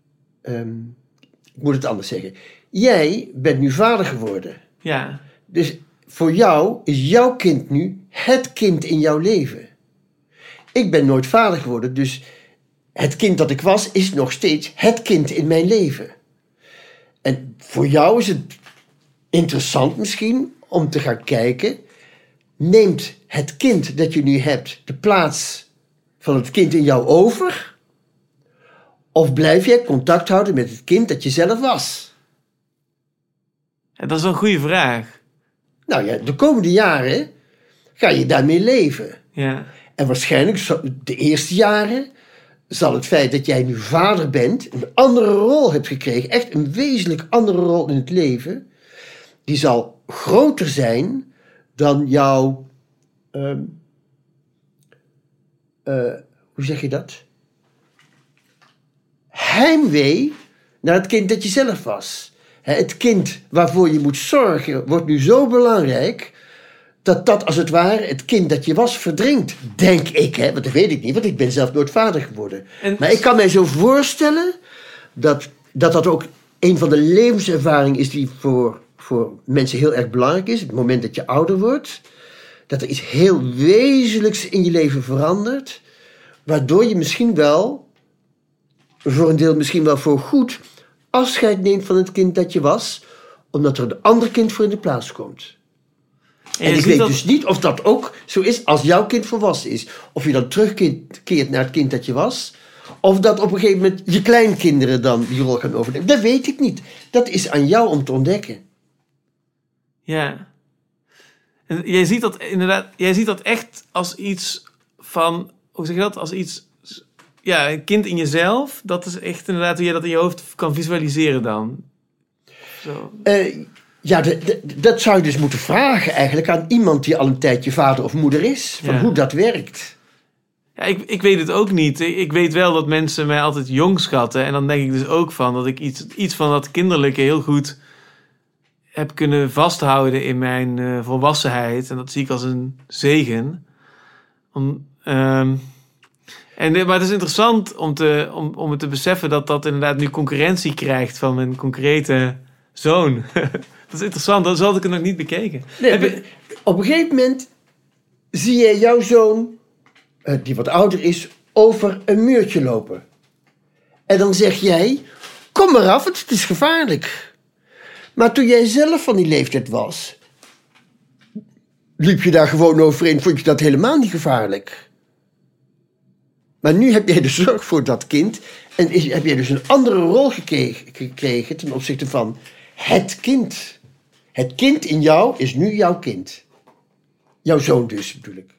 ik moet het anders zeggen. Jij bent nu vader geworden. Ja, Dus voor jou is jouw kind nu het kind in jouw leven. Ik ben nooit vader geworden, dus het kind dat ik was is nog steeds het kind in mijn leven. En voor jou is het interessant misschien om te gaan kijken, neemt het kind dat je nu hebt de plaats van het kind in jou over? Of blijf jij contact houden met het kind dat je zelf was? en dat is wel een goede vraag. Nou ja, de komende jaren ga je daarmee leven. Ja, En waarschijnlijk de eerste jaren zal het feit dat jij nu vader bent een andere rol hebt gekregen, echt een wezenlijk andere rol in het leven, die zal groter zijn dan jouw, hoe zeg je dat? Heimwee naar het kind dat je zelf was. Het kind waarvoor je moet zorgen wordt nu zo belangrijk dat als het ware het kind dat je was verdrinkt. Denk ik, hè? Want dat weet ik niet, want ik ben zelf nooit vader geworden. Maar ik kan mij zo voorstellen dat ook een van de levenservaringen is die voor mensen heel erg belangrijk is. Het moment dat je ouder wordt. Dat er iets heel wezenlijks in je leven verandert. Waardoor je misschien wel, voor een deel misschien wel voor goed, afscheid neemt van het kind dat je was. Omdat er een ander kind voor in de plaats komt. En ik weet dus niet of dat ook zo is als jouw kind volwassen is. Of je dan terugkeert naar het kind dat je was. Of dat op een gegeven moment je kleinkinderen dan die rol gaan overnemen. Dat weet ik niet. Dat is aan jou om te ontdekken. ja. En jij ziet dat echt als iets van, hoe zeg je dat? Als iets, ja, een kind in jezelf. Dat is echt inderdaad hoe je dat in je hoofd kan visualiseren dan. Zo. Ja, dat zou je dus moeten vragen eigenlijk aan iemand die al een tijdje vader of moeder is. Van hoe dat werkt. Ja, ik weet het ook niet. Ik weet wel dat mensen mij altijd jong schatten. En dan denk ik dus ook van dat ik iets van dat kinderlijke heel goed heb kunnen vasthouden in mijn volwassenheid. En dat zie ik als een zegen. Maar het is interessant om het te beseffen dat inderdaad nu concurrentie krijgt van mijn concrete zoon. Dat is interessant, dat had ik het nog niet bekeken. Nee, op een gegeven moment zie je jouw zoon, die wat ouder is, over een muurtje lopen. En dan zeg jij, kom maar af, het is gevaarlijk. Maar toen jij zelf van die leeftijd was, liep je daar gewoon overheen, vond je dat helemaal niet gevaarlijk. Maar nu heb jij de zorg voor dat kind en heb jij dus een andere rol gekregen ten opzichte van het kind. Het kind in jou is nu jouw kind. Jouw zoon dus, bedoel ik.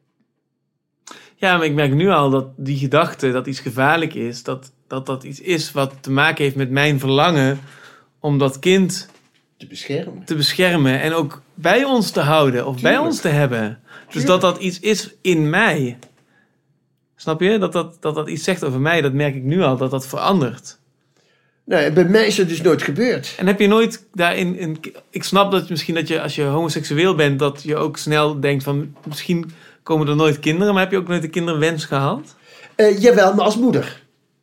Ja, maar ik merk nu al dat die gedachte dat iets gevaarlijk is, dat iets is wat te maken heeft met mijn verlangen om dat kind te beschermen en ook bij ons te houden of bij ons te hebben. Dus dat iets is in mij. Snap je? Dat iets zegt over mij, dat merk ik nu al, dat verandert. Nou, bij mij is dat dus nooit gebeurd. En heb je nooit daarin... Ik snap dat misschien dat je als je homoseksueel bent, dat je ook snel denkt van misschien komen er nooit kinderen, maar heb je ook nooit een kinderwens gehad? Jawel, maar als moeder.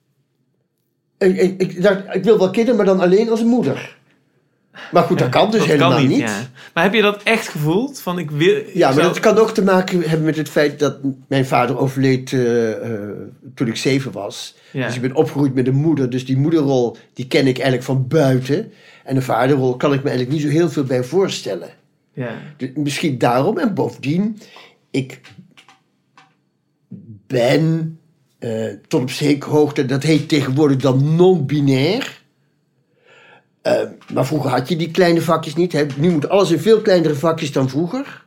Ik wil wel kinderen, maar dan alleen als moeder. Maar goed, dat kan dus dat helemaal kan niet. Ja. Maar heb je dat echt gevoeld? Van ik wil. Ja, maar dat kan ook te maken hebben met het feit dat mijn vader overleed toen ik 7 was. Ja. Dus ik ben opgegroeid met een moeder. Dus die moederrol, die ken ik eigenlijk van buiten. En de vaderrol kan ik me eigenlijk niet zo heel veel bij voorstellen. Ja. Dus misschien daarom. En bovendien, ik ben tot op zekere hoogte, dat heet tegenwoordig dan non-binair. Maar vroeger had je die kleine vakjes niet. Hè? Nu moet alles in veel kleinere vakjes dan vroeger.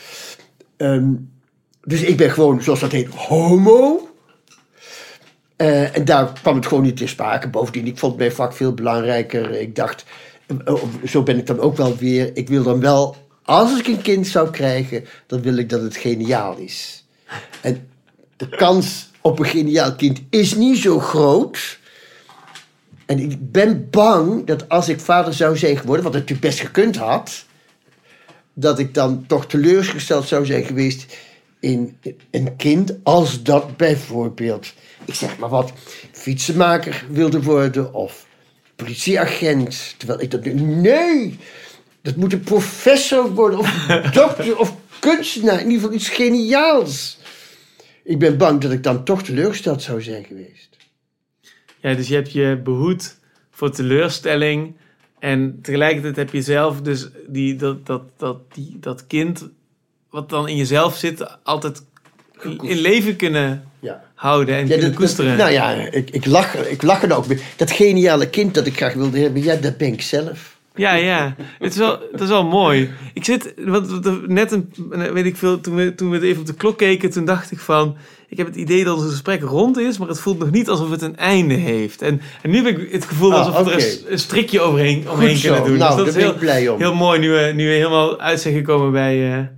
Dus ik ben gewoon, zoals dat heet, homo. En daar kwam het gewoon niet ter sprake. Bovendien, ik vond mijn vak veel belangrijker. Ik dacht, zo ben ik dan ook wel weer. Ik wil dan wel, als ik een kind zou krijgen, dan wil ik dat het geniaal is. En de kans op een geniaal kind is niet zo groot. En ik ben bang dat als ik vader zou zijn geworden, wat het natuurlijk best gekund had, dat ik dan toch teleurgesteld zou zijn geweest in een kind als dat bijvoorbeeld, ik zeg maar wat, fietsenmaker wilde worden of politieagent. Terwijl ik dat nee, dat moet een professor worden of dokter of kunstenaar, in ieder geval iets geniaals. Ik ben bang dat ik dan toch teleurgesteld zou zijn geweest. Ja, dus je hebt je behoed voor teleurstelling. En tegelijkertijd heb je zelf dus dat kind wat dan in jezelf zit altijd in leven kunnen houden en kunnen koesteren. Nou ja, ik lach er ook mee. Dat geniale kind dat ik graag wilde hebben, ja, dat ben ik zelf. Ja. Het is wel mooi. Ik zit, weet ik veel, toen we even op de klok keken, toen dacht ik van, ik heb het idee dat ons gesprek rond is, maar het voelt nog niet alsof het een einde heeft. En nu heb ik het gevoel alsof we er een strikje omheen kunnen doen. Nou, dus dat daar ben ik blij om. Heel mooi nu we helemaal uit zijn gekomen bij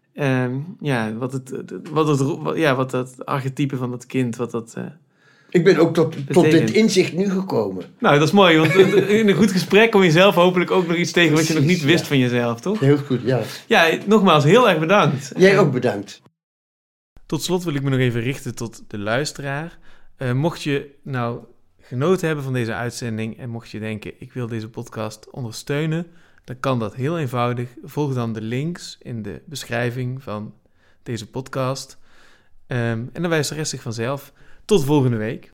wat dat archetype van dat kind, wat dat ik ben ook tot dit inzicht nu gekomen. Nou, dat is mooi, want in een goed gesprek kom je zelf hopelijk ook nog iets tegen wat je nog niet wist van jezelf, toch? Heel goed, ja. Ja, nogmaals, heel erg bedankt. Jij ook bedankt. Tot slot wil ik me nog even richten tot de luisteraar. Mocht je nou genoten hebben van deze uitzending en mocht je denken, ik wil deze podcast ondersteunen, dan kan dat heel eenvoudig. Volg dan de links in de beschrijving van deze podcast. En dan wijst de rest zich vanzelf. Tot volgende week.